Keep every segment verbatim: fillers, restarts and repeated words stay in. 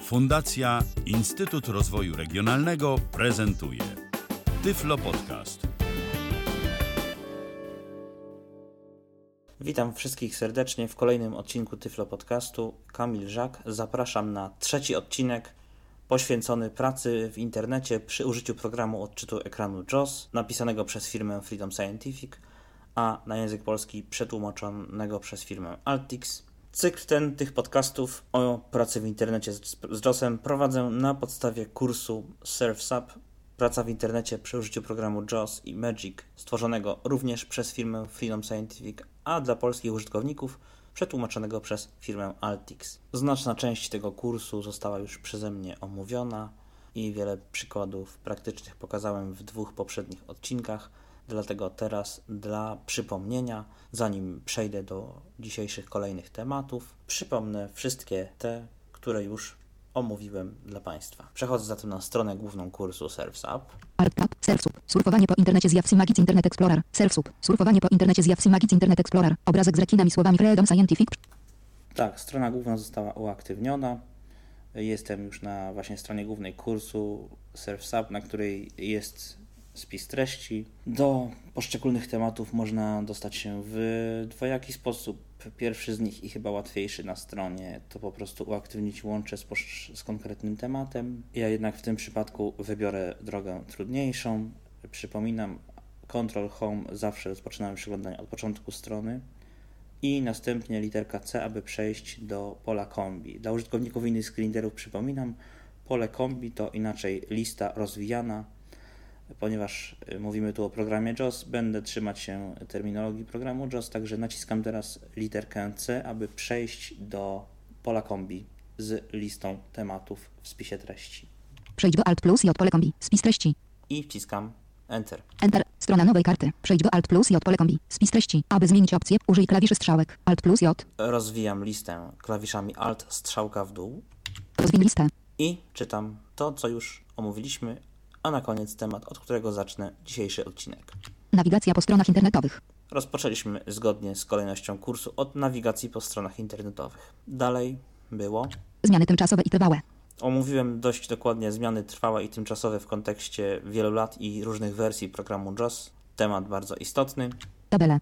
Fundacja Instytut Rozwoju Regionalnego prezentuje Tyflo Podcast. Witam wszystkich serdecznie w kolejnym odcinku Tyflo Podcastu. Kamil Żak. Zapraszam na trzeci odcinek poświęcony pracy w internecie przy użyciu programu odczytu ekranu JAWS napisanego przez firmę Freedom Scientific, a na język polski przetłumaczonego przez firmę Altix. Cykl ten tych podcastów o pracy w internecie z, z JAWSem prowadzę na podstawie kursu Surf's Up, praca w internecie przy użyciu programu JAWS i Magic, stworzonego również przez firmę Freedom Scientific, a dla polskich użytkowników przetłumaczonego przez firmę Altix. Znaczna część tego kursu została już przeze mnie omówiona i wiele przykładów praktycznych pokazałem w dwóch poprzednich odcinkach. Dlatego teraz dla przypomnienia, zanim przejdę do dzisiejszych kolejnych tematów, przypomnę wszystkie te, które już omówiłem dla Państwa. Przechodzę zatem na stronę główną kursu Surf's Up. AltTab, Surf's Up. Surfowanie po internecie z Yahoo Magic Internet Explorer. Surf's Up. Surfowanie po internecie z Yahoo Magic Internet Explorer. Obrazek z rekinami słowami Freedom Scientific. Tak, strona główna została uaktywniona. Jestem już na właśnie stronie głównej kursu Surf's Up, na której jest spis treści. Do poszczególnych tematów można dostać się w dwojaki sposób. Pierwszy z nich i chyba łatwiejszy na stronie to po prostu uaktywnić łącze z, z konkretnym tematem. Ja jednak w tym przypadku wybiorę drogę trudniejszą. Przypominam, Control Home zawsze rozpoczynamy przeglądanie od początku strony i następnie literka C, aby przejść do pola kombi. Dla użytkowników innych screenreaderów przypominam, pole kombi to inaczej lista rozwijana. Ponieważ mówimy tu o programie JAWS, będę trzymać się terminologii programu JAWS, także naciskam teraz literkę C, aby przejść do pola kombi z listą tematów w spisie treści. Przejdź do Alt plus i od pole kombi. Spis treści. I wciskam Enter. Enter. Strona nowej karty. Przejdź do Alt plus i od pole kombi. Spis treści. Aby zmienić opcję, użyj klawiszy strzałek. Alt plus J. Rozwijam listę klawiszami Alt, strzałka w dół. Rozwin listę. I czytam to, co już omówiliśmy, a na koniec temat, od którego zacznę dzisiejszy odcinek. Nawigacja po stronach internetowych. Rozpoczęliśmy zgodnie z kolejnością kursu od nawigacji po stronach internetowych. Dalej było Zmiany tymczasowe i trwałe. Omówiłem dość dokładnie zmiany trwałe i tymczasowe w kontekście wielu lat i różnych wersji programu JAWS. Temat bardzo istotny. Tabele.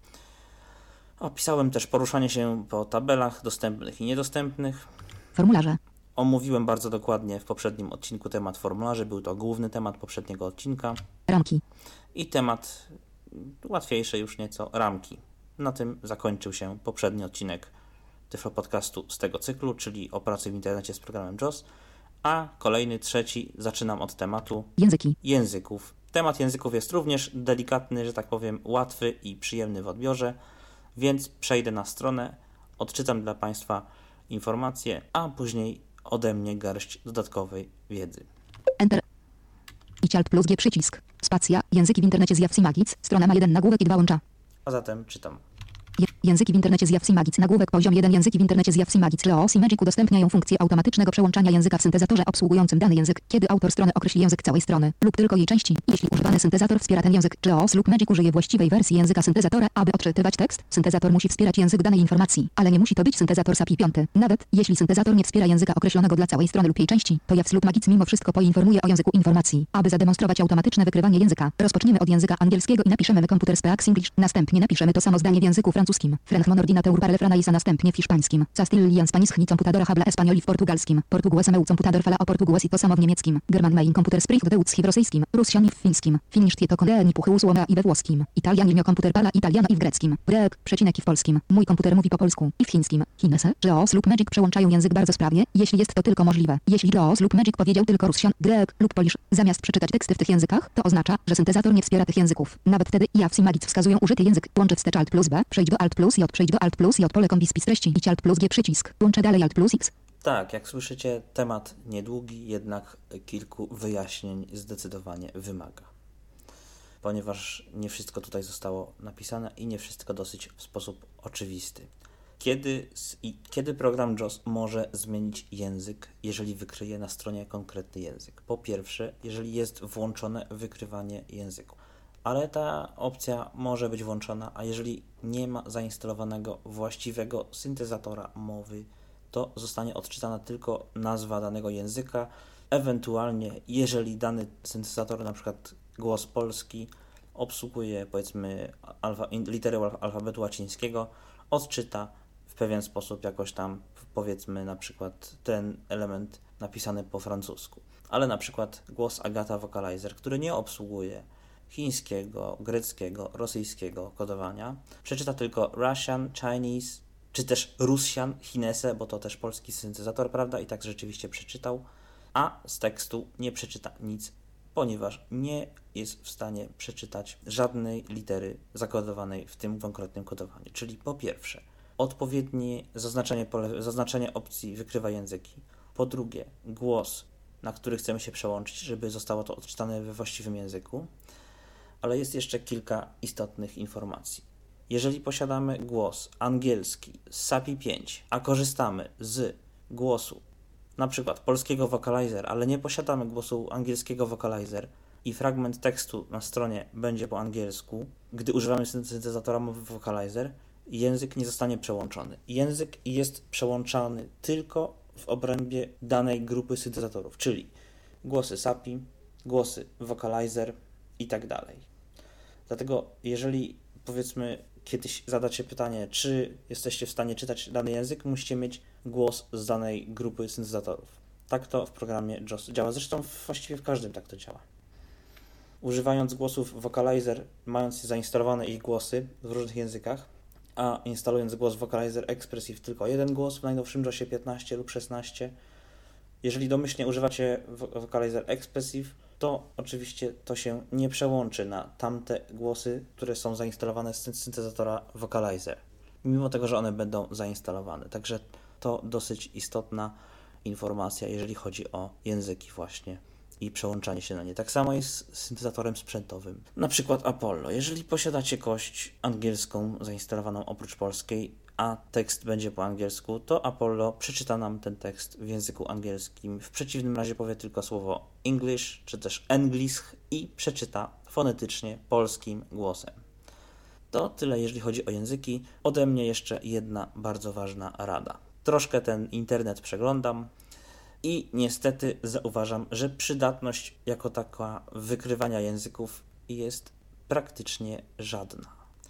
Opisałem też poruszanie się po tabelach dostępnych i niedostępnych. Formularze. Omówiłem bardzo dokładnie w poprzednim odcinku temat formularzy. Był to główny temat poprzedniego odcinka. Ramki. I temat łatwiejszy już nieco, ramki. Na tym zakończył się poprzedni odcinek Tyflo Podcastu z tego cyklu, czyli o pracy w internecie z programem JAWS. A kolejny, trzeci, zaczynam od tematu Języki. języków. Temat języków jest również delikatny, że tak powiem, łatwy i przyjemny w odbiorze, więc przejdę na stronę, odczytam dla Państwa informacje, a później ode mnie garść dodatkowej wiedzy. Enter. I Alt plus G przycisk. Spacja. Języki w internecie z Yahoo Magic. Strona ma jeden nagłówek i dwa łącza. A zatem czytam. Je- języki w internecie z Yahoo Magic. Nagłówek poziom jeden. Języki w internecie z Yahoo Magic. JAWS i Magic udostępniają funkcję automatycznego przełączania języka w syntezatorze obsługującym dany język, kiedy autor strony określi język całej strony lub tylko jej części. Jeśli używany syntezator wspiera ten język, JAWS lub Magic użyje właściwej wersji języka syntezatora, aby odczytywać tekst. Syntezator musi wspierać język danej informacji, ale nie musi to być syntezator S A P I pięć. Nawet jeśli syntezator nie wspiera języka określonego dla całej strony lub jej części, to JAWS lub Magic mimo wszystko poinformuje o języku informacji. Aby zademonstrować automatyczne wykrywanie języka, rozpoczniemy od języka angielskiego i napiszemy My Computer Speaks English. Następnie napiszemy to samo zdanie w języku francuskim. Frank Monordinateur parle franais, a następnie w hiszpańskim. Castillian Spanish ni computadora habla español i w portugalskim. Portuguese meu computador fala o portugues i to samo w niemieckim. German mein computer spricht deutsch w rosyjskim. Russian i w fińskim. Finnish tieto konde ni puchy usłoma i we włoskim. Italian il mio computer pala italiano i w greckim. Grek, przecinek i w polskim. Mój komputer mówi po polsku i w chińskim. Chinese, JAWS lub Magic przełączają język bardzo sprawnie, jeśli jest to tylko możliwe. Jeśli JAWS lub Magic powiedział tylko Russian, Grek lub Polish, zamiast przeczytać teksty w tych językach, to oznacza, że syntezator nie wspiera tych języków. Nawet wtedy Yahoo Magic wskazują użyty język. Łączę wstecz Alt plus B, przejdź do Alt plus J, przejdź do Alt plus J, pole kombi spis treści i Alt plus G przycisk. Łączę dalej Alt plus X. Tak, jak słyszycie, temat niedługi, jednak kilku wyjaśnień zdecydowanie wymaga. Ponieważ nie wszystko tutaj zostało napisane i nie wszystko dosyć w sposób oczywisty. Kiedy, kiedy program JAWS może zmienić język, jeżeli wykryje na stronie konkretny język? Po pierwsze, jeżeli jest włączone wykrywanie języku. Ale ta opcja może być włączona, a jeżeli nie ma zainstalowanego właściwego syntezatora mowy, to zostanie odczytana tylko nazwa danego języka. Ewentualnie, jeżeli dany syntezator, na przykład głos polski, obsługuje powiedzmy alfa, litery alfabetu łacińskiego, odczyta w pewien sposób jakoś tam powiedzmy na przykład ten element napisany po francusku. Ale na przykład głos Agata Vocalizer, który nie obsługuje chińskiego, greckiego, rosyjskiego kodowania, przeczyta tylko Russian, Chinese, czy też Russian, Chinese, bo to też polski syntezator, prawda? I tak rzeczywiście przeczytał, a z tekstu nie przeczyta nic, ponieważ nie jest w stanie przeczytać żadnej litery zakodowanej w tym konkretnym kodowaniu. Czyli po pierwsze, odpowiednie zaznaczenie, pole, zaznaczenie opcji wykrywa języki. Po drugie, głos, na który chcemy się przełączyć, żeby zostało to odczytane we właściwym języku. Ale jest jeszcze kilka istotnych informacji. Jeżeli posiadamy głos angielski z S A P I pięć, a korzystamy z głosu na przykład polskiego Vocalizer, ale nie posiadamy głosu angielskiego Vocalizer i fragment tekstu na stronie będzie po angielsku, gdy używamy syntezatora mowy Vocalizer, język nie zostanie przełączony. Język jest przełączany tylko w obrębie danej grupy syntezatorów, czyli głosy S A P I, głosy Vocalizer i tak dalej. Dlatego jeżeli powiedzmy kiedyś zadacie pytanie, czy jesteście w stanie czytać dany język, musicie mieć głos z danej grupy syntezatorów. Tak to w programie J O S działa. Zresztą właściwie w każdym tak to działa. Używając głosów Vocalizer, mając zainstalowane ich głosy w różnych językach, a instalując głos Vocalizer Expressive tylko jeden głos w najnowszym JOSie piętnaście lub szesnaście, jeżeli domyślnie używacie Vocalizer Expressive, to oczywiście to się nie przełączy na tamte głosy, które są zainstalowane z syntezatora Vocalizer, mimo tego, że one będą zainstalowane. Także to dosyć istotna informacja, jeżeli chodzi o języki właśnie i przełączanie się na nie. Tak samo jest z syntezatorem sprzętowym. Na przykład Apollo. Jeżeli posiadacie kość angielską zainstalowaną oprócz polskiej, a tekst będzie po angielsku, to Apollo przeczyta nam ten tekst w języku angielskim. W przeciwnym razie powie tylko słowo English, czy też Englisch i przeczyta fonetycznie polskim głosem. To tyle, jeżeli chodzi o języki. Ode mnie jeszcze jedna bardzo ważna rada. Troszkę ten internet przeglądam i niestety zauważam, że przydatność jako taka wykrywania języków jest praktycznie żadna.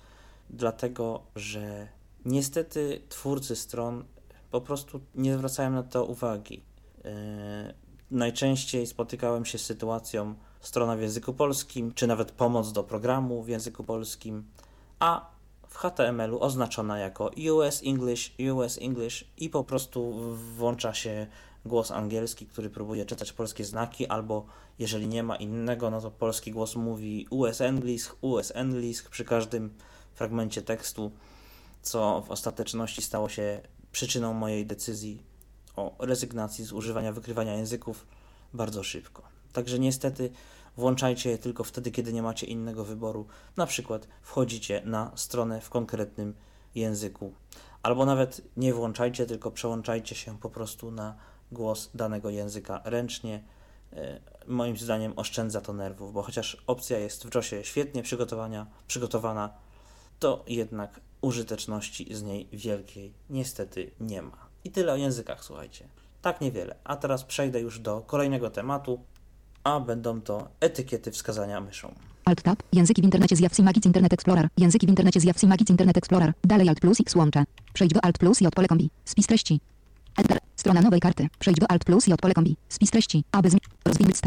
Dlatego, że niestety twórcy stron po prostu nie zwracają na to uwagi. Yy, najczęściej spotykałem się z sytuacją strona w języku polskim, czy nawet pomoc do programu w języku polskim, a w H T M L u oznaczona jako U S English, U S English i po prostu włącza się głos angielski, który próbuje czytać polskie znaki, albo jeżeli nie ma innego, no to polski głos mówi U S English, U S English przy każdym fragmencie tekstu, co w ostateczności stało się przyczyną mojej decyzji o rezygnacji z używania wykrywania języków bardzo szybko. Także niestety włączajcie je tylko wtedy, kiedy nie macie innego wyboru. Na przykład wchodzicie na stronę w konkretnym języku. Albo nawet nie włączajcie, tylko przełączajcie się po prostu na głos danego języka ręcznie. Moim zdaniem oszczędza to nerwów, bo chociaż opcja jest w JOSie świetnie przygotowania, przygotowana, to jednak użyteczności z niej wielkiej niestety nie ma. I tyle o językach, słuchajcie. Tak niewiele. A teraz przejdę już do kolejnego tematu, a będą to etykiety wskazania myszą. Alt Tab, języki w internecie z Yahoo Magic Internet Explorer, języki w internecie z Yahoo Magic Internet Explorer, dalej Alt plus X łącze. Przejdź do Alt plus i od pole kombi. Spis treści. Enter. Strona nowej karty. Przejdź do Alt plus i od pole kombi. Spis treści. Aby zmienić. Rozwij listę.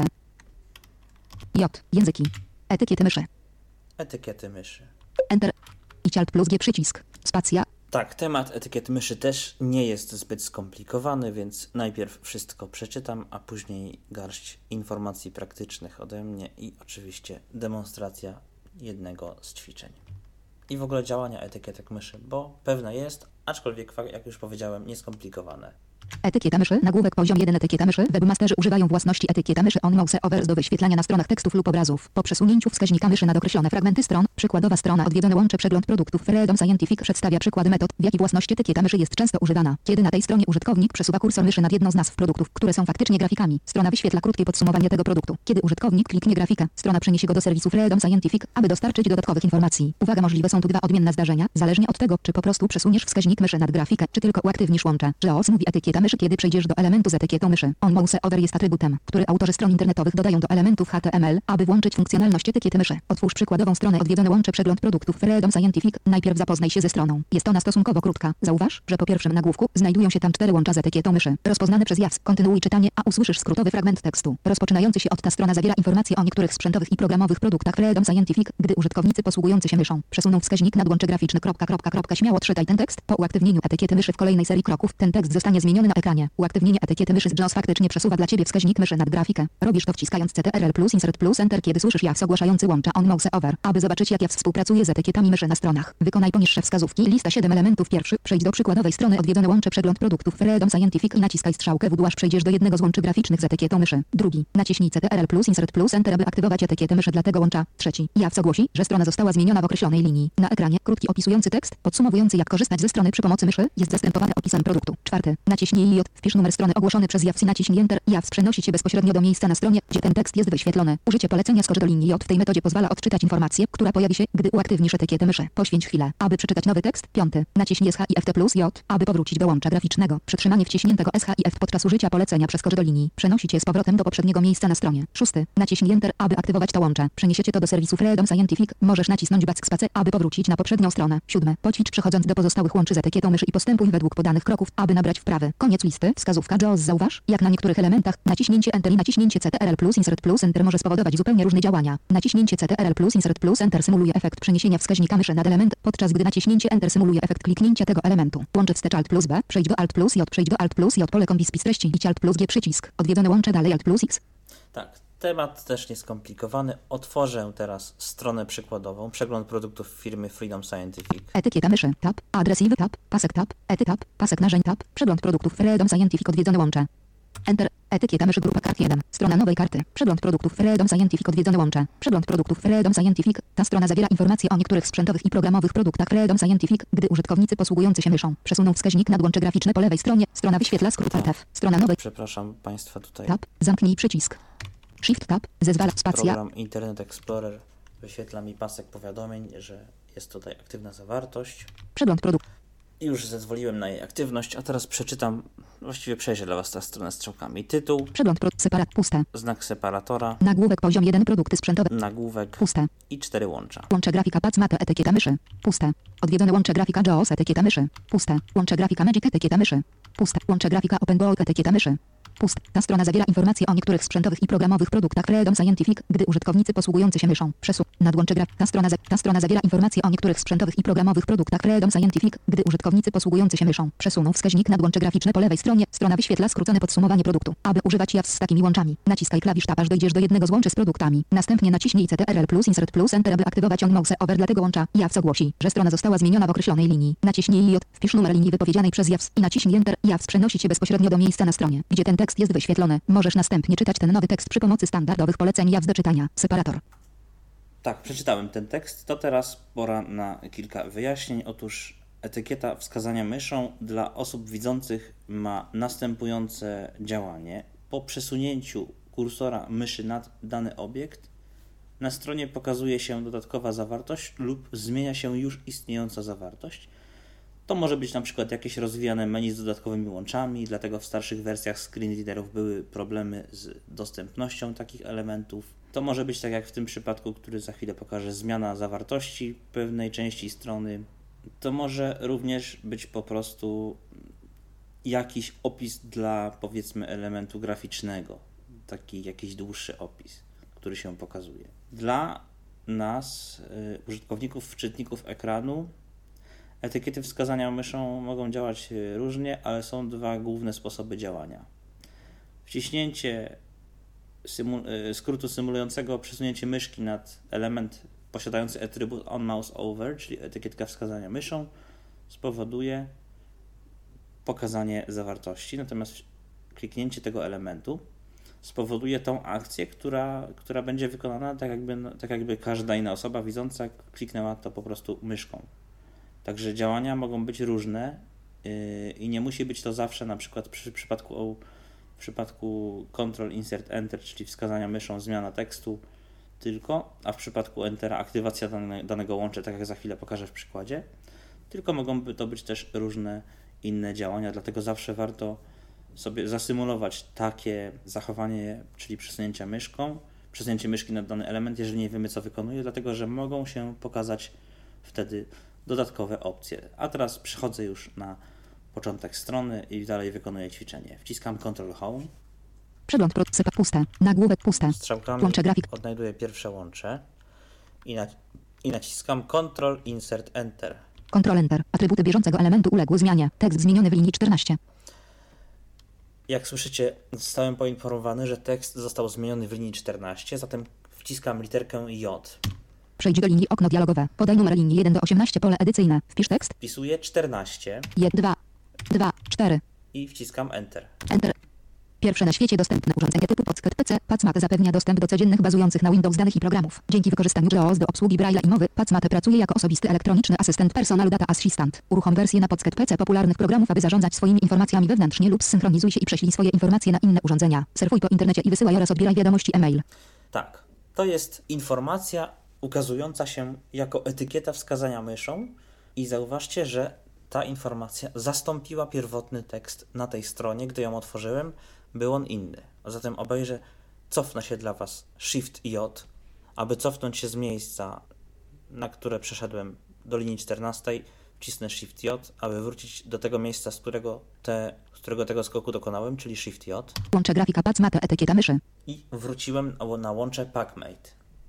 J. Języki. Etykiety myszy. Etykiety myszy. Enter. Idź Alt plus G przycisk. Spacja. Tak, temat etykiet myszy też nie jest zbyt skomplikowany, więc najpierw wszystko przeczytam, a później garść informacji praktycznych ode mnie i oczywiście demonstracja jednego z ćwiczeń. I w ogóle działania etykietek myszy, bo pewne jest, aczkolwiek jak już powiedziałem, nieskomplikowane. Etykieta myszy, nagłówek poziom jeden. Etykieta myszy. Webmasterzy używają własności etykieta myszy on mouse over do wyświetlania na stronach tekstów lub obrazów. Po przesunięciu wskaźnika myszy nad określone fragmenty stron, przykładowa strona odwiedzone łącze przegląd produktów Freedom Scientific przedstawia przykłady metod, w jaki własność etykieta myszy jest często używana. Kiedy na tej stronie użytkownik przesuwa kursor myszy nad jedną z nazw produktów, które są faktycznie grafikami, strona wyświetla krótkie podsumowanie tego produktu. Kiedy użytkownik kliknie grafikę, strona przeniesie go do serwisu Freedom Scientific, aby dostarczyć dodatkowych informacji. Uwaga, możliwe są tu dwa odmienne zdarzenia, zależnie od tego, czy po prostu przesuniesz wskaźnik myszy nad grafikę, czy tylko uaktywnisz łącze. JAWS mówi etykieta myszy, kiedy przejdziesz do elementu z etykietą myszy. On mouse over jest atrybutem, który autorzy stron internetowych dodają do elementów H T M L, aby włączyć funkcjonalność etykiety myszy. Otwórz przykładową stronę odwiedzone łącze przegląd produktów Freedom Scientific. Najpierw zapoznaj się ze stroną. Jest ona stosunkowo krótka. Zauważ, że po pierwszym nagłówku znajdują się tam cztery łącza z etykietą myszy, rozpoznane przez JAWS. Kontynuuj czytanie, a usłyszysz skrótowy fragment tekstu. Rozpoczynający się od ta strona zawiera informacje o niektórych sprzętowych i programowych produktach Freedom Scientific. Gdy użytkownicy posługujący się myszą przesuną wskaźnik nad łącze graficzny kropka, kropka, kropka, śmiało czytaj ten tekst. Po uaktywnieniu etykiety myszy w kolejnej serii kroków ten tekst zostanie zmieniony na ekranie. Uaktywnienie etykiety myszy z JAWS faktycznie przesuwa dla Ciebie wskaźnik myszy nad grafikę. Robisz to wciskając C T R L plus Insert plus Enter, kiedy słyszysz JAWS ogłaszający łącza on mouse over. Aby zobaczyć, jak JAWS współpracuje z etykietami myszy na stronach, wykonaj poniższe wskazówki. Lista siedem elementów. Pierwszy. Przejdź do przykładowej strony odwiedzone łącze przegląd produktów Freedom Scientific i naciskaj strzałkę w dół, aż przejdziesz do jednego z łączy graficznych z etykietą myszy. Drugi. Naciśnij C T R L plus Insert plus Enter, aby aktywować etykietę myszy dla tego łącza. Trzeci. JAWS ogłosi, że strona została zmieniona w określonej linii. Na ekranie krótki opisujący tekst, podsumowujący, jak korzystać ze strony przy pomocy myszy, jest zastępowany opisem produktu. Czwarty. Naciśnij J, wpisz numer strony ogłoszony przez JAWS i naciśnij Enter. JAWS przenosi Cię bezpośrednio do miejsca na stronie, gdzie ten tekst jest wyświetlony. Użycie polecenia skocz do linii J w tej metodzie pozwala odczytać informację, która pojawi się, gdy uaktywnisz etykietę myszy. Poświęć chwilę, aby przeczytać nowy tekst. Piąty. Naciśnij S H I F T plus J, aby powrócić do łącza graficznego. Przytrzymanie wciśniętego S H I F podczas użycia polecenia przeskocz do linii przenosi Cię z powrotem do poprzedniego miejsca na stronie. Szósty. Naciśnij Enter, aby aktywować to łącze. Przeniesiecie to do serwisu Freedom Scientific. Możesz nacisnąć backspace, aby powrócić na poprzednią stronę. Siódme. Poćwicz przechodząc do pozostałych łączy z etykietą myszy i postępuj według podanych kroków, aby nabrać wprawy. Koniec listy. Wskazówka JAWS. Zauważ, jak na niektórych elementach naciśnięcie Enter i naciśnięcie C T R L plus Insert plus Enter może spowodować zupełnie różne działania. Naciśnięcie C T R L plus Insert plus Enter symuluje efekt przeniesienia wskaźnika myszy nad element, podczas gdy naciśnięcie Enter symuluje efekt kliknięcia tego elementu. Łącze wstecz Alt plus B, przejdź do Alt plus J, przejdź do Alt plus J, pole kombi spis treści, idź Alt plus G przycisk. Odwiedzone łącze dalej Alt plus X. Tak, temat też nieskomplikowany. Otworzę teraz stronę przykładową, przegląd produktów firmy Freedom Scientific. Etykieta myszy, tab, adresywy tab, pasek tab, ety tab, pasek narzędzi tab, przegląd produktów Freedom Scientific odwiedzone łącze. Enter. Etykieta myszy grupa kart jeden. Strona nowej karty. Przegląd produktów Freedom Scientific odwiedzone łącze. Przegląd produktów Freedom Scientific. Ta strona zawiera informacje o niektórych sprzętowych i programowych produktach Freedom Scientific. Gdy użytkownicy posługujący się myszą przesuną wskaźnik nad łącze graficzne po lewej stronie, strona wyświetla skrót Alt F. Strona nowej. Przepraszam Państwa tutaj. Tab. Zamknij przycisk. Shift tab. Zezwala spacja. Program Internet Explorer wyświetla mi pasek powiadomień, że jest tutaj aktywna zawartość. Przegląd produktów. Już zezwoliłem na jej aktywność, a teraz przeczytam, właściwie przejrzę dla Was tę stronę strzałkami. Tytuł, Przegląd produktów separat puste. znak separatora, Nagłówek poziom jeden produkty sprzętowe. nagłówek Puste. i cztery łącza. Łącze grafika Pac Mate etykieta myszy. Puste. Odwiedzone łącze grafika JAWS etykieta myszy. Puste. Łącze grafika Magic etykieta myszy. Puste. Łącze grafika OpenGold etykieta myszy. Pust. Ta strona zawiera informacje o niektórych sprzętowych i programowych produktach Freedom Scientific. Gdy użytkownicy posługujący się myszą przesuną nad łącze graf. Ta strona, za... ta strona zawiera informacje o niektórych sprzętowych i programowych produktach Freedom Scientific. Gdy użytkownicy posługujący się myszą przesuną wskaźnik nad łącze graficzne po lewej stronie, strona wyświetla skrócone podsumowanie produktu. Aby używać JAWS z takimi łączami, naciskaj klawisz Tab, aż dojdziesz do jednego z łączy z produktami. Następnie naciśnij C T R L plus Insert plus Enter, aby aktywować on mouse over dla tego łącza. JAWS ogłosi, że strona została zmieniona w określonej linii. Naciśnij J, wpisz numer linii wypowiedzianej przez JAWS i naciśnij Enter. JAWS przenosi Cię bezpośrednio do miejsca na stronie, gdzie ten tekst jest wyświetlony. Możesz następnie czytać ten nowy tekst przy pomocy standardowych poleceń JAWS do czytania. Separator. Tak, przeczytałem ten tekst. To teraz pora na kilka wyjaśnień. Otóż etykieta wskazania myszą dla osób widzących ma następujące działanie. Po przesunięciu kursora myszy nad dany obiekt na stronie pokazuje się dodatkowa zawartość lub zmienia się już istniejąca zawartość. To może być na przykład jakieś rozwijane menu z dodatkowymi łączami, dlatego w starszych wersjach screenreaderów były problemy z dostępnością takich elementów. To może być, tak jak w tym przypadku, który za chwilę pokażę, zmiana zawartości pewnej części strony. To może również być po prostu jakiś opis dla, powiedzmy, elementu graficznego. Taki jakiś dłuższy opis, który się pokazuje. Dla nas, y, użytkowników, czytników ekranu, etykiety wskazania myszą mogą działać różnie, ale są dwa główne sposoby działania. Wciśnięcie symu- skrótu symulującego przesunięcie myszki nad element posiadający atrybut onMouseOver, czyli etykietka wskazania myszą, spowoduje pokazanie zawartości, natomiast kliknięcie tego elementu spowoduje tą akcję, która, która będzie wykonana tak jakby, tak jakby każda inna osoba widząca kliknęła to po prostu myszką. Także działania mogą być różne yy, i nie musi być to zawsze na przykład przy przypadku, w przypadku Ctrl Insert Enter, czyli wskazania myszą zmiana tekstu tylko, a w przypadku Entera aktywacja dane, danego łącza, tak jak za chwilę pokażę w przykładzie, tylko mogą to być też różne inne działania, dlatego zawsze warto sobie zasymulować takie zachowanie, czyli przesunięcia myszką, przesunięcie myszki na dany element, jeżeli nie wiemy, co wykonuje, dlatego że mogą się pokazać wtedy dodatkowe opcje. A teraz przechodzę już na początek strony i dalej wykonuję ćwiczenie. Wciskam Ctrl Home. Przegląd procepa puste. Nagłówek puste. Strzałkami Łącze grafik. odnajduję pierwsze łącze i, nac i naciskam Ctrl Insert Enter. Ctrl Enter. Atrybuty bieżącego elementu uległy zmianie. Tekst zmieniony w linii czternaście. Jak słyszycie, zostałem poinformowany, że tekst został zmieniony w linii czternaście, zatem wciskam literkę J. Przejdź do linii okno dialogowe. Podaj numer linii jeden do osiemnastu, pole edycyjne. Wpisz tekst. Wpisuję czternaście jeden, dwa, dwa, cztery. i wciskam Enter. Enter. Pierwsze na świecie dostępne urządzenie typu Pocket P C. PassMate zapewnia dostęp do codziennych bazujących na Windows danych i programów. Dzięki wykorzystaniu JAWS do obsługi Braille'a i mowy, PassMate pracuje jako osobisty elektroniczny asystent personalu Data Assistant. Uruchom wersję na Pocket P C popularnych programów, aby zarządzać swoimi informacjami wewnętrznie lub zsynchronizuj się i prześlij swoje informacje na inne urządzenia. Surfuj po internecie i wysyłaj oraz odbieraj wiadomości e-mail. Tak, to jest informacja ukazująca się jako etykieta wskazania myszą i zauważcie, że ta informacja zastąpiła pierwotny tekst na tej stronie. Gdy ją otworzyłem, był on inny. A zatem obejrzę, cofnę się dla Was Shift J, aby cofnąć się z miejsca, na które przeszedłem do linii czternastej, wcisnę Shift J, aby wrócić do tego miejsca, z którego, te, z którego tego skoku dokonałem, czyli Shift J. Łącze grafika PassMate, etykieta myszy. I wróciłem na łącze PackMate.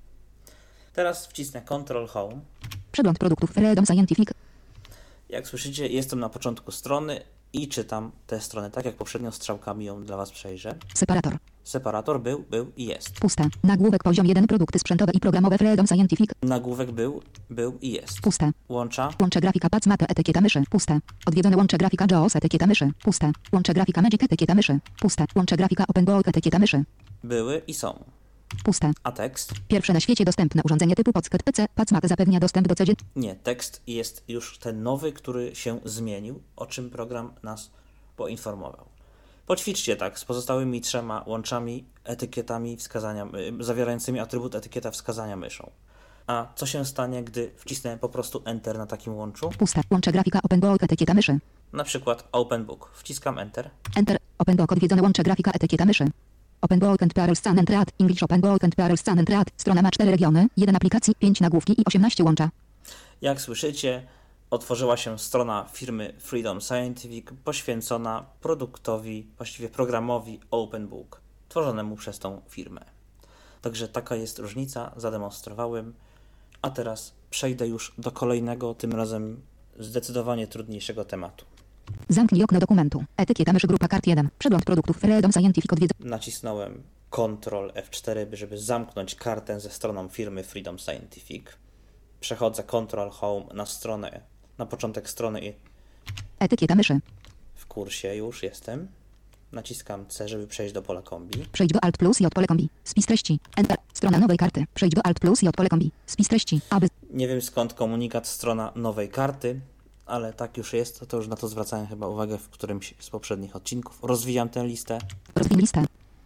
Teraz wcisnę Ctrl Home. Przegląd produktów Freedom Scientific. Jak słyszycie, jestem na początku strony i czytam tę stronę, tak jak poprzednio strzałkami ją dla Was przejrzę. Separator. Separator był, był i jest. Puste. Nagłówek poziom jeden. Produkty sprzętowe i programowe Freedom Scientific. Nagłówek był, był i jest. Puste. Łącza. Łącze grafika PassMate, etykieta myszy. Puste. Odwiedzone łącze grafika JAWS, etykieta myszy. Puste. Łącze grafika Magic, etykieta myszy. Puste. Łącze grafika OpenBook, etykieta myszy. Były i są. Puste. A tekst? Pierwsze na świecie dostępne urządzenie typu Pocket P C. PassMate zapewnia dostęp do codziennych. Nie, tekst jest już ten nowy, który się zmienił, o czym program nas poinformował. Poćwiczcie tak z pozostałymi trzema łączami, etykietami wskazania, y, zawierającymi atrybut etykieta wskazania myszą. A co się stanie, gdy wcisnę po prostu Enter na takim łączu? Puste. Łącze grafika OpenBook, etykieta myszy. Na przykład OpenBook. Wciskam Enter. Enter. OpenBook. Odwiedzone łącze grafika, etykieta myszy. OpenBook and P R L Scan and Read. English OpenBook and P R L Scan and Read. Strona ma cztery regiony, jeden aplikacji, pięć nagłówki i osiemnaście łącza. Jak słyszycie, otworzyła się strona firmy Freedom Scientific poświęcona produktowi, właściwie programowi OpenBook, tworzonemu przez tą firmę. Także taka jest różnica, zademonstrowałem, a teraz przejdę już do kolejnego, tym razem zdecydowanie trudniejszego tematu. Zamknij okno dokumentu. Etykieta myszy, grupa kart jeden. Przegląd produktów Freedom Scientific. Odwiedzone. Nacisnąłem Ctrl F cztery, żeby zamknąć kartę ze stroną firmy Freedom Scientific. Przechodzę Ctrl Home na stronę, na początek strony i Etykieta myszy. w kursie już jestem. Naciskam C, żeby przejść do pola kombi. Przejdź do Alt plus J, pole kombi. Spis treści. Enter. Strona nowej karty. Przejdź do Alt plus J, pole kombi. Spis treści. Aby. Nie wiem skąd komunikat strona nowej karty, ale tak już jest, to już na to zwracałem chyba uwagę w którymś z poprzednich odcinków. Rozwijam tę listę. Rozwij listę.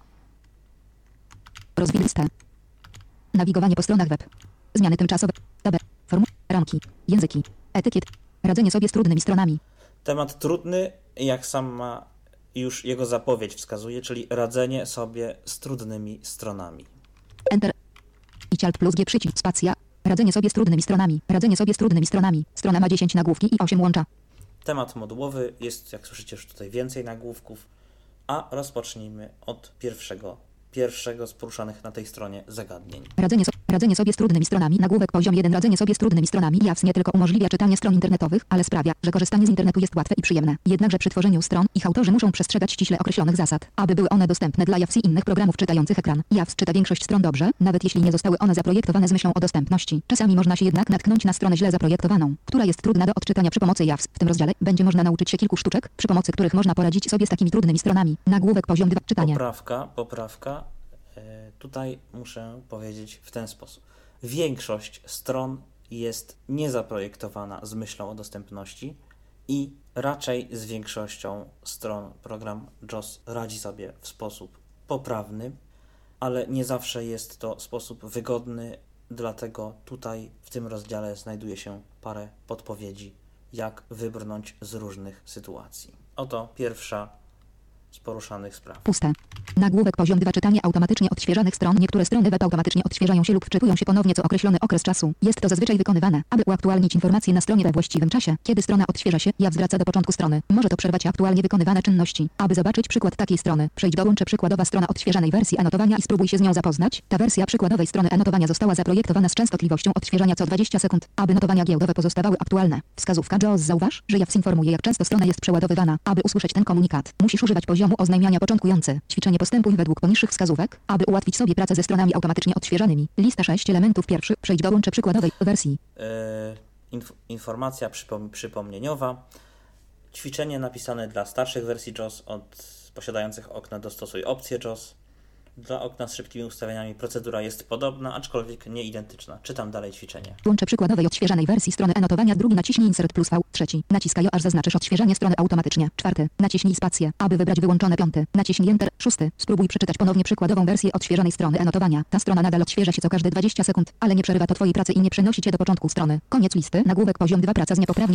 Rozwij listę. Nawigowanie po stronach web. Zmiany tymczasowe. Tab. Formu. Ramki. Języki. Etykiet. Radzenie sobie z trudnymi stronami. Temat trudny, jak sama już jego zapowiedź wskazuje, czyli radzenie sobie z trudnymi stronami. Enter. I Alt plus G przycisk. Spacja. Radzenie sobie z trudnymi stronami. Radzenie sobie z trudnymi stronami. Strona ma dziesięć nagłówki i osiem łącza. Temat modułowy, jest, jak słyszycie, już tutaj więcej nagłówków, a rozpocznijmy od pierwszego, pierwszego z poruszanych na tej stronie zagadnień. Radzenie, so Radzenie sobie z trudnymi stronami. Nagłówek poziom jeden. Radzenie sobie z trudnymi stronami. Jaws nie tylko umożliwia czytanie stron internetowych, ale sprawia, że korzystanie z internetu jest łatwe i przyjemne. Jednakże przy tworzeniu stron ich autorzy muszą przestrzegać ściśle określonych zasad, aby były one dostępne dla Jaws i innych programów czytających ekran. Jaws czyta większość stron dobrze, nawet jeśli nie zostały one zaprojektowane z myślą o dostępności. Czasami można się jednak natknąć na stronę źle zaprojektowaną, która jest trudna do odczytania przy pomocy Jaws. W tym rozdziale będzie można nauczyć się kilku sztuczek, przy pomocy których można poradzić sobie z takimi trudnymi stronami. Nagłówek poziom dwa. Czytanie. Poprawka, poprawka. E, tutaj muszę powiedzieć w ten sposób. Większość stron jest niezaprojektowana z myślą o dostępności i raczej z większością stron program JAWS radzi sobie w sposób poprawny, ale nie zawsze jest to sposób wygodny, dlatego tutaj w tym rozdziale znajduje się parę podpowiedzi, jak wybrnąć z różnych sytuacji. Oto pierwsza z poruszanych spraw. Puste. Nagłówek poziom dwa. Czytanie automatycznie odświeżanych stron. Niektóre strony web automatycznie odświeżają się lub wczytują się ponownie co określony okres czasu. Jest to zazwyczaj wykonywane, aby uaktualnić informacje na stronie we właściwym czasie. Kiedy strona odświeża się, Jaws wraca do początku strony. Może to przerwać aktualnie wykonywane czynności. Aby zobaczyć przykład takiej strony, przejdź do Dołączę przykładowa strona odświeżanej wersji anotowania i spróbuj się z nią zapoznać. Ta wersja przykładowej strony anotowania została zaprojektowana z częstotliwością odświeżania co dwadzieścia sekund, aby notowania giełdowe pozostawały aktualne. Wskazówka JAWS. Zauważ, że Jaws informuje, jak często strona jest przeładowywana. Aby usłyszeć ten komunikat, musisz używać poziomu oznajmiania początkujący. Ćwiczenie postępuj według poniższych wskazówek, aby ułatwić sobie pracę ze stronami automatycznie odświeżanymi. Lista sześć elementów. Pierwszy. Przejdź do Dołączę przykładowej wersji. Yy, inf- informacja przypom- przypomnieniowa. Ćwiczenie napisane dla starszych wersji JAWS od posiadających okna dostosuj opcję JAWS. Dla okna z szybkimi ustawieniami procedura jest podobna, aczkolwiek nie identyczna. Czytam dalej ćwiczenie. Łączę przykładowej odświeżanej wersji strony anotowania. Drugi naciśnij Insert plus V. Trzeci. Naciskaj aż zaznaczysz odświeżanie strony automatycznie. Czwarty. Naciśnij spację, aby wybrać wyłączone. Piąty. Naciśnij Enter. Szósty. Spróbuj przeczytać ponownie przykładową wersję odświeżonej strony anotowania. Ta strona nadal odświeża się co każde dwadzieścia sekund, ale nie przerywa to twojej pracy i nie przenosi cię do początku strony. Koniec listy. Nagłówek poziom dwa. Praca z niepoprawnie.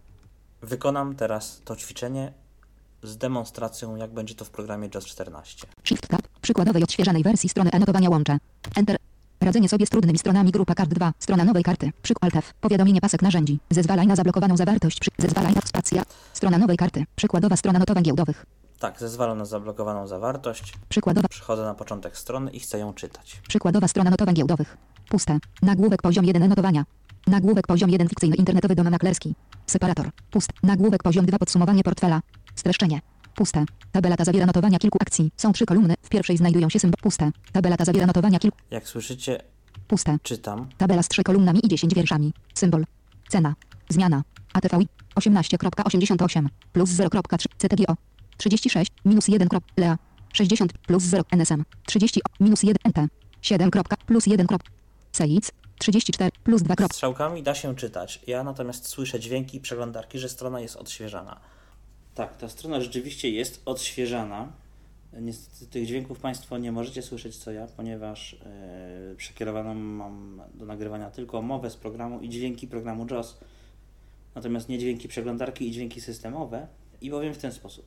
Wykonam teraz to ćwiczenie z demonstracją, jak będzie to w programie JAWS czternaście. Shift Tab. Przykładowej odświeżanej wersji strony anotowania łączę. Enter. Radzenie sobie z trudnymi stronami. Grupa kart dwa. Strona nowej karty. Przykład Alt F. Powiadomienie pasek narzędzi. Zezwalaj na zablokowaną zawartość. Przy... Zezwalaj na spacja. Strona nowej karty. Przykładowa strona notowań giełdowych. Tak, zezwalam na zablokowaną zawartość. Przykładowa. Przechodzę na początek strony i chcę ją czytać. Przykładowa strona notowań giełdowych. Puste. Nagłówek poziom jeden. Notowania. Nagłówek poziom jeden. Fikcyjny internetowy dom maklerski. Separator. Pust. Nagłówek poziom dwa. Podsumowanie portfela. Streszczenie. Puste. Tabela ta zawiera notowania kilku akcji. Są trzy kolumny. W pierwszej znajdują się symbole. Puste. Tabela ta zawiera notowania kilku. Jak słyszycie, Puste. czytam. Tabela z trzy kolumnami i dziesięć wierszami. Symbol. Cena. Zmiana. A T V I. osiemnaście osiemdziesiąt osiem. Plus zero przecinek trzy. C T G O. trzydzieści sześć. Minus jeden. L E A. sześćdziesiąt. Plus zero. N S M. trzydzieści. Minus jeden. N T. siedem. Plus jeden. C I C. trzydzieści cztery. Plus dwa. Strzałkami da się czytać. Ja natomiast słyszę dźwięki przeglądarki, że strona jest odświeżana. Tak, ta strona rzeczywiście jest odświeżana. Niestety tych dźwięków Państwo nie możecie słyszeć co ja, ponieważ yy, przekierowaną mam do nagrywania tylko mowę z programu i dźwięki programu JAWS, natomiast nie dźwięki przeglądarki i dźwięki systemowe. I powiem w ten sposób.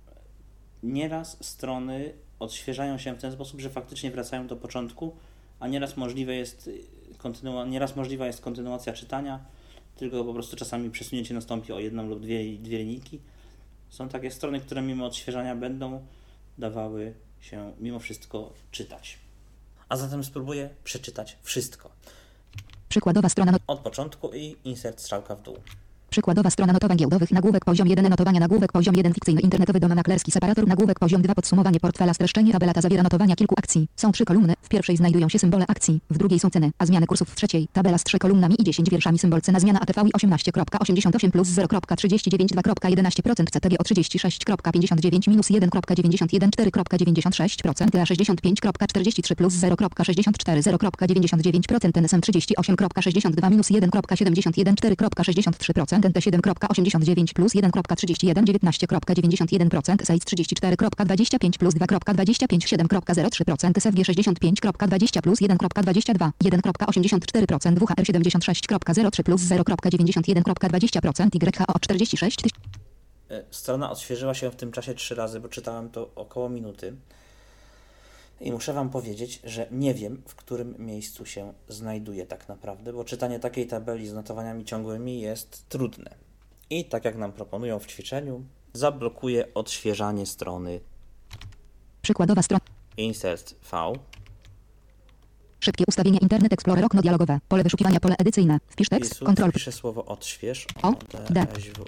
Nieraz strony odświeżają się w ten sposób, że faktycznie wracają do początku, a nieraz możliwe jest kontynu- nieraz możliwa jest kontynuacja czytania, tylko po prostu czasami przesunięcie nastąpi o jedną lub dwie, dwie linijki. Są takie strony, które mimo odświeżania będą dawały się mimo wszystko czytać. A zatem spróbuję przeczytać wszystko. Przykładowa strona not- Od początku i insert strzałka w dół. Przykładowa strona notowań giełdowych. Nagłówek poziom jeden. Notowania. Nagłówek poziom jeden. Fikcyjny internetowy dom maklerski. Separator. Nagłówek poziom dwa. Podsumowanie portfela. Streszczenie. Tabela ta zawiera notowania kilku akcji. Są trzy kolumny. W pierwszej znajdują się symbole akcji. W drugiej są ceny, a zmiany kursów w trzeciej. Tabela z trzy kolumnami i dziesięć wierszami. Symbol cena. Zmiana A T V I osiemnaście osiemdziesiąt osiem plus zero przecinek trzydzieści dziewięć dwa jedenaście procent. C T G O trzydzieści sześć pięćdziesiąt dziewięć minus jeden dziewięćdziesiąt jeden cztery dziewięćdziesiąt sześć procent. A sześćdziesiąt pięć czterdzieści trzy plus zero przecinek sześćdziesiąt cztery zero przecinek dziewięćdziesiąt dziewięć procent. N S M trzydzieści osiem sześćdziesiąt dwa minus jeden siedemdziesiąt jeden cztery sześćdziesiąt trzy procent. N T siedem osiemdziesiąt dziewięć plus jeden trzydzieści jeden dziewiętnaście dziewięćdziesiąt jeden procent. S A I C trzydzieści cztery dwadzieścia pięć plus dwa dwadzieścia pięć siedem zero trzy procent. S F G sześćdziesiąt pięć dwadzieścia plus jeden dwadzieścia dwa jeden osiemdziesiąt cztery procent. W H R siedemdziesiąt sześć zero trzy plus zero dziewięćdziesiąt jeden dwadzieścia procent. Y H O czterdzieści sześć. Strona odświeżyła się w tym czasie trzy razy, bo czytałem to około minuty. I muszę Wam powiedzieć, że nie wiem, w którym miejscu się znajduje tak naprawdę, bo czytanie takiej tabeli z notowaniami ciągłymi jest trudne. I tak jak nam proponują w ćwiczeniu, zablokuję odświeżanie strony. Przykładowa strona. Insert V. Szybkie ustawienie Internet Explorer, okno dialogowe, pole wyszukiwania, pole edycyjne. Wpisz tekst, Jezu, kontrol. Piszę słowo odśwież. O, D.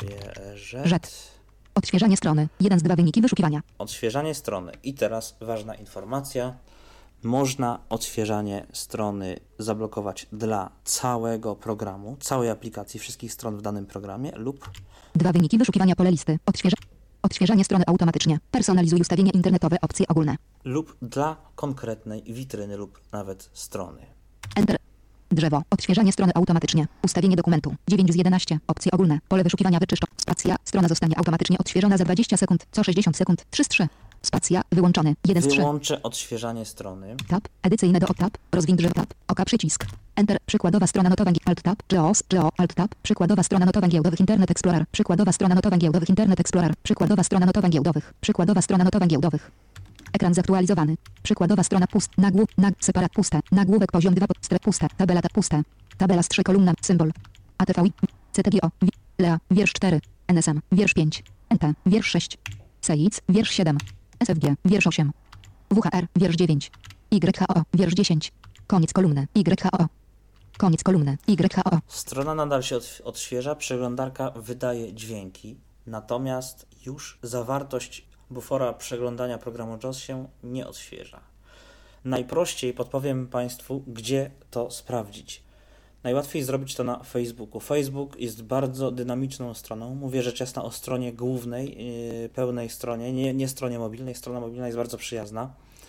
Rzecz. Odświeżanie strony. jeden z dwa wyniki wyszukiwania. Odświeżanie strony. I teraz ważna informacja. Można odświeżanie strony zablokować dla całego programu, całej aplikacji, wszystkich stron w danym programie lub Dwa wyniki wyszukiwania, pole listy. Odświeża. Odświeżanie strony automatycznie. Personalizuj ustawienia internetowe, opcje ogólne. lub dla konkretnej witryny lub nawet strony. Enter. Drzewo. Odświeżanie strony automatycznie. Ustawienie dokumentu. dziewięć z jedenastu. Opcje ogólne. Pole wyszukiwania wyczyszczo. Spacja. Strona zostanie automatycznie odświeżona za dwadzieścia sekund. Co sześćdziesiąt sekund. trzy z trzy. Spacja. Wyłączony. jeden z trzech. Wyłączę odświeżanie strony. Tab. Edycyjne do tab. Rozwiń drzewo tab. Oka przycisk. Enter. Przykładowa strona notowań. Alt tab. Geos. Geo. Alt tab. Przykładowa strona notowań giełdowych Internet Explorer. Przykładowa strona notowań giełdowych Internet Explorer. Przykładowa strona notowań giełdowych. Przykładowa strona notowań giełdowych. Ekran zaktualizowany. Przykładowa strona pust. Nagłów. Nag. Separat puste. Nagłówek poziom dwa. Stref puste. Tabela tab puste. Tabela z trzy kolumna. Symbol. A T V. C T G O. Lea. Wiersz cztery. N S M. Wiersz pięć. N T. Wiersz sześć. C I C. Wiersz siedem. S F G. Wiersz osiem. W H R. Wiersz dziewięć. Y H O. Wiersz dziesięć. Koniec kolumny. Y H O. Koniec kolumny. Y H O. Strona nadal się odś- odświeża, przeglądarka wydaje dźwięki, natomiast już zawartość bufora przeglądania programu JAWS się nie odświeża. Najprościej podpowiem Państwu, gdzie to sprawdzić. Najłatwiej zrobić to na Facebooku. Facebook jest bardzo dynamiczną stroną. Mówię rzecz jasna o stronie głównej, yy, pełnej stronie, nie, nie stronie mobilnej. Strona mobilna jest bardzo przyjazna.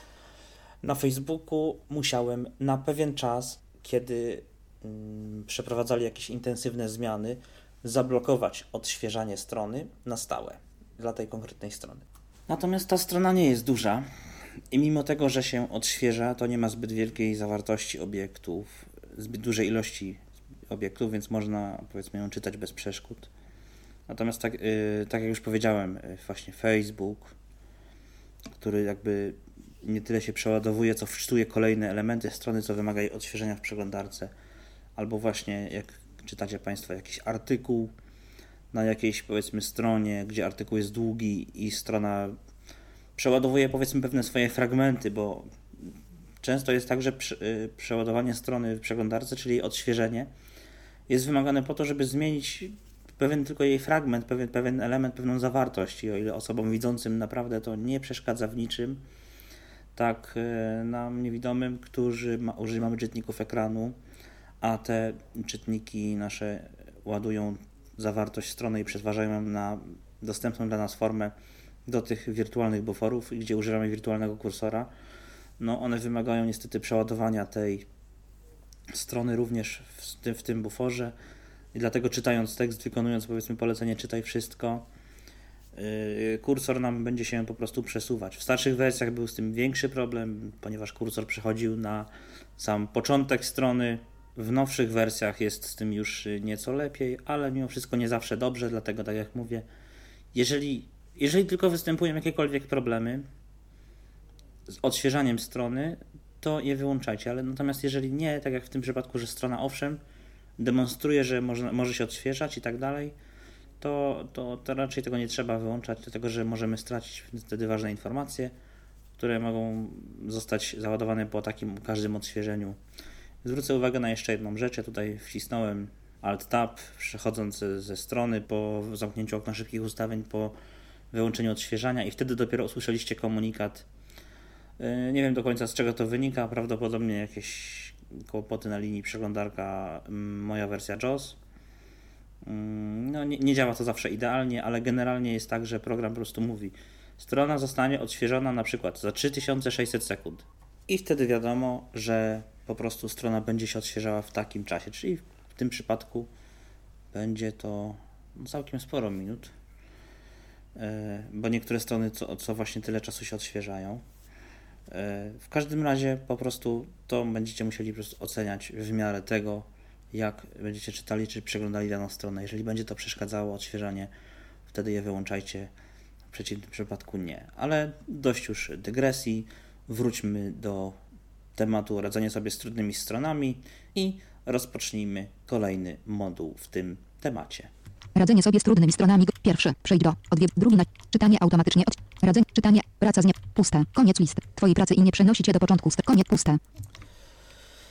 Na Facebooku musiałem na pewien czas, kiedy yy, przeprowadzali jakieś intensywne zmiany, zablokować odświeżanie strony na stałe dla tej konkretnej strony. Natomiast ta strona nie jest duża i mimo tego, że się odświeża, to nie ma zbyt wielkiej zawartości obiektów, zbyt dużej ilości obiektów, więc można, powiedzmy, ją czytać bez przeszkód. Natomiast tak, yy, tak jak już powiedziałem, yy, właśnie Facebook, który jakby nie tyle się przeładowuje, co wczytuje kolejne elementy strony, co wymaga jej odświeżenia w przeglądarce, albo właśnie jak czytacie Państwo jakiś artykuł na jakiejś, powiedzmy, stronie, gdzie artykuł jest długi i strona przeładowuje, powiedzmy, pewne swoje fragmenty, bo często jest tak, że prze, przeładowanie strony w przeglądarce, czyli odświeżenie, jest wymagane po to, żeby zmienić pewien tylko jej fragment, pewien, pewien element, pewną zawartość. I o ile osobom widzącym naprawdę to nie przeszkadza w niczym, tak nam niewidomym, którzy ma, używamy czytników ekranu, a te czytniki nasze ładują zawartość strony i przetwarzają ją na dostępną dla nas formę do tych wirtualnych buforów, gdzie używamy wirtualnego kursora. No one wymagają niestety przeładowania tej strony również w tym, w tym buforze i dlatego czytając tekst, wykonując, powiedzmy, polecenie czytaj wszystko, yy, kursor nam będzie się po prostu przesuwać. W starszych wersjach był z tym większy problem, ponieważ kursor przechodził na sam początek strony. W nowszych wersjach jest z tym już nieco lepiej, ale mimo wszystko nie zawsze dobrze, dlatego tak jak mówię, jeżeli, jeżeli tylko występują jakiekolwiek problemy z odświeżaniem strony, to je wyłączajcie, ale natomiast jeżeli nie, tak jak w tym przypadku, że strona owszem demonstruje, że można, może się odświeżać i tak dalej, to, to, to raczej tego nie trzeba wyłączać, dlatego że możemy stracić wtedy ważne informacje, które mogą zostać załadowane po takim każdym odświeżeniu. Zwrócę uwagę na jeszcze jedną rzecz. Ja tutaj wcisnąłem Alt Tab, przechodząc ze strony po zamknięciu okna szybkich ustawień, po wyłączeniu odświeżania i wtedy dopiero usłyszeliście komunikat. Nie wiem do końca z czego to wynika, prawdopodobnie jakieś kłopoty na linii przeglądarka moja wersja JAWS. No, nie, nie działa to zawsze idealnie, ale generalnie jest tak, że program po prostu mówi: strona zostanie odświeżona na przykład za trzy tysiące sześćset sekund. I wtedy wiadomo, że po prostu strona będzie się odświeżała w takim czasie, czyli w tym przypadku będzie to całkiem sporo minut, bo niektóre strony co, co właśnie tyle czasu się odświeżają. W każdym razie po prostu to będziecie musieli po prostu oceniać w miarę tego, jak będziecie czytali czy przeglądali daną stronę. Jeżeli będzie to przeszkadzało odświeżanie, wtedy je wyłączajcie, w przeciwnym przypadku nie. Ale dość już dygresji, wróćmy do tematu radzenia sobie z trudnymi stronami i rozpocznijmy kolejny moduł w tym temacie. Radzenie sobie z trudnymi stronami. Pierwszy. Przejdź do. Odwie. Drugi. Na. Czytanie automatycznie. Od. Radzenie. Czytanie. Praca z nie. Puste. Koniec listy. Twojej pracy i nie przenosi cię do początku. Koniec. Puste.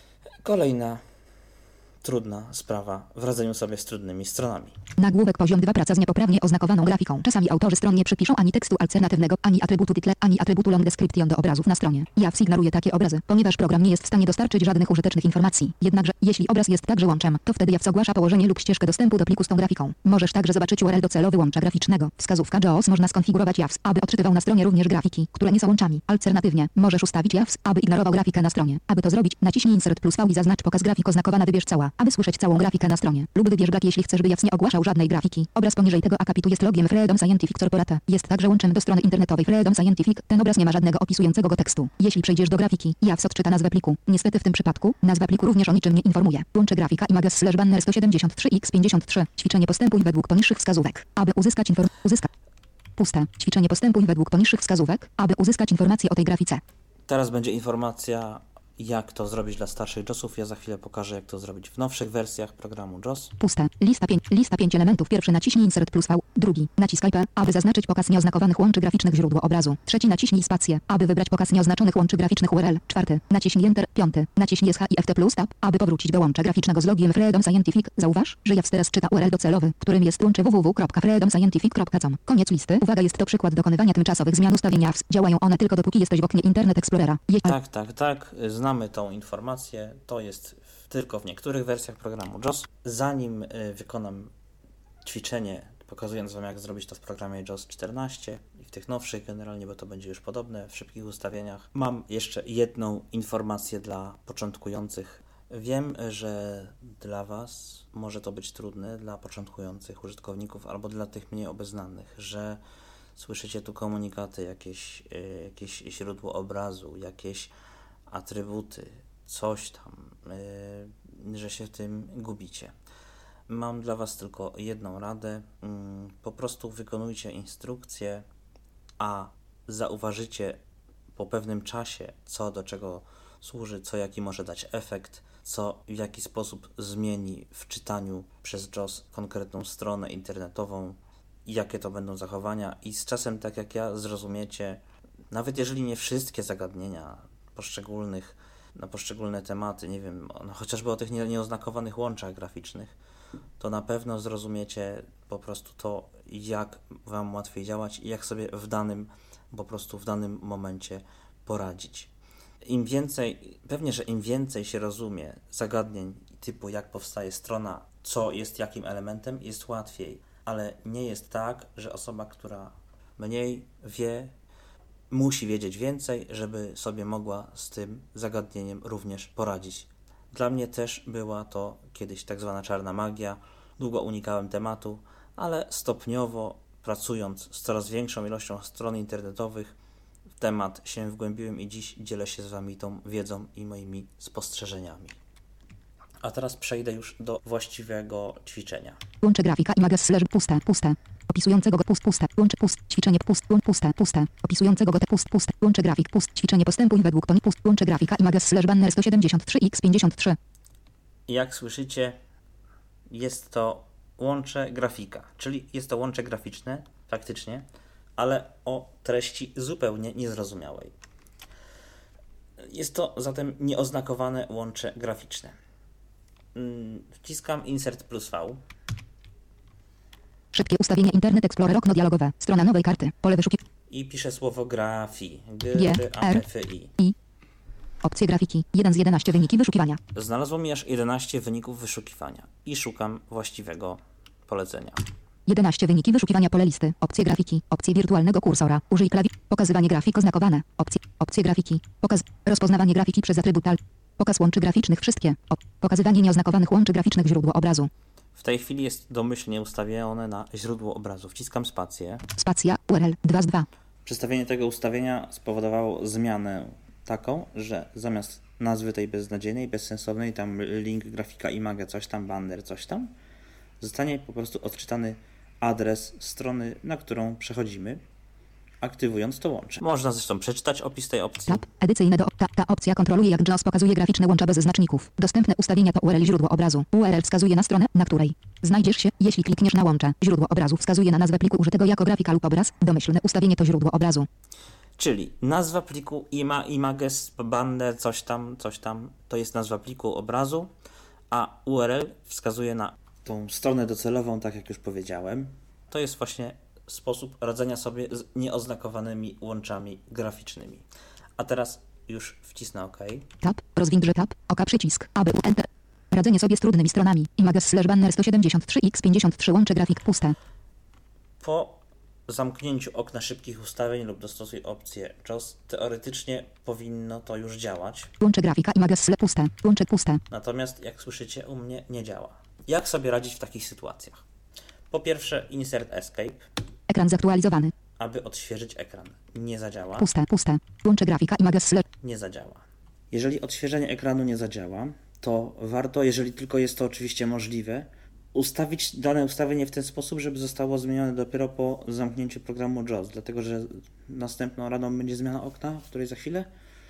Kolejna trudna sprawa w radzeniu sobie z trudnymi stronami. Nagłówek poziom dwa. Praca z niepoprawnie oznakowaną grafiką. Czasami autorzy stron nie przypiszą ani tekstu alternatywnego, ani atrybutu title, ani atrybutu long description do obrazów na stronie. Jaws ignoruje takie obrazy, ponieważ program nie jest w stanie dostarczyć żadnych użytecznych informacji. Jednakże, jeśli obraz jest także łączem, to wtedy Jaws ogłasza położenie lub ścieżkę dostępu do pliku z tą grafiką. Możesz także zobaczyć U R L docelowy łącza graficznego. Wskazówka JAWS można skonfigurować Jaws, aby odczytywał na stronie również grafiki, które nie są łączami. Alternatywnie, możesz ustawić Jaws, aby ignorował grafikę na stronie. Aby to zrobić, naciśnij Insert plus V i zaznacz pokaz grafik oznakowana wybierz cała, aby słyszeć całą grafikę na stronie. Lub wybierz brak, jeśli chcesz, by Jaws nie ogłaszał żadnej grafiki. Obraz poniżej tego akapitu jest logiem Freedom Scientific Corporate. Jest także łączem do strony internetowej Freedom Scientific. Ten obraz nie ma żadnego opisującego go tekstu. Jeśli przejdziesz do grafiki, Jaws odczyta nazwę pliku. Niestety w tym przypadku nazwa pliku również o niczym nie informuje. Łącze grafika images slash banner sto siedemdziesiąt trzy x pięćdziesiąt trzy. Ćwiczenie postępuj według poniższych wskazówek. Aby uzyskać inform... Uzyska... Puste. Ćwiczenie postępuj według poniższych wskazówek, aby uzyskać informacje o tej grafice. Teraz będzie informacja, jak to zrobić dla starszych JAWSów. Ja za chwilę pokażę, jak to zrobić w nowszych wersjach programu JAWS. Puste. Lista pięć. Lista pięć elementów. Pierwszy naciśnij Insert plus V. Drugi. Naciskaj P, aby zaznaczyć pokaz nieoznakowanych łączy graficznych źródło obrazu. Trzeci. Naciśnij spację, aby wybrać pokaz nieoznaczonych łączy graficznych U R L. Czwarty. Naciśnij Enter. Piąty. Naciśnij S H I F T plus Tab, aby powrócić do łącza graficznego z logiem Freedom Scientific. Zauważ, że Jaws teraz czyta U R L docelowy, którym jest łącze w w w kropka freedom scientific kropka com. Koniec listy. Uwaga, jest to przykład dokonywania tymczasowych zmian ustawień Jaws. Działają one tylko dopóki jesteś w oknie Internet Explorera. Je... Tak, tak, tak. Znamy tą informację. To jest w, tylko w niektórych wersjach programu JAWS. Zanim y, wykonam ćwiczenie, pokazując Wam, jak zrobić to w programie JAWS czternaście i w tych nowszych generalnie, bo to będzie już podobne w szybkich ustawieniach, mam jeszcze jedną informację dla początkujących. Wiem, że dla Was może to być trudne, dla początkujących użytkowników albo dla tych mniej obeznanych, że słyszycie tu komunikaty, jakieś, y, jakieś źródło obrazu, jakieś atrybuty, coś tam, yy, że się w tym gubicie. Mam dla Was tylko jedną radę. Yy, po prostu wykonujcie instrukcję, a zauważycie po pewnym czasie, co do czego służy, co jaki może dać efekt, co w jaki sposób zmieni w czytaniu przez JAWS konkretną stronę internetową, jakie to będą zachowania i z czasem, tak jak ja, zrozumiecie, nawet jeżeli nie wszystkie zagadnienia poszczególnych, na poszczególne tematy, nie wiem, no chociażby o tych nie, nieoznakowanych łączach graficznych, to na pewno zrozumiecie po prostu to, jak Wam łatwiej działać i jak sobie w danym, po prostu w danym momencie poradzić. Im więcej, pewnie, że im więcej się rozumie zagadnień typu jak powstaje strona, co jest jakim elementem, jest łatwiej, ale nie jest tak, że osoba, która mniej wie, musi wiedzieć więcej, żeby sobie mogła z tym zagadnieniem również poradzić. Dla mnie też była to kiedyś tak zwana czarna magia. Długo unikałem tematu, ale stopniowo, pracując z coraz większą ilością stron internetowych, w temat się wgłębiłem i dziś dzielę się z Wami tą wiedzą i moimi spostrzeżeniami. A teraz przejdę już do właściwego ćwiczenia. Łącze grafika images slash puste, puste. Opisującego go pust, puste, łącze pust, ćwiczenie pust, łącz puste, puste. Opisującego go te pust, puste, łącze grafik pust, ćwiczenie postępuj według poni pust, łącze grafika images slash banner sto siedemdziesiąt trzy x pięćdziesiąt trzy. Jak słyszycie, jest to łącze grafika, czyli jest to łącze graficzne, faktycznie, ale o treści zupełnie niezrozumiałej. Jest to zatem nieoznakowane łącze graficzne. Wciskam Insert plus V. Szybkie ustawienie Internet Explorer, okno dialogowe, strona nowej karty, pole wyszukiwania. I piszę słowo grafii. G, R, I. Opcje grafiki. jeden z jedenastu wyniki wyszukiwania. Znalazło mi aż jedenaście wyników wyszukiwania i szukam właściwego polecenia. jedenaście wyniki wyszukiwania, pole listy. Opcje grafiki. Opcje wirtualnego kursora. Użyj klawi... Pokazywanie grafik oznakowane. Opcje. Opcje grafiki. Pokaz... Rozpoznawanie grafiki przez atrybut alt. Pokaz łączy graficznych wszystkie. O... Pokazywanie nieoznakowanych łączy graficznych źródło obrazu. W tej chwili jest domyślnie ustawione na źródło obrazu. Wciskam spację. Spacja. U R L. dwa z dwa. Przestawienie tego ustawienia spowodowało zmianę taką, że zamiast nazwy tej beznadziejnej, bezsensownej, tam link, grafika, image, coś tam, banner, coś tam, zostanie po prostu odczytany adres strony, na którą przechodzimy, aktywując to łącze. Można zresztą przeczytać opis tej opcji. Tab edycyjne do ta, ta opcja kontroluje, jak JAWS pokazuje graficzne łącza bez znaczników. Dostępne ustawienia to U R L źródło obrazu. U R L wskazuje na stronę, na której znajdziesz się, jeśli klikniesz na łącze. Źródło obrazu wskazuje na nazwę pliku użytego jako grafika lub obraz. Domyślne ustawienie to źródło obrazu. Czyli nazwa pliku ima, images, banner, coś tam, coś tam, to jest nazwa pliku obrazu, a U R L wskazuje na tą stronę docelową, tak jak już powiedziałem. To jest właśnie sposób radzenia sobie z nieoznakowanymi łączami graficznymi. A teraz już wcisnę OK. Tab, rozwindrze tab, OK przycisk, A B U, Enter. Radzenie sobie z trudnymi stronami. Images slash banner sto siedemdziesiąt trzy x pięćdziesiąt trzy łącze grafik puste. Po zamknięciu okna szybkich ustawień lub dostosuj opcję JAWS, teoretycznie powinno to już działać. Łącze grafika, images slash puste, łącze puste. Natomiast jak słyszycie, u mnie nie działa. Jak sobie radzić w takich sytuacjach? Po pierwsze, insert escape, Ekran zaktualizowany. aby odświeżyć ekran. Nie zadziała. Puste, puste. Łącze grafika, images slash. Nie zadziała. Jeżeli odświeżenie ekranu nie zadziała, to warto, jeżeli tylko jest to oczywiście możliwe, ustawić dane ustawienie w ten sposób, żeby zostało zmienione dopiero po zamknięciu programu JAWS, dlatego że następną radą będzie zmiana okna, o której za chwilę,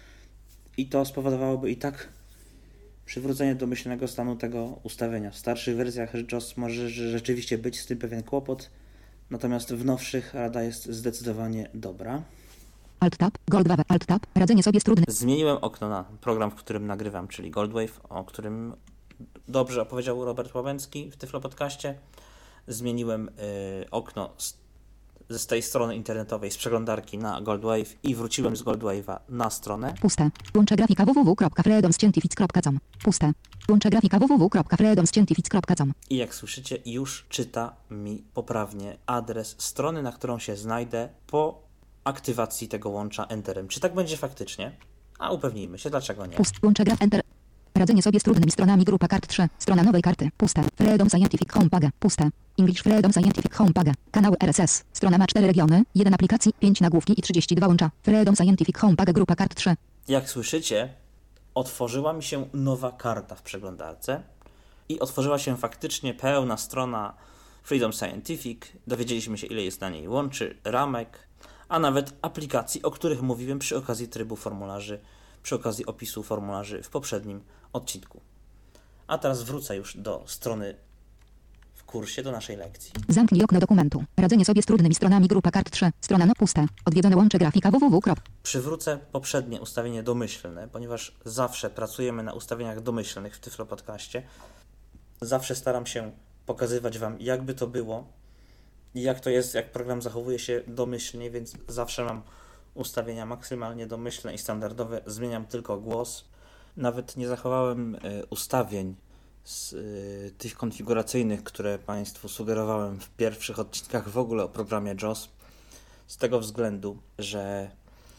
i to spowodowałoby i tak przywrócenie domyślnego stanu tego ustawienia. W starszych wersjach JAWS może rzeczywiście być z tym pewien kłopot, natomiast w nowszych rada jest zdecydowanie dobra. Alt tab, Goldwave, Alt tab, radzenie sobie z trudnymi. Zmieniłem okno na program, w którym nagrywam, czyli Goldwave, o którym dobrze opowiedział Robert Łabęcki w Tyflo Podcaście. Zmieniłem y, okno z, z tej strony internetowej, z przeglądarki na Goldwave i wróciłem z Goldwave'a na stronę. Puste. Łącze grafika www kropka freedomscientific kropka com. Puste. Łącze grafika www kropka freedomscientific kropka com. I jak słyszycie, już czyta mi poprawnie adres strony, na którą się znajdę po aktywacji tego łącza Enterem. Czy tak będzie faktycznie? A upewnijmy się, dlaczego nie. Puste. Łącze graf Enter. Radzenie sobie z trudnymi stronami. Grupa kart trzy. Strona nowej karty. Puste. Freedom Scientific Homepage. Puste. English Freedom Scientific Homepage. Kanały R S S. Strona ma cztery regiony, jeden aplikacji, pięć nagłówki i trzydzieści dwa łącza. Freedom Scientific Homepage. Grupa kart trzy. Jak słyszycie, otworzyła mi się nowa karta w przeglądarce i otworzyła się faktycznie pełna strona Freedom Scientific. Dowiedzieliśmy się, ile jest na niej łączy, ramek, a nawet aplikacji, o których mówiłem przy okazji trybu formularzy, przy okazji opisu formularzy w poprzednim odcinku. A teraz wrócę już do strony w kursie, do naszej lekcji. Zamknij okno dokumentu. Radzenie sobie z trudnymi stronami. Grupa kart trzy. Strona no puste. Odwiedzone łącze grafika www. Przywrócę poprzednie ustawienie domyślne, ponieważ zawsze pracujemy na ustawieniach domyślnych w Tyflo Podcaście. Zawsze staram się pokazywać Wam, jakby to było i jak to jest, jak program zachowuje się domyślnie, więc zawsze mam ustawienia maksymalnie domyślne i standardowe. Zmieniam tylko głos. Nawet nie zachowałem y, ustawień z y, tych konfiguracyjnych, które Państwu sugerowałem w pierwszych odcinkach w ogóle o programie JAWS. Z tego względu, że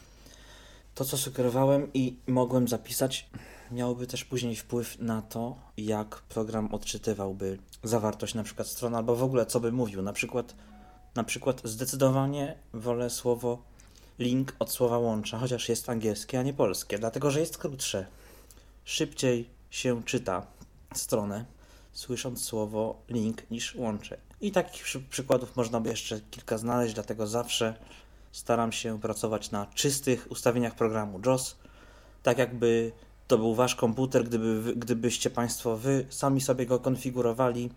to, co sugerowałem i mogłem zapisać, miałoby też później wpływ na to, jak program odczytywałby zawartość na przykład strony, albo w ogóle co by mówił. Na przykład, na przykład zdecydowanie wolę słowo link od słowa łącza, chociaż jest angielskie, a nie polskie, dlatego że jest krótsze. Szybciej się czyta stronę, słysząc słowo link niż łącze. I takich przy- przykładów można by jeszcze kilka znaleźć, dlatego zawsze staram się pracować na czystych ustawieniach programu JAWS, tak jakby to był Wasz komputer, gdyby wy, gdybyście Państwo Wy sami sobie go konfigurowali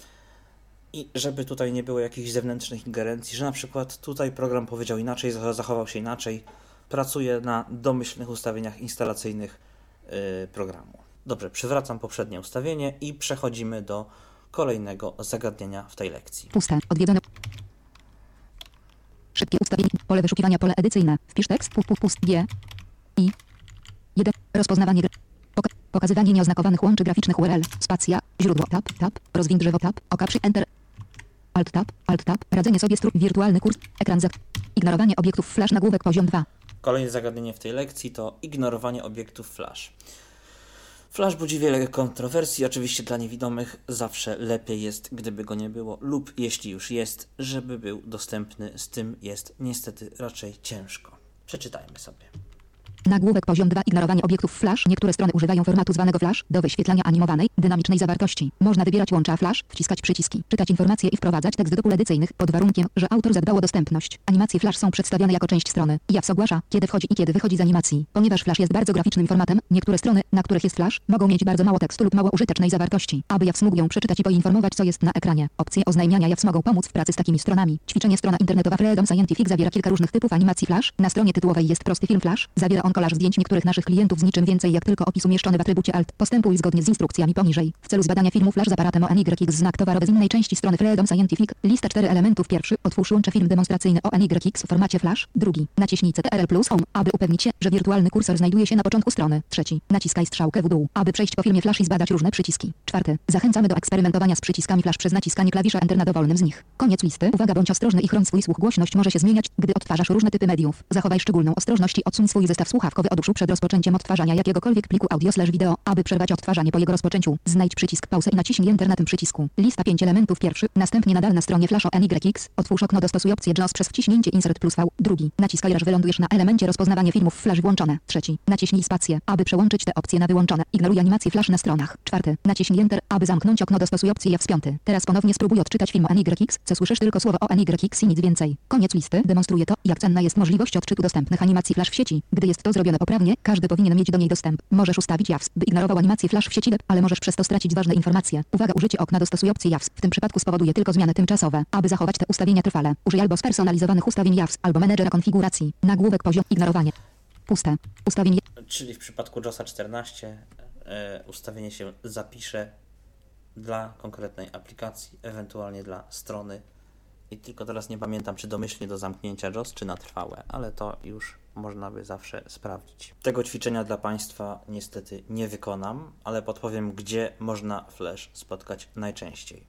i żeby tutaj nie było jakichś zewnętrznych ingerencji, że na przykład tutaj program powiedział inaczej, zachował się inaczej. Pracuję na domyślnych ustawieniach instalacyjnych yy, programu. Dobrze, przywracam poprzednie ustawienie i przechodzimy do kolejnego zagadnienia w tej lekcji. Puste. Odwiedzone. Szybkie ustawienie. Pole wyszukiwania. Pole edycyjne. Wpisz tekst. Pust, pust, pust. G. I. jeden. Rozpoznawanie. Gr- Poka- pokazywanie nieoznakowanych łączy graficznych U R L. Spacja. Źródło. Tab. Tab. Rozwiń drzewo. Tab. OK przy Enter. Alt Tab. Alt Tab. Radzenie sobie z tru- wirtualny kurs. Ekran zak. Ignorowanie obiektów flash. Nagłówek poziom dwa. Kolejne zagadnienie w tej lekcji to ignorowanie obiektów flash. Flash budzi wiele kontrowersji, oczywiście dla niewidomych zawsze lepiej jest, gdyby go nie było, lub jeśli już jest, żeby był dostępny. Z tym jest niestety raczej ciężko. Przeczytajmy sobie. Nagłówek poziom dwa. Ignorowanie obiektów Flash. Niektóre strony używają formatu zwanego Flash do wyświetlania animowanej, dynamicznej zawartości. Można wybierać łącza Flash, wciskać przyciski, czytać informacje i wprowadzać tekst do pól edycyjnych pod warunkiem, że autor zadbał o dostępność. Animacje Flash są przedstawiane jako część strony. Jaws ogłasza, kiedy wchodzi i kiedy wychodzi z animacji. Ponieważ Flash jest bardzo graficznym formatem, niektóre strony, na których jest Flash, mogą mieć bardzo mało tekstu lub mało użytecznej zawartości. Aby Jaws mógł ją przeczytać i poinformować, co jest na ekranie. Opcje oznajmiania Jaws mogą pomóc w pracy z takimi stronami. Ćwiczenie strona internetowa Freedom Scientific zawiera kilka różnych typów animacji Flash. Na stronie tytułowej jest prosty film Flash. Zawiera on kolaż zdjęć niektórych naszych klientów z niczym więcej jak tylko opis umieszczony w atrybucie Alt. Postępuj zgodnie z instrukcjami poniżej. W celu zbadania filmu Flash z aparatem O N Y X znak towarowy z innej części strony Freedom Scientific. Lista cztery elementów. Pierwszy. Otwórz łącze film demonstracyjny O N Y X w formacie Flash. Drugi. Naciśnij C T R L plus Home, aby upewnić się, że wirtualny kursor znajduje się na początku strony. Trzeci. Naciskaj strzałkę w dół, aby przejść po filmie Flash i zbadać różne przyciski. Czwarty. Zachęcamy do eksperymentowania z przyciskami Flash przez naciskanie klawisza Enter na dowolnym z nich. Koniec listy. Uwaga, bądź ostrożny i chroń swój słuch. Głośność może się zmieniać, gdy odtwarzasz różne typy mediów. Zachowaj szczególną ostrożność i odsuń swój zestaw słuchawkowy od uszu przed rozpoczęciem odtwarzania jakiegokolwiek pliku audio slash wideo. Aby przerwać odtwarzanie po jego rozpoczęciu, znajdź przycisk pauzę i naciśnij Enter na tym przycisku. Lista pięć elementów. Pierwszy. Następnie nadal na stronie Flash O N Y X. Otwórz okno, dostosuj opcję Jaws przez wciśnięcie Insert plus V. Drugi. Naciskaj aż wylądujesz na elemencie rozpoznawanie filmów Flash włączone. Trzeci. Naciśnij spację, aby przełączyć te opcje na wyłączone. Ignoruj animację Flash na stronach. Czwarty. Naciśnij Enter, aby zamknąć okno, dostosuj opcję Jaws. Piąty. Teraz ponownie spróbuj odczytać film O N Y X, co słyszysz tylko słowo O N Y X i nic więcej. Koniec listy. Demonstruje to, jak cenna jest możliwość odczytu dostępnych animacji Flash w sieci. Gdy jest to zrobione poprawnie, każdy powinien mieć do niej dostęp. Możesz ustawić Jaws, by ignorował animację Flash w sieci web, ale możesz przez to stracić ważne informacje. Uwaga, użycie okna dostosuj opcję Jaws w tym przypadku spowoduje tylko zmiany tymczasowe. Aby zachować te ustawienia trwale, użyj albo spersonalizowanych ustawień Jaws, albo menedżera konfiguracji. Nagłówek poziom ignorowanie. Puste. Ustawienie. Czyli w przypadku JOSa czternaście e, ustawienie się zapisze dla konkretnej aplikacji, ewentualnie dla strony. I tylko teraz nie pamiętam, czy domyślnie do zamknięcia JOS, czy na trwałe, ale to już można by zawsze sprawdzić. Tego ćwiczenia dla Państwa niestety nie wykonam, ale podpowiem, gdzie można Flash spotkać najczęściej.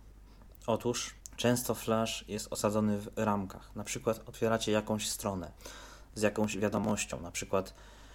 Otóż często Flash jest osadzony w ramkach. Na przykład otwieracie jakąś stronę z jakąś wiadomością, na przykład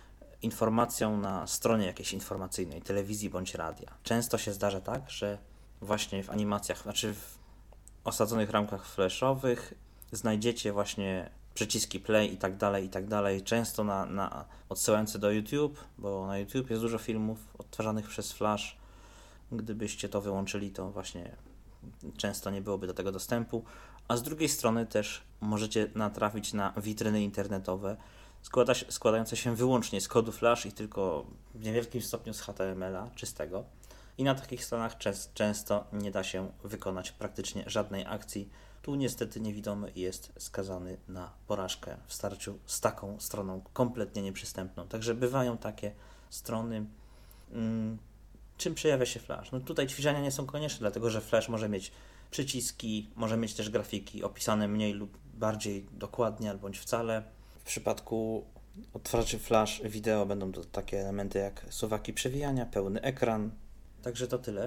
informacją na stronie jakiejś informacyjnej, telewizji bądź radia. Często się zdarza tak, że właśnie w animacjach, znaczy w osadzonych ramkach flashowych znajdziecie właśnie przyciski play i tak dalej, i tak dalej, często na, na odsyłające do YouTube, bo na YouTube jest dużo filmów odtwarzanych przez Flash. Gdybyście to wyłączyli, to właśnie często nie byłoby do tego dostępu. A z drugiej strony też możecie natrafić na witryny internetowe składa się, składające się wyłącznie z kodu Flash i tylko w niewielkim stopniu z H T M L a czystego. I na takich stronach czes- często nie da się wykonać praktycznie żadnej akcji. Tu niestety niewidomy jest skazany na porażkę w starciu z taką stroną kompletnie nieprzystępną. Także bywają takie strony. Hmm, czym przejawia się Flash? No tutaj ćwiczenia nie są konieczne, dlatego że Flash może mieć przyciski, może mieć też grafiki opisane mniej lub bardziej dokładnie, bądź wcale. W przypadku odtwarzaczy Flash wideo będą to takie elementy jak suwaki przewijania, pełny ekran. Także to tyle,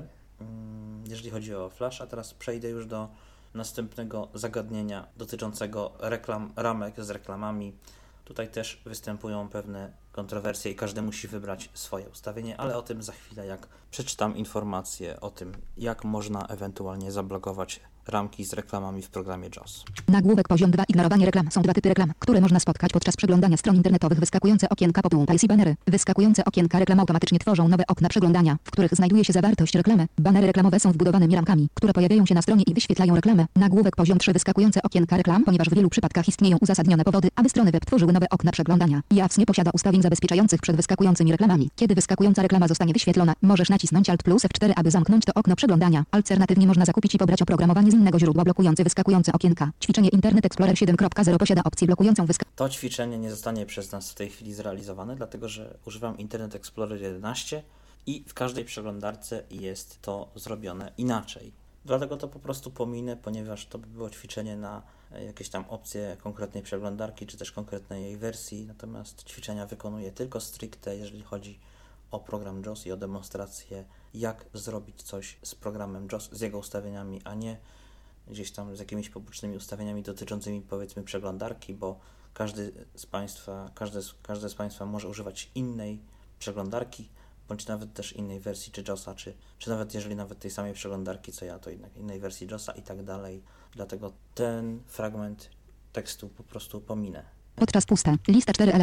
jeżeli chodzi o Flash. A teraz przejdę już do następnego zagadnienia dotyczącego reklam, ramek z reklamami. Tutaj też występują pewne kontrowersje i każdy musi wybrać swoje ustawienie, ale o tym za chwilę, jak przeczytam informacje o tym, jak można ewentualnie zablokować ramki z reklamami w programie JOS. Nagłówek poziom dwa. Ignorowanie reklam. Są dwa typy reklam, które można spotkać podczas przeglądania stron internetowych. Wyskakujące okienka pop-ups i banery. Wyskakujące okienka reklam automatycznie tworzą nowe okna przeglądania, w których znajduje się zawartość reklamy. Banery reklamowe są wbudowanymi ramkami, które pojawiają się na stronie i wyświetlają reklamę. Nagłówek poziom trzy. Wyskakujące okienka reklam, ponieważ w wielu przypadkach istnieją uzasadnione powody, aby strony web tworzyły nowe okna przeglądania. Jaws nie posiada ustawień zabezpieczających przed wyskakującymi reklamami. Kiedy wyskakująca reklama zostanie wyświetlona, możesz nacisnąć Alt plus F cztery, aby zamknąć to okno przeglądania. Alternatywnie można zakupić i pobrać oprogramowanie z innego źródła blokujące wyskakujące okienka. Ćwiczenie Internet Explorer siedem kropka zero posiada opcję blokującą wyskakujące. To ćwiczenie nie zostanie przez nas w tej chwili zrealizowane, dlatego że używam Internet Explorer jedenaście i w każdej przeglądarce jest to zrobione inaczej. Dlatego to po prostu pominę, ponieważ to by było ćwiczenie na jakieś tam opcje konkretnej przeglądarki, czy też konkretnej jej wersji. Natomiast ćwiczenia wykonuję tylko stricte, jeżeli chodzi o program JOS i o demonstrację, jak zrobić coś z programem JOS, z jego ustawieniami, a nie gdzieś tam z jakimiś pobocznymi ustawieniami dotyczącymi, powiedzmy, przeglądarki, bo każdy z Państwa, każdy, każdy z Państwa może używać innej przeglądarki, bądź nawet też innej wersji czy JOSa, czy, czy nawet jeżeli nawet tej samej przeglądarki co ja, to jednak innej wersji JOSa i tak dalej. Dlatego ten fragment tekstu po prostu pominę. Podczas puste. Lista cztery elementów.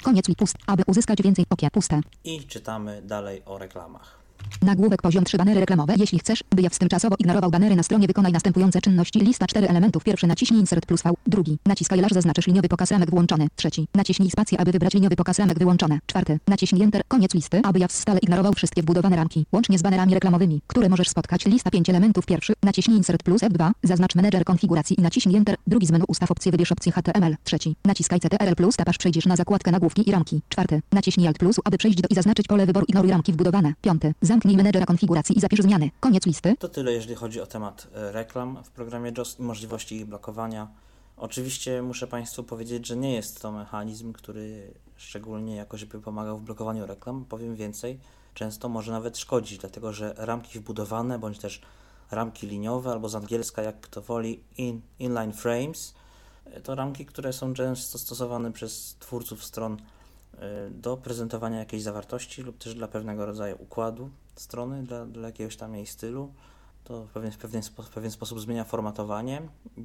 Koniec list. Pust. Aby uzyskać więcej okien. Puste. I czytamy dalej o reklamach. Nagłówek poziom trzy. Banery reklamowe. Jeśli chcesz, by Jawc tymczasowo ignorował banery na stronie, wykonaj następujące czynności. Lista cztery elementów. Pierwszy naciśnij Insert plus V. Drugi. Naciskaj L, zaznaczysz liniowy pokaz ramek włączony. Trzeci. Naciśnij spację, aby wybrać liniowy pokaz ramek wyłączone. Czwarty. Naciśnij Enter. Koniec listy, aby Jawc stale ignorował wszystkie wbudowane ramki, łącznie z banerami reklamowymi, które możesz spotkać. Lista pięć elementów. Pierwszy. Naciśnij Insert plus F dwa. Zaznacz menedżer konfiguracji i naciśnij Enter. Drugi z menu ustaw opcję, wybierz opcję H T M L. Trzeci. Naciskaj C T R L plus tab, aż przejdziesz na zakładkę nagłówki i ramki. Czwarty. Naciśnij Alt plus, aby przejść do i zaznaczyć pole wyboru ignoruj ramki wbudowane. Piąty. Zamknij menedżera konfiguracji i zapisz zmiany. Koniec listy. To tyle, jeżeli chodzi o temat e, reklam w programie JAWS i możliwości ich blokowania. Oczywiście muszę Państwu powiedzieć, że nie jest to mechanizm, który szczególnie jakoś by pomagał w blokowaniu reklam. Powiem więcej, często może nawet szkodzić, dlatego że ramki wbudowane, bądź też ramki liniowe, albo z angielska, jak kto woli, in, inline frames, to ramki, które są często stosowane przez twórców stron do prezentowania jakiejś zawartości lub też dla pewnego rodzaju układu strony, dla, dla jakiegoś tam jej stylu. To w pewien, w pewien, spo, w pewien sposób zmienia formatowanie.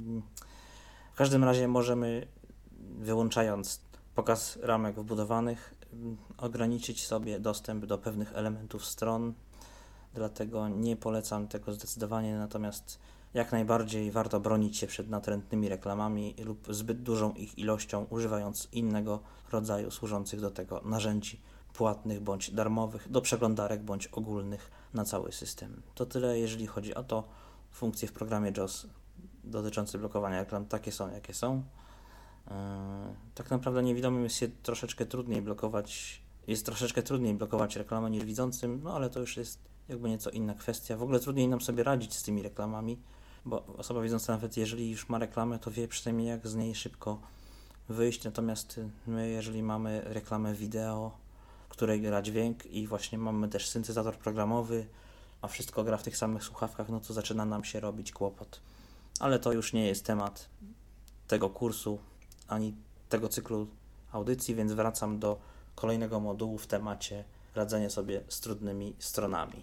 W każdym razie możemy, wyłączając pokaz ramek wbudowanych, ograniczyć sobie dostęp do pewnych elementów stron, dlatego nie polecam tego zdecydowanie, natomiast jak najbardziej warto bronić się przed natrętnymi reklamami lub zbyt dużą ich ilością, używając innego rodzaju służących do tego narzędzi płatnych bądź darmowych, do przeglądarek bądź ogólnych na cały system. To tyle, jeżeli chodzi o to. Funkcje w programie JAWS dotyczące blokowania reklam takie są, jakie są. Yy, tak naprawdę niewidomym jest się troszeczkę trudniej blokować, jest troszeczkę trudniej blokować reklamę niż widzącym, no ale to już jest jakby nieco inna kwestia. W ogóle trudniej nam sobie radzić z tymi reklamami, bo osoba widząca, nawet jeżeli już ma reklamę, to wie przynajmniej jak z niej szybko wyjść, natomiast my, jeżeli mamy reklamę wideo, w której gra dźwięk i właśnie mamy też syntezator programowy, a wszystko gra w tych samych słuchawkach, no to zaczyna nam się robić kłopot. Ale to już nie jest temat tego kursu, ani tego cyklu audycji, więc wracam do kolejnego modułu w temacie radzenie sobie z trudnymi stronami.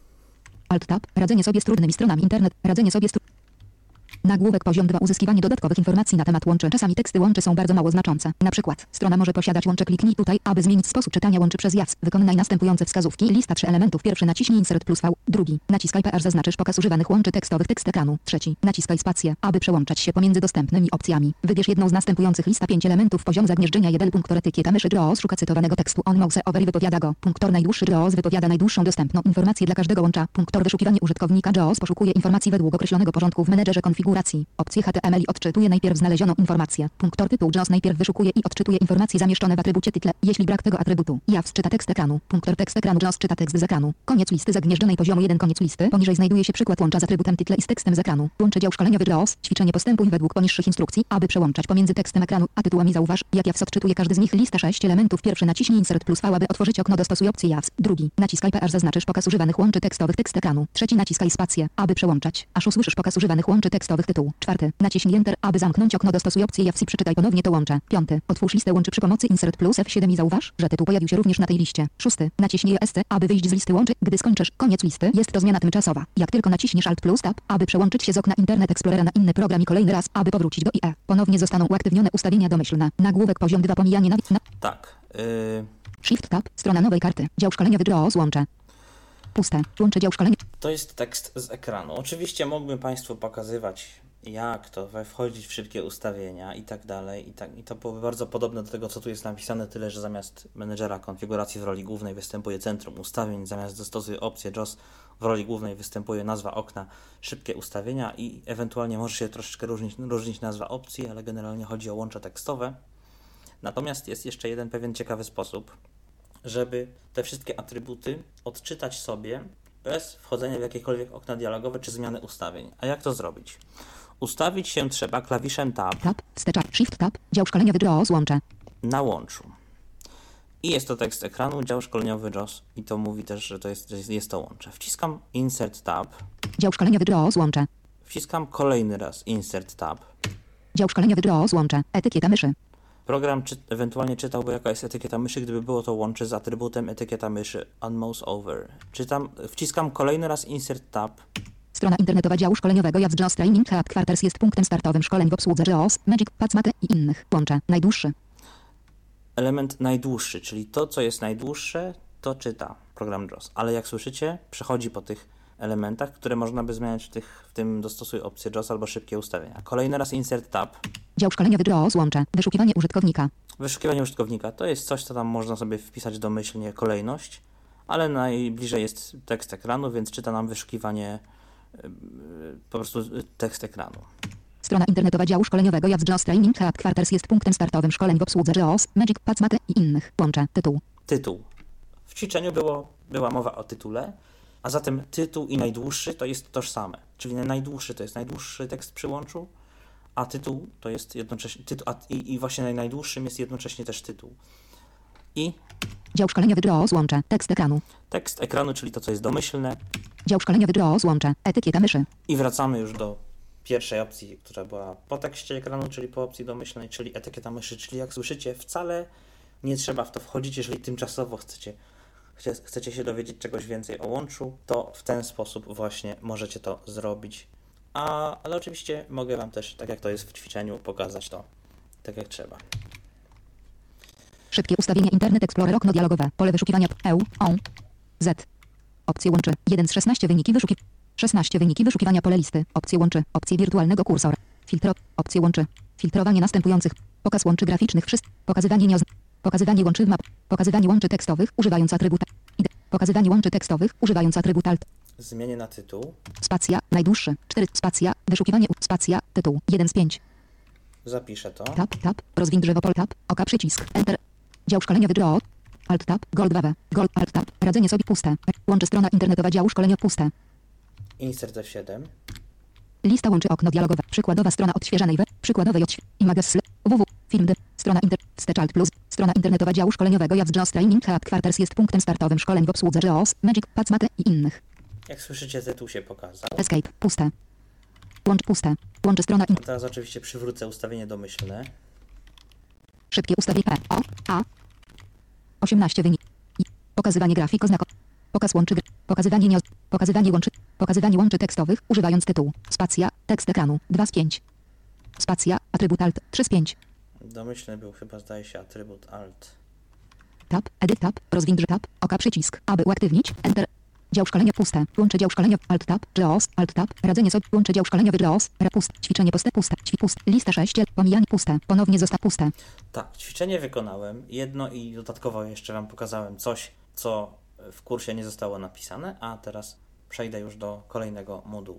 Alt tab. Radzenie sobie z trudnymi stronami. Internet. Radzenie sobie z tru... Nagłówek poziom dwa. Uzyskiwanie dodatkowych informacji na temat łączy. Czasami teksty łączy są bardzo mało znaczące. Na przykład, strona może posiadać łącze. Kliknij tutaj, aby zmienić sposób czytania łączy przez Jawc. Wykonaj następujące wskazówki. Lista trzy elementów. Pierwszy. Naciśnij Insert plus V. Drugi. Naciskaj P, aż zaznaczysz pokaz używanych łączy tekstowych. Tekst ekranu. Trzeci. Naciskaj spację, aby przełączać się pomiędzy dostępnymi opcjami. Wybierz jedną z następujących. Lista pięć elementów. Poziom zagnieżdżenia jeden. Punktor etykieta myszy. JAWS szuka cytowanego tekstu. On mouse over i wypowiada go. Punktor najdłuższy. JAWS wypowiada najdłuższą dostępną informację dla każdego łącza. Punktor wyszukiwanie użytkownika. JAWS poszukuje informacji według określonego porządku w menedżerze konfiguracji. Opcje H T M L i odczytuje najpierw znalezioną informację. Punktor tytuł. JAWS najpierw wyszukuje i odczytuje informacje zamieszczone w atrybucie tytle. Jeśli brak tego atrybutu, Jawc czyta tekst ekranu. Punktor tekst ekranu. JAWS czyta tekst z ekranu. Koniec listy zagnieżdżonej poziomu jeden. Koniec listy. Poniżej znajduje się przykład łącza z atrybutem tytle i z tekstem z ekranu. Łącze dział szkoleniowy JAWS. Ćwiczenie postępuj według poniższych instrukcji, aby przełączać pomiędzy tekstem ekranu a tytułami. Zauważ, jak Jawc odczytuje każdy z nich. Lista sześć elementów. Pierwszy. Naciśnij Insert plus V, aby otworzyć okno. Dostosuj opcję Jawc. Drugi. Naciskaj P, aż zaznaczysz pokaz używanych łączy tekstowych. Tekst ekranu. Trzeci. Naciskaj spację, aby przełączać, aż usłyszysz pokaz używanych łączy tekstowych. Tytuł. Czwarty. Naciśnij Enter, aby zamknąć okno. Dostosuj opcję Jawc i przeczytaj ponownie to łącze. Piąty. Otwórz listę łączy przy pomocy Insert plus F siedem i zauważ, że tytuł pojawił się również na tej liście. Szósty. Naciśnij E S C, aby wyjść z listy łączy. Gdy skończysz, koniec listy. Jest to zmiana tymczasowa. Jak tylko naciśniesz Alt plus Tab, aby przełączyć się z okna Internet Explorera na inny program i kolejny raz, aby powrócić do I E, ponownie zostaną uaktywnione ustawienia domyślne. Nagłówek poziom dwa. Pomijanie nawi... Na... Tak. Yy... Shift Tab. Strona nowej karty. Dział szkoleniowy JAWS łącze. Puste. Łącze dział szkolenia. To jest tekst z ekranu. Oczywiście mógłbym Państwu pokazywać, jak to wchodzić w szybkie ustawienia i tak dalej. I, tak, I to byłoby bardzo podobne do tego, co tu jest napisane, tyle że zamiast menedżera konfiguracji w roli głównej występuje centrum ustawień, zamiast dostosuj opcję JAWS w roli głównej występuje nazwa okna szybkie ustawienia i ewentualnie może się troszeczkę różnić, różnić nazwa opcji, ale generalnie chodzi o łącza tekstowe. Natomiast jest jeszcze jeden pewien ciekawy sposób, żeby te wszystkie atrybuty odczytać sobie bez wchodzenia w jakiekolwiek okna dialogowe czy zmiany ustawień. A jak to zrobić? Ustawić się trzeba klawiszem Tab, Tab, wstecz, Shift Tab, dział szkoleniowy JAWS łącze. Na łączu. I jest to tekst ekranu, dział szkoleniowy JAWS i to mówi też, że to jest, że jest to łącze. Wciskam Insert Tab. Dział szkoleniowy JAWS łącze. Wciskam kolejny raz Insert Tab. Dział szkoleniowy JAWS łącze. Etykieta myszy. Program czy, ewentualnie czytałby, jaka jest etykieta myszy, gdyby było to łącze z atrybutem etykieta myszy on mouse over. Czytam, wciskam kolejny raz Insert Tab. Strona internetowa działu szkoleniowego Jawc JAWS Training Headquarters jest punktem startowym szkoleń w obsłudze JAWS, Magic, Pathmate i innych. Łącze. Najdłuższy. element najdłuższy, czyli to, co jest najdłuższe, to czyta program JAWS. Ale jak słyszycie, przechodzi po tych elementach, które można by zmieniać w, tych, w tym dostosuj opcję JAWS albo szybkie ustawienia. Kolejny raz Insert Tab. Dział szkoleniowy JAWS łącze. Wyszukiwanie użytkownika. Wyszukiwanie użytkownika to jest coś, co tam można sobie wpisać domyślnie kolejność, ale najbliżej jest tekst ekranu, więc czyta nam wyszukiwanie yy, po prostu tekst ekranu. Strona internetowa działu szkoleniowego JAWS JAWS Training Headquarters jest punktem startowym szkoleń w obsłudze JAWS, Magic Pads Mate i innych. Łącze. Tytuł. Tytuł. W ćwiczeniu było, była mowa o tytule, a zatem tytuł i najdłuższy to jest tożsame. Czyli najdłuższy to jest najdłuższy tekst przy łączu, a tytuł to jest jednocześnie tytuł, a, i, i właśnie najdłuższym jest jednocześnie też tytuł. I Dział szkoleniowy JAWS łącze. Tekst ekranu. tekst ekranu, czyli to, co jest domyślne. Dział szkoleniowy JAWS łącze. Etykieta myszy. I wracamy już do pierwszej opcji, która była po tekście ekranu, czyli po opcji domyślnej, czyli etykieta myszy. Czyli jak słyszycie, wcale nie trzeba w to wchodzić, jeżeli tymczasowo chcecie, chcecie się dowiedzieć czegoś więcej o łączu, to w ten sposób właśnie możecie to zrobić. A, ale oczywiście mogę Wam też, tak jak to jest w ćwiczeniu, pokazać to tak jak trzeba. Szybkie ustawienie Internet Explorer okno dialogowe. Pole wyszukiwania E, O, Z. Opcje łączy. jeden z szesnastu wyniki wyszuki. szesnaście wyniki wyszukiwania pole listy. Opcje łączy. Opcje wirtualnego kursora. Filtro. Opcje łączy. Filtrowanie następujących. Pokaz łączy graficznych. Wszystko. Pokazywanie nie ozn- Pokazywanie łączy w map. Pokazywanie łączy tekstowych używając atrybuta. Id. Pokazywanie łączy tekstowych używając atrybut alt. Zmienię na tytuł. Spacja. Najdłuższy. cztery. Spacja. Wyszukiwanie. U. Spacja. Tytuł. jeden z pięciu. Zapiszę to. Tab. Tab. Rozwiń drzewo pol. Tab. Oka przycisk. Enter. Dział szkoleniowy J A W S. Alt Tab. Gold dwa W. Gold Alt Tab. Radzenie sobie puste. Łączy strona internetowa działu szkolenia puste. Insert F siedem. Lista łączy okno dialogowe. Przykładowa strona odświeżanej web. Przykładowej odświe... Images www. Film D. Strona inter... Wstecz Alt plus. Strona internetowa działu szkoleniowego JAWS JAWS Training Headquarters jest punktem startowym szkoleń w obsłudze JAWS, Magic Pads Mate i innych. Jak słyszycie, tytuł się pokazał. Escape. Puste. Łącz puste. Łączy strona in... Teraz oczywiście przywrócę ustawienie domyślne. Szybkie ustawienie P. O. A. osiemnaście wynik. I. Pokazywanie grafik oznako. Pokaz łączy gr... Pokazywanie nie... Pokazywanie łączy... Pokazywanie łączy tekstowych używając tytułu. Spacja. Tekst ekranu. dwa z pięciu. Spacja. Atrybut alt. trzy z pięciu. Domyślny był chyba, zdaje się, atrybut alt. Tab. Edit tab. Rozwiń tab. Oka przycisk. Aby uaktywnić. Enter. Dział szkolenia puste. Łącze dział szkolenia. Alt tab. JAWS. Alt tab. Radzenie sobie. Łącze dział szkoleniowy JAWS. Repust. Ćwiczenie puste. Puste. Ćwi puste. Lista sześć. Pomijanie puste. Ponownie zostaw puste. Tak, ćwiczenie wykonałem. Jedno i dodatkowo jeszcze Wam pokazałem coś, co w kursie nie zostało napisane, a teraz przejdę już do kolejnego modułu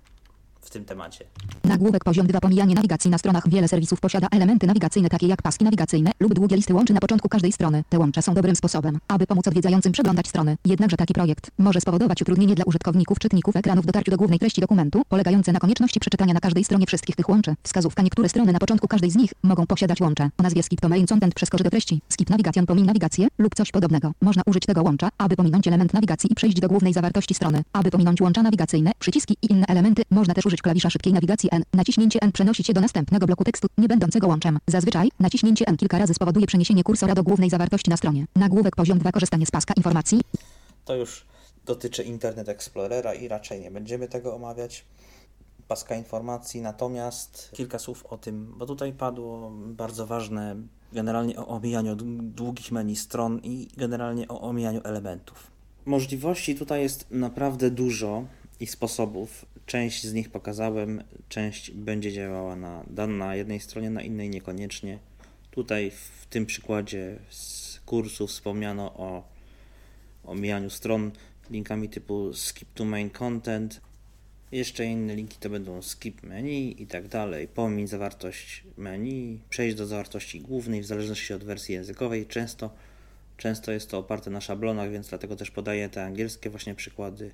w tym temacie. Nagłówek poziom dwa. Pomijanie nawigacji na stronach. Wiele serwisów posiada elementy nawigacyjne takie jak paski nawigacyjne lub długie listy łączy na początku każdej strony. Te łącza są dobrym sposobem, aby pomóc odwiedzającym przeglądać strony. Jednakże taki projekt może spowodować utrudnienie dla użytkowników czytników ekranów w dotarciu do głównej treści dokumentu, polegające na konieczności przeczytania na każdej stronie wszystkich tych łączy. Wskazówka: niektóre strony na początku każdej z nich mogą posiadać łącze o nazwie skip to main content przeskoczy do treści, skip navigation pomiń nawigację lub coś podobnego. Można użyć tego łącza, aby pominąć element nawigacji i przejść do głównej zawartości strony. Aby pominąć łącza nawigacyjne, przyciski i inne elementy, można też użyć klawisza szybkiej nawigacji N. Naciśnięcie N przenosi cię do następnego bloku tekstu, nie będącego łączem. Zazwyczaj naciśnięcie N kilka razy spowoduje przeniesienie kursora do głównej zawartości na stronie. Nagłówek poziom dwa. Korzystanie z paska informacji. To już dotyczy Internet Explorera i raczej nie będziemy tego omawiać. Paska informacji, natomiast kilka słów o tym, bo tutaj padło bardzo ważne generalnie o omijaniu długich menu stron i generalnie o omijaniu elementów. Możliwości tutaj jest naprawdę dużo i sposobów. Część z nich pokazałem, część będzie działała na, na jednej stronie, na innej niekoniecznie. Tutaj w tym przykładzie z kursu wspomniano o omijaniu stron linkami typu skip to main content. Jeszcze inne linki to będą skip menu i tak dalej. Pomiń zawartość menu, przejść do zawartości głównej w zależności od wersji językowej. Często, często jest to oparte na szablonach, więc dlatego też podaję te angielskie właśnie przykłady.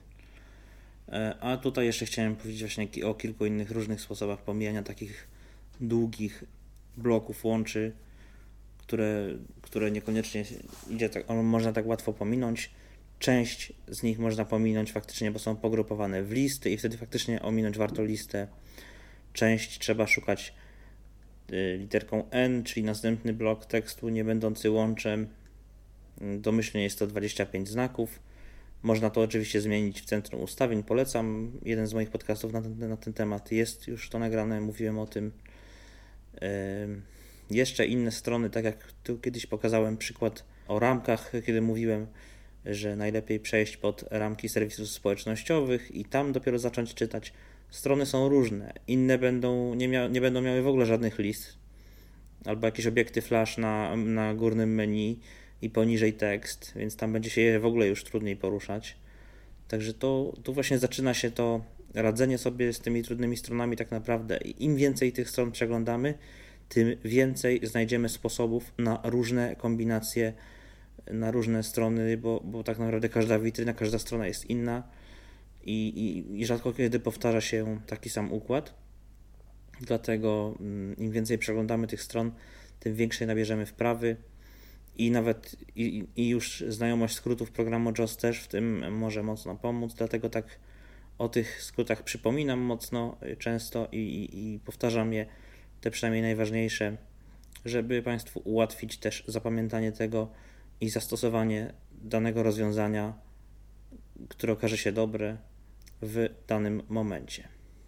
A tutaj jeszcze chciałem powiedzieć właśnie o kilku innych różnych sposobach pomijania takich długich bloków łączy, które, które niekoniecznie idzie tak, można tak łatwo pominąć. Część z nich można pominąć faktycznie, bo są pogrupowane w listy i wtedy faktycznie ominąć warto listę. Część trzeba szukać literką N, czyli następny blok tekstu nie będący łączem. Domyślnie jest to dwadzieścia pięć znaków. Można to oczywiście zmienić w centrum ustawień. Polecam. Jeden z moich podcastów na ten, na ten temat jest już to nagrane. Mówiłem o tym. jeszcze inne strony, tak jak tu kiedyś pokazałem przykład o ramkach, kiedy mówiłem, że najlepiej przejść pod ramki serwisów społecznościowych i tam dopiero zacząć czytać. Strony są różne, inne będą nie, mia- nie będą miały w ogóle żadnych list, albo jakieś obiekty flash na, na górnym menu i poniżej tekst, więc tam będzie się je w ogóle już trudniej poruszać. Także to, tu właśnie zaczyna się to radzenie sobie z tymi trudnymi stronami tak naprawdę. I im więcej tych stron przeglądamy, tym więcej znajdziemy sposobów na różne kombinacje, na różne strony, bo, bo tak naprawdę każda witryna, każda strona jest inna i, i, i rzadko kiedy powtarza się taki sam układ. Dlatego im więcej przeglądamy tych stron, tym większej nabierzemy wprawy i nawet i, i już znajomość skrótów programu JAWS też w tym może mocno pomóc, dlatego tak o tych skrótach przypominam mocno często i, i, i powtarzam je, te przynajmniej najważniejsze, żeby Państwu ułatwić też zapamiętanie tego i zastosowanie danego rozwiązania, które okaże się dobre w danym momencie.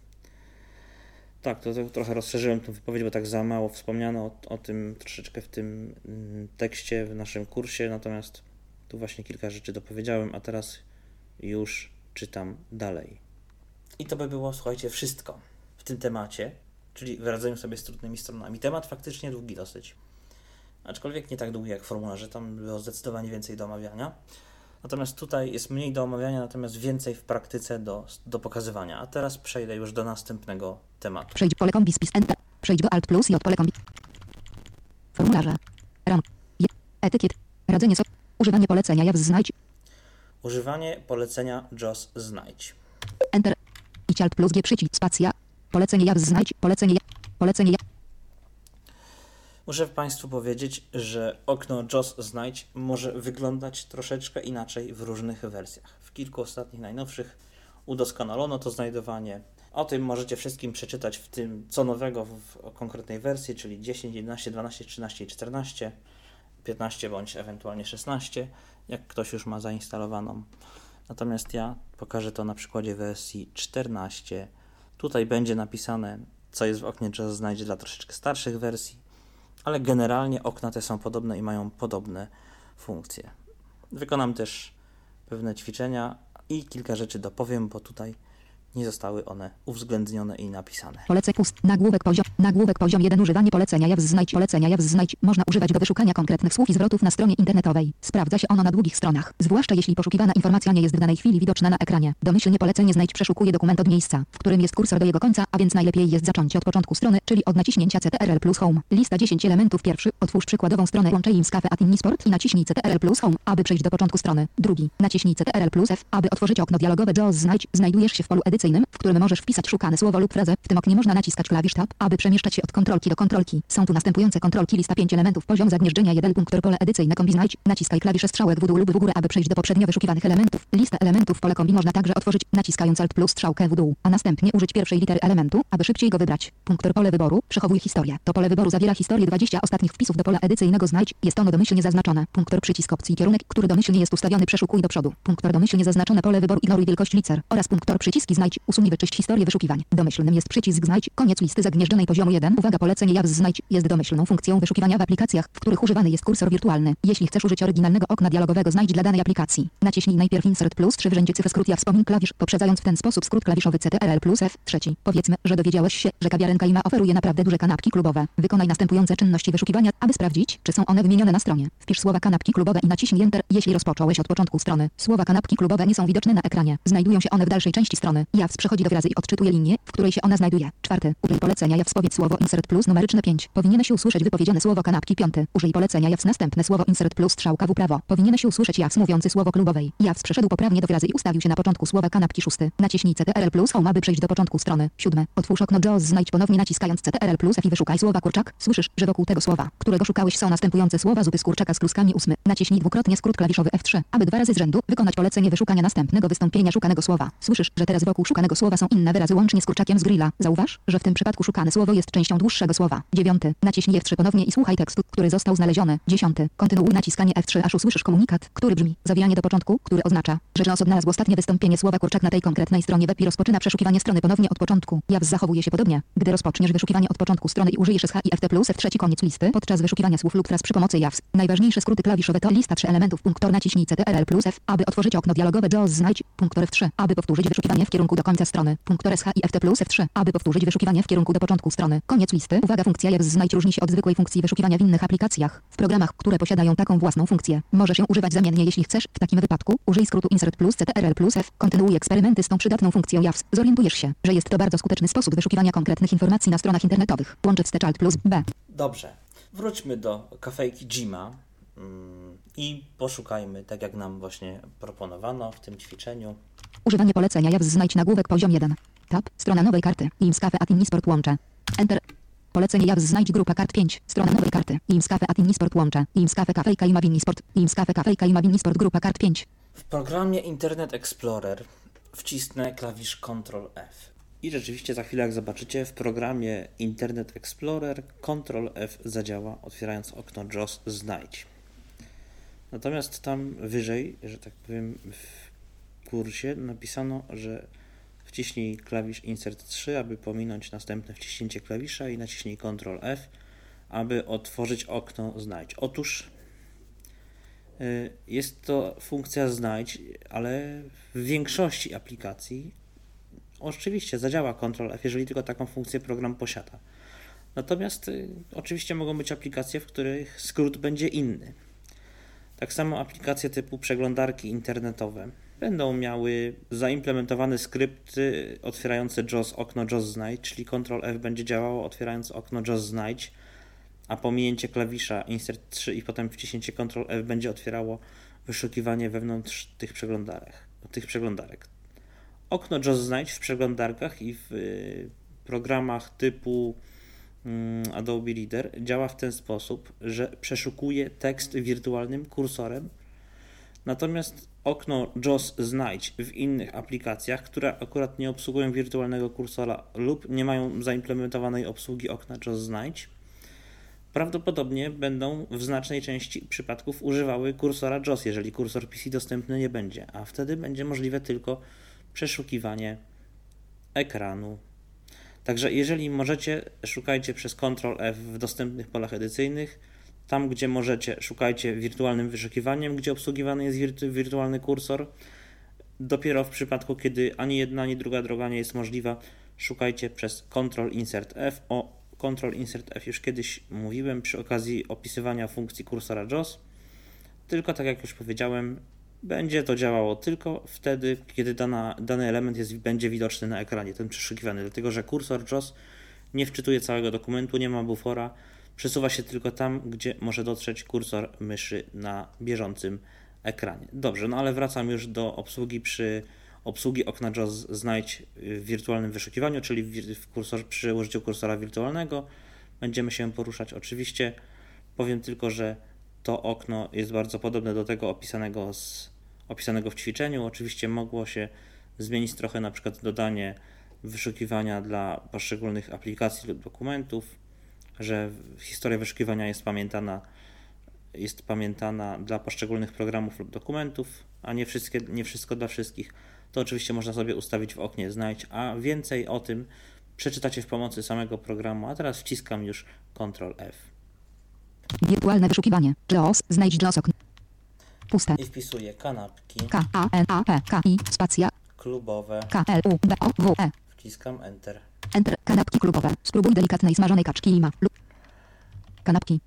Tak, to, to trochę rozszerzyłem tę wypowiedź, bo tak za mało wspomniano o, o tym troszeczkę w tym tekście, w naszym kursie, natomiast tu właśnie kilka rzeczy dopowiedziałem, a teraz już czytam dalej. I to by było, słuchajcie, wszystko w tym temacie, czyli w radzeniu sobie z trudnymi stronami. Temat faktycznie długi dosyć, aczkolwiek nie tak długi jak formularze, tam było zdecydowanie więcej do omawiania. Natomiast tutaj jest mniej do omawiania, natomiast więcej w praktyce do, do pokazywania. A teraz przejdę już do następnego tematu. Przejdź pole kombi, spis Enter. Przejdź do Alt plus i od pole kombi. Formularze. Ram. Je, etykiet. Radzenie sobie. Używanie polecenia JAWS znajdź. Używanie polecenia JAWS znajdź. Enter. Idź Alt plus G przycisk. Spacja. Polecenie JAWS znajdź. Polecenie JAWS. Polecenie JAWS. Muszę Państwu powiedzieć, że okno JAWS znajdź może wyglądać troszeczkę inaczej w różnych wersjach. W kilku ostatnich, najnowszych udoskonalono to znajdowanie. O tym możecie wszystkim przeczytać w tym, co nowego w konkretnej wersji, czyli dziesięć, jedenaście, dwanaście, trzynaście i czternaście, piętnaście bądź ewentualnie szesnaście, jak ktoś już ma zainstalowaną. Natomiast ja pokażę to na przykładzie wersji czternaście. Tutaj będzie napisane, co jest w oknie JAWS znajdź dla troszeczkę starszych wersji, ale generalnie okna te są podobne i mają podobne funkcje. Wykonam też pewne ćwiczenia i kilka rzeczy dopowiem, bo tutaj nie zostały one uwzględnione i napisane. Poleceń pust. Nagłówek poziom. Nagłówek poziom jeden. Używanie polecenia JAWS znajdź. Polecenia JAWS znajdź można używać do wyszukania konkretnych słów i zwrotów na stronie internetowej. Sprawdza się ono na długich stronach, zwłaszcza jeśli poszukiwana informacja nie jest w danej chwili widoczna na ekranie. Domyślnie polecenie znajdź przeszukuje dokument od miejsca, w którym jest kursor do jego końca, a więc najlepiej jest zacząć od początku strony, czyli od naciśnięcia C T R L plus Home. Lista dziesięć elementów. Pierwszy. Otwórz przykładową stronę Łączej im z Cafe at Innisport i naciśnij C T R L plus Home, aby przejść do początku strony. Drugi. Naciśnij C T R L plus F, aby otworzyć okno dialogowe JAWS znajdź. Znajdujesz się w polu edycyjnym, w którym możesz wpisać szukane słowo lub frazę. W tym oknie można naciskać klawisz Tab, aby przemieszczać się od kontrolki do kontrolki. Są tu następujące kontrolki. Lista pięć elementów. Poziom zagnieżdżenia jeden. Punktor pole edycyjne kombi znajdź. Naciskaj klawisze strzałek w dół lub w górę, aby przejść do poprzednio wyszukiwanych elementów. Lista elementów. Pole kombi można także otworzyć, naciskając Alt plus strzałkę w dół, a następnie użyć pierwszej litery elementu, aby szybciej go wybrać. Punktor pole wyboru. Przechowuj historię. To pole wyboru zawiera historię dwudziestu ostatnich wpisów do pola edycyjnego znajdź. Jest ono domyślnie zaznaczone. Punktor przycisk opcji kierunek, który domyślnie jest ustawiony przeszukuj do przodu. Punktor domyślnie zaznaczone pole wyboru ignoruj wielkość liter oraz punktor przyciski znajdź usuń wyczyść historię wyszukiwań. Domyślnym jest przycisk znajdź koniec listy zagnieżdżonej poziomu jeden. Uwaga, polecenie JAWS znajdź jest domyślną funkcją wyszukiwania w aplikacjach, w których używany jest kursor wirtualny. Jeśli chcesz użyć oryginalnego okna dialogowego znajdź dla danej aplikacji, naciśnij najpierw Insert plus trzy w rzędzie cyfr skrót ja wspomnij klawisz, poprzedzając w ten sposób skrót klawiszowy C T R L plus F. Trzeci. Powiedzmy, że dowiedziałeś się, że kawiarenka Ima oferuje naprawdę duże kanapki klubowe. Wykonaj następujące czynności wyszukiwania, aby sprawdzić, czy są one wymienione na stronie. Wpisz słowa kanapki klubowe i naciśnij Enter, jeśli rozpocząłeś od początku strony. Słowa kanapki klubowe nie są widoczne na ekranie. Znajdują się one w dalszej części strony. JAWS przechodzi do frazy i odczytuje linię, w której się ona znajduje. Czwarty. Użyj polecenia JAWS powiedz słowo Insert plus numeryczne pięć. Powinieneś usłyszeć wypowiedziane słowo kanapki. Piąty. Użyj polecenia JAWS następne słowo Insert plus strzałka w prawo. Powinieneś usłyszeć JAWS mówiący słowo klubowej. JAWS przeszedł poprawnie do frazy i ustawił się na początku słowa kanapki. Szósty. Naciśnij C T R L plus Home, aby przejść do początku strony. Siódme. Otwórz okno JAWS znajdź ponownie naciskając C T R L plus F i wyszukaj słowa kurczak. Słyszysz, że wokół tego słowa, którego szukałeś są następujące słowa zupy z kurczaka z kluskami. Ósmy. Naciśnij dwukrotnie skrót klawiszowy F trzy, aby dwa razy z rzędu wykonać polecenie wyszukania następnego wystąpienia szukanego słowa. Słyszysz, że teraz wokół szukanego słowa są inne wyrazy łącznie z kurczakiem z grilla. Zauważ, że w tym przypadku szukane słowo jest częścią dłuższego słowa. dziewiąty. Naciśnij F trzy ponownie i słuchaj tekstu, który został znaleziony. dziesiąty. Kontynuuj naciskanie F trzy, aż usłyszysz komunikat, który brzmi: zawijanie do początku, który oznacza, że los odnalazł ostatnie wystąpienie słowa kurczak na tej konkretnej stronie web i rozpoczyna przeszukiwanie strony ponownie od początku. Jaws zachowuje się podobnie. Gdy rozpoczniesz wyszukiwanie od początku strony i użyjesz S H I F T plus F trzy koniec listy podczas wyszukiwania słów lub fraz przy pomocy Jaws. Najważniejsze skróty klawiszowe to lista trzy elementów. Punktor naciśnij C T R L plus F, aby otworzyć okno dialogowe. Jaws znajdź. Punktor F trzy, aby powtórzyć wyszukiwanie w kierunku do końca strony. Punktor S H I F T plus F trzy, aby powtórzyć wyszukiwanie w kierunku do początku strony. Koniec listy. Uwaga, funkcja Jaws znajdź różni się od zwykłej funkcji wyszukiwania w innych aplikacjach. W programach, które posiadają taką własną funkcję, możesz ją używać zamiennie, jeśli chcesz. W takim wypadku użyj skrótu insert plus C T R L plus F. Kontynuuj eksperymenty z tą przydatną funkcją Jaws. Zorientujesz się, że jest to bardzo skuteczny sposób wyszukiwania konkretnych informacji na stronach internetowych. Łączy wstecz Alt plus B. Dobrze. Wróćmy do kafejki Jima i poszukajmy, tak jak nam właśnie proponowano w tym ćwiczeniu. Używanie polecenia Jaws znajdź nagłówek poziom jeden. Tab, strona nowej karty. Imscafe at Innisport łącze. Enter. Polecenie Jaws znajdź grupa kart pięć. Strona nowej karty. Imscafe at Innisport łącze. Imscafe kafejka Ima Winnisport. Imscafe kafejka Ima Winnisport grupa kart pięć. W programie Internet Explorer wcisnę klawisz kontrol F. I rzeczywiście za chwilę, jak zobaczycie, w programie Internet Explorer kontrol F zadziała, otwierając okno Jaws znajdź. Natomiast tam wyżej, że tak powiem, w kursie napisano, że wciśnij klawisz insert trzy, aby pominąć następne wciśnięcie klawisza i naciśnij kontrol F, aby otworzyć okno znajdź. Otóż jest to funkcja znajdź, ale w większości aplikacji oczywiście zadziała kontrol F, jeżeli tylko taką funkcję program posiada. Natomiast y, oczywiście mogą być aplikacje, w których skrót będzie inny. Tak samo aplikacje typu przeglądarki internetowe będą miały zaimplementowane skrypty otwierające Jaws okno Jaws znajdź, czyli kontrol F będzie działało otwierając okno Jaws znajdź, a pominięcie klawisza insert trzy i potem wciśnięcie kontrol F będzie otwierało wyszukiwanie wewnątrz tych przeglądarek. Tych przeglądarek. Okno Jaws znajdź w przeglądarkach i w y, programach typu y, Adobe Reader działa w ten sposób, że przeszukuje tekst wirtualnym kursorem, natomiast okno Jaws znajdź w innych aplikacjach, które akurat nie obsługują wirtualnego kursora lub nie mają zaimplementowanej obsługi okna Jaws znajdź, prawdopodobnie będą w znacznej części przypadków używały kursora Jaws, jeżeli kursor P C dostępny nie będzie, a wtedy będzie możliwe tylko przeszukiwanie ekranu. Także jeżeli możecie, szukajcie przez kontrol F w dostępnych polach edycyjnych. Tam, gdzie możecie, szukajcie wirtualnym wyszukiwaniem, gdzie obsługiwany jest wirtu- wirtualny kursor. Dopiero w przypadku, kiedy ani jedna, ani druga droga nie jest możliwa, szukajcie przez kontrol insert F. O kontrol insert F już kiedyś mówiłem przy okazji opisywania funkcji kursora Jaws. Tylko tak jak już powiedziałem, będzie to działało tylko wtedy, kiedy dana, dany element jest, będzie widoczny na ekranie, ten przeszukiwany, dlatego że kursor Jaws nie wczytuje całego dokumentu, nie ma bufora, przesuwa się tylko tam, gdzie może dotrzeć kursor myszy na bieżącym ekranie. Dobrze, no ale wracam już do obsługi przy obsługi okna Jaws znajdź w wirtualnym wyszukiwaniu, czyli w, w kursor, przy użyciu kursora wirtualnego będziemy się poruszać. Oczywiście powiem tylko, że to okno jest bardzo podobne do tego opisanego, z, opisanego w ćwiczeniu. Oczywiście mogło się zmienić trochę, na przykład dodanie wyszukiwania dla poszczególnych aplikacji lub dokumentów, że historia wyszukiwania jest pamiętana, jest pamiętana dla poszczególnych programów lub dokumentów, a nie, wszystkie, nie wszystko dla wszystkich. To oczywiście można sobie ustawić w oknie znajdź, a więcej o tym przeczytacie w pomocy samego programu, a teraz wciskam już kontrol F. Wirtualne wyszukiwanie. Jaws znajdź Jaws okno. Puste. I wpisuję kanapki K A N A P K I spacja klubowe. K L U B O W E. Wciskam Enter. Enter. Kanapki klubowe. Spróbuj delikatnej smażonej kaczki lima. Lub kanapki.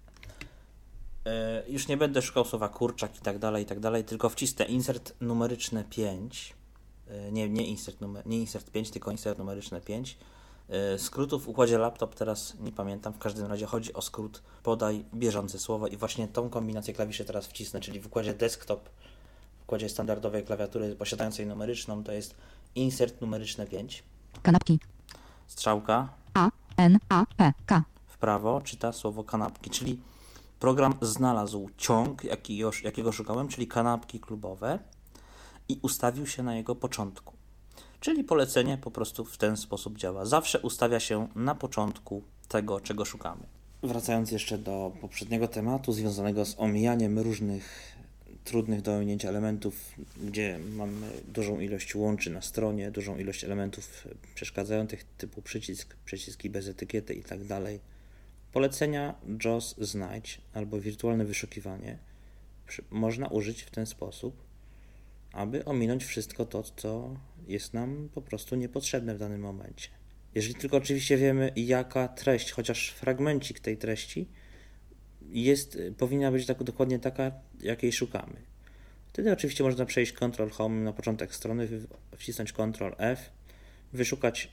Yy, już nie będę szukał słowa kurczak i tak dalej, i tak dalej, tylko wcisnę insert numeryczne pięć. Yy, nie, nie, insert numer, nie insert pięć, tylko insert numeryczne pięć. Yy, skrótów w układzie laptop teraz nie pamiętam, w każdym razie chodzi o skrót podaj bieżące słowo i właśnie tą kombinację klawiszy teraz wcisnę, czyli w układzie desktop, w układzie standardowej klawiatury posiadającej numeryczną to jest insert numeryczne pięć. Kanapki. Strzałka A N A P K. w prawo czyta słowo kanapki, czyli program znalazł ciąg, jakiego, jakiego szukałem, czyli kanapki klubowe i ustawił się na jego początku. Czyli polecenie po prostu w ten sposób działa. Zawsze ustawia się na początku tego, czego szukamy. Wracając jeszcze do poprzedniego tematu związanego z omijaniem różnych trudnych do ominięcia elementów, gdzie mamy dużą ilość łączy na stronie, dużą ilość elementów przeszkadzających typu przycisk, przyciski bez etykiety i tak dalej. Polecenia J O S znajdź albo wirtualne wyszukiwanie można użyć w ten sposób, aby ominąć wszystko to, co jest nam po prostu niepotrzebne w danym momencie. Jeżeli tylko oczywiście wiemy, jaka treść, chociaż fragmencik tej treści jest, powinna być tak, dokładnie taka, jakiej szukamy. Wtedy oczywiście można przejść Ctrl Home na początek strony, wcisnąć Ctrl F, wyszukać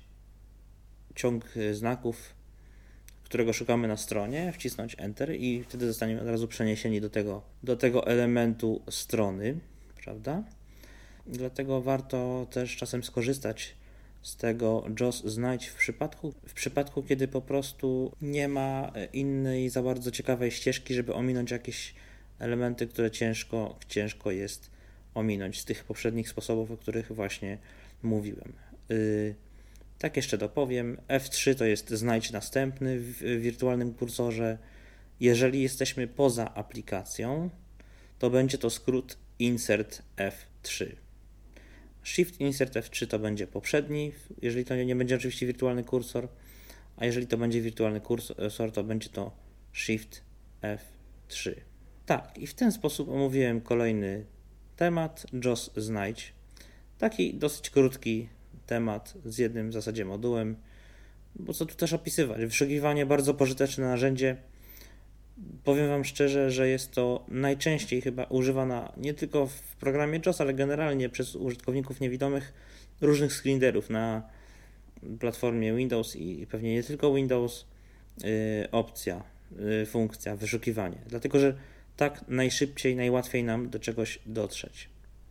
ciąg znaków, którego szukamy na stronie, wcisnąć Enter i wtedy zostaniemy od razu przeniesieni do tego, do tego elementu strony, prawda? Dlatego warto też czasem skorzystać z tego J O S znajdź w przypadku, w przypadku, kiedy po prostu nie ma innej za bardzo ciekawej ścieżki, żeby ominąć jakieś elementy, które ciężko, ciężko jest ominąć z tych poprzednich sposobów, o których właśnie mówiłem. Yy, tak jeszcze dopowiem. F trzy to jest znajdź następny w wirtualnym kursorze. Jeżeli jesteśmy poza aplikacją, to będzie to skrót Insert F trzy. Shift Insert F trzy to będzie poprzedni, jeżeli to nie będzie oczywiście wirtualny kursor, a jeżeli to będzie wirtualny kursor, to będzie to Shift F trzy. Tak, i w ten sposób omówiłem kolejny temat, J O S znajdź. Taki dosyć krótki temat z jednym w zasadzie modułem, bo co tu też opisywać. Wyszukiwanie bardzo pożyteczne narzędzie. Powiem Wam szczerze, że jest to najczęściej chyba używana nie tylko w programie J O S, ale generalnie przez użytkowników niewidomych różnych screenerów na platformie Windows i pewnie nie tylko Windows yy, opcja, yy, funkcja, wyszukiwanie. Dlatego, że tak najszybciej, najłatwiej nam do czegoś dotrzeć.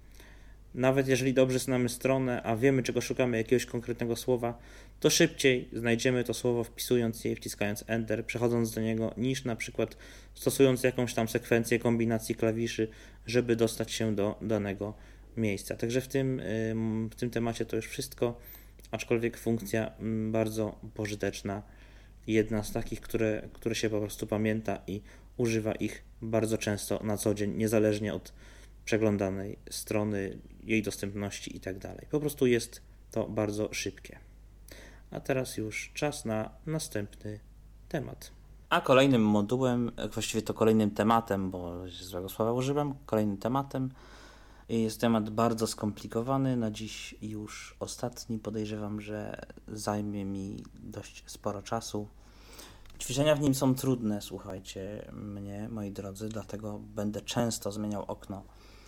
Nawet jeżeli dobrze znamy stronę, a wiemy, czego szukamy, jakiegoś konkretnego słowa, to szybciej znajdziemy to słowo wpisując je, wciskając Enter, przechodząc do niego, niż na przykład stosując jakąś tam sekwencję kombinacji klawiszy, żeby dostać się do danego miejsca. Także w tym, w tym temacie to już wszystko, aczkolwiek funkcja bardzo pożyteczna, jedna z takich, które, które się po prostu pamięta i używa ich bardzo często na co dzień, niezależnie od przeglądanej strony, jej dostępności i tak dalej. Po prostu jest to bardzo szybkie. A teraz już czas na następny temat. A kolejnym modułem, właściwie to kolejnym tematem, bo złego słowa użyłem, kolejnym tematem jest temat bardzo skomplikowany, na dziś już ostatni, podejrzewam, że zajmie mi dość sporo czasu. Ćwiczenia w nim są trudne, słuchajcie mnie, moi drodzy, dlatego będę często zmieniał okno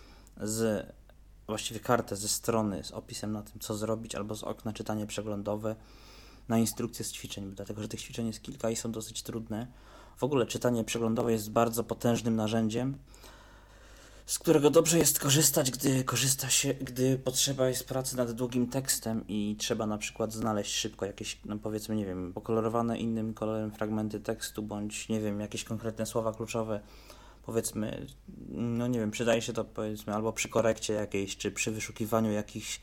z, właściwie kartę ze strony z opisem na tym, co zrobić, albo z okna czytanie przeglądowe na instrukcję z ćwiczeń, dlatego że tych ćwiczeń jest kilka i są dosyć trudne. W ogóle czytanie przeglądowe jest bardzo potężnym narzędziem, z którego dobrze jest korzystać, gdy korzysta się, gdy potrzeba jest pracy nad długim tekstem i trzeba na przykład znaleźć szybko jakieś, no powiedzmy, nie wiem, pokolorowane innym kolorem fragmenty tekstu, bądź, nie wiem, jakieś konkretne słowa kluczowe, powiedzmy, no nie wiem, przydaje się to, powiedzmy, albo przy korekcie jakiejś, czy przy wyszukiwaniu jakichś,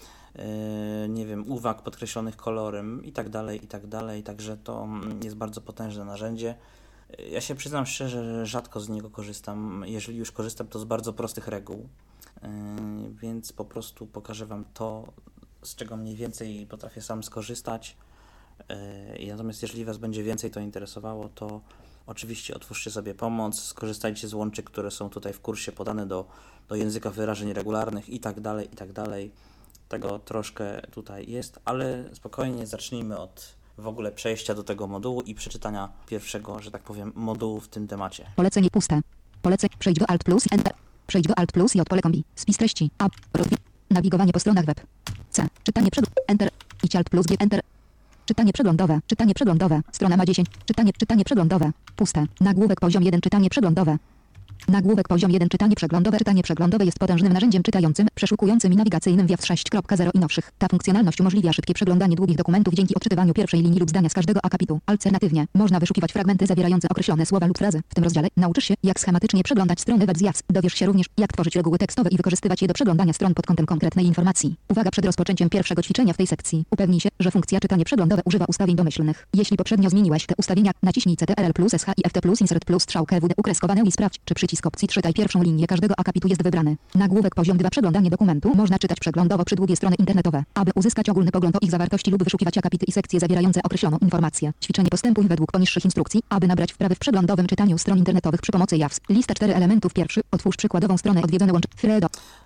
yy, nie wiem, uwag podkreślonych kolorem i tak dalej, i tak dalej, także to jest bardzo potężne narzędzie. Ja się przyznam szczerze, że rzadko z niego korzystam. Jeżeli już korzystam, to z bardzo prostych reguł. Yy, więc po prostu pokażę Wam to, z czego mniej więcej potrafię sam skorzystać. Yy, natomiast jeżeli Was będzie więcej to interesowało, to oczywiście otwórzcie sobie pomoc, skorzystajcie z łączy, które są tutaj w kursie podane do, do języka wyrażeń regularnych i tak dalej, i tak dalej. Tego troszkę tutaj jest, ale spokojnie zacznijmy od w ogóle przejścia do tego modułu i przeczytania pierwszego, że tak powiem, modułu w tym temacie. Polecenie puste. Polecenie. Przejdź do Alt plus i Enter. Przejdź do Alt plus i od pole kombi. Spis treści. A. Rozwi- Nawigowanie po stronach web. C. Czytanie przed. Enter. Idź Alt plus G. Enter. Czytanie przeglądowe. Czytanie przeglądowe. Strona ma dziesięć. Czytanie. Czytanie przeglądowe. Puste. Nagłówek poziom jeden. Czytanie przeglądowe. Nagłówek poziom jeden. Czytanie przeglądowe. Czytanie przeglądowe jest potężnym narzędziem czytającym, przeszukującym i nawigacyjnym w Jaws sześć kropka zero i nowszych. Ta funkcjonalność umożliwia szybkie przeglądanie długich dokumentów dzięki odczytywaniu pierwszej linii lub zdania z każdego akapitu. Alternatywnie, można wyszukiwać fragmenty zawierające określone słowa lub frazy. W tym rozdziale nauczysz się, jak schematycznie przeglądać strony web z Jaws. Dowiesz się również, jak tworzyć reguły tekstowe i wykorzystywać je do przeglądania stron pod kątem konkretnej informacji. Uwaga przed rozpoczęciem pierwszego ćwiczenia w tej sekcji. Upewnij się, że funkcja czytanie przeglądowe używa ustawień domyślnych. Jeśli poprzednio zmieniłeś te ustawienia, naciśnij C T R L plus S H I F T plus Insert plus strzałkę W D ukreskowane i sprawdź, czy przycisk opcji czytaj pierwszą linię każdego akapitu jest wybrany. Nagłówek poziom dwa. Przeglądanie dokumentu można czytać przeglądowo przy długie strony internetowe, aby uzyskać ogólny pogląd o ich zawartości lub wyszukiwać akapity i sekcje zawierające określoną informację. Ćwiczenie postępuj według poniższych instrukcji, aby nabrać wprawy w przeglądowym czytaniu stron internetowych przy pomocy Jaws. Lista cztery elementów. Pierwszy. Otwórz przykładową stronę odwiedzone łącz. Fredo.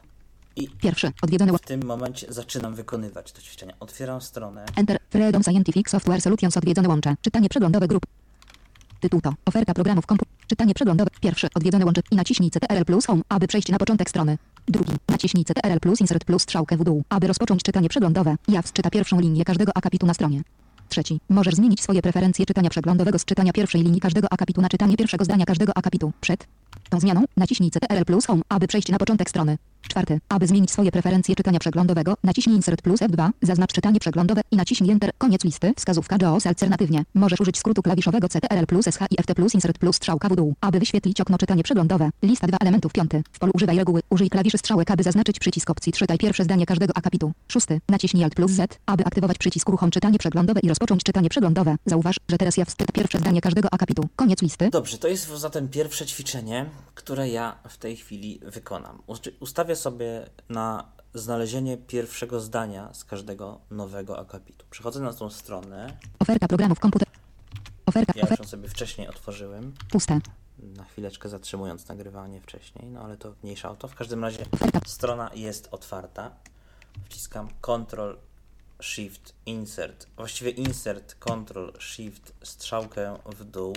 I Pierwszy. Odwiedzone łącz. w tym momencie zaczynam wykonywać to ćwiczenie. Otwieram stronę. Enter. Freedom Scientific Software Solutions odwiedzone łącze. Czytanie przeglądowe grup. Tytuł to oferta programów komputer. Czytanie przeglądowe. Pierwszy. Odwiedzone łącze. I naciśnij C T R L plus Home, aby przejść na początek strony. Drugi. Naciśnij C T R L plus Insert plus strzałkę w dół, aby rozpocząć czytanie przeglądowe. Jaws czyta pierwszą linię każdego akapitu na stronie. Trzeci. Możesz zmienić swoje preferencje czytania przeglądowego z czytania pierwszej linii każdego akapitu na czytanie pierwszego zdania każdego akapitu. Przed tą zmianą naciśnij C T R L plus Home, aby przejść na początek strony. Czwarty. Aby zmienić swoje preferencje czytania przeglądowego, naciśnij Insert plus F dwa, zaznacz czytanie przeglądowe i naciśnij Enter. Koniec listy. Wskazówka JAWS. Alternatywnie, możesz użyć skrótu klawiszowego C T R L plus S H I F T plus Insert plus strzałka w dół, aby wyświetlić okno czytanie przeglądowe. Lista dwa elementów. Piąty. W polu używaj reguły. Użyj klawiszy strzałek, aby zaznaczyć przycisk opcji czytaj pierwsze zdanie każdego akapitu. Szósty. Naciśnij Alt plus Z, aby aktywować przycisk uruchom czytanie przeglądowe i rozpocząć czytanie przeglądowe. Zauważ, że teraz Jaws czyta pierwsze zdanie każdego akapitu. Koniec listy. Dobrze, to jest zatem pierwsze ćwiczenie, które ja w tej chwili wykonam. Ustawię sobie na znalezienie pierwszego zdania z każdego nowego akapitu. Przechodzę na tą stronę. Oferta programów komputer. Oferta. Ja już ją sobie wcześniej otworzyłem. Puste. Na chwileczkę zatrzymując nagrywanie wcześniej, no ale to mniejsza o to. W każdym razie Oferta. strona jest otwarta. Wciskam Ctrl Shift Insert. Właściwie Insert Ctrl Shift strzałkę w dół.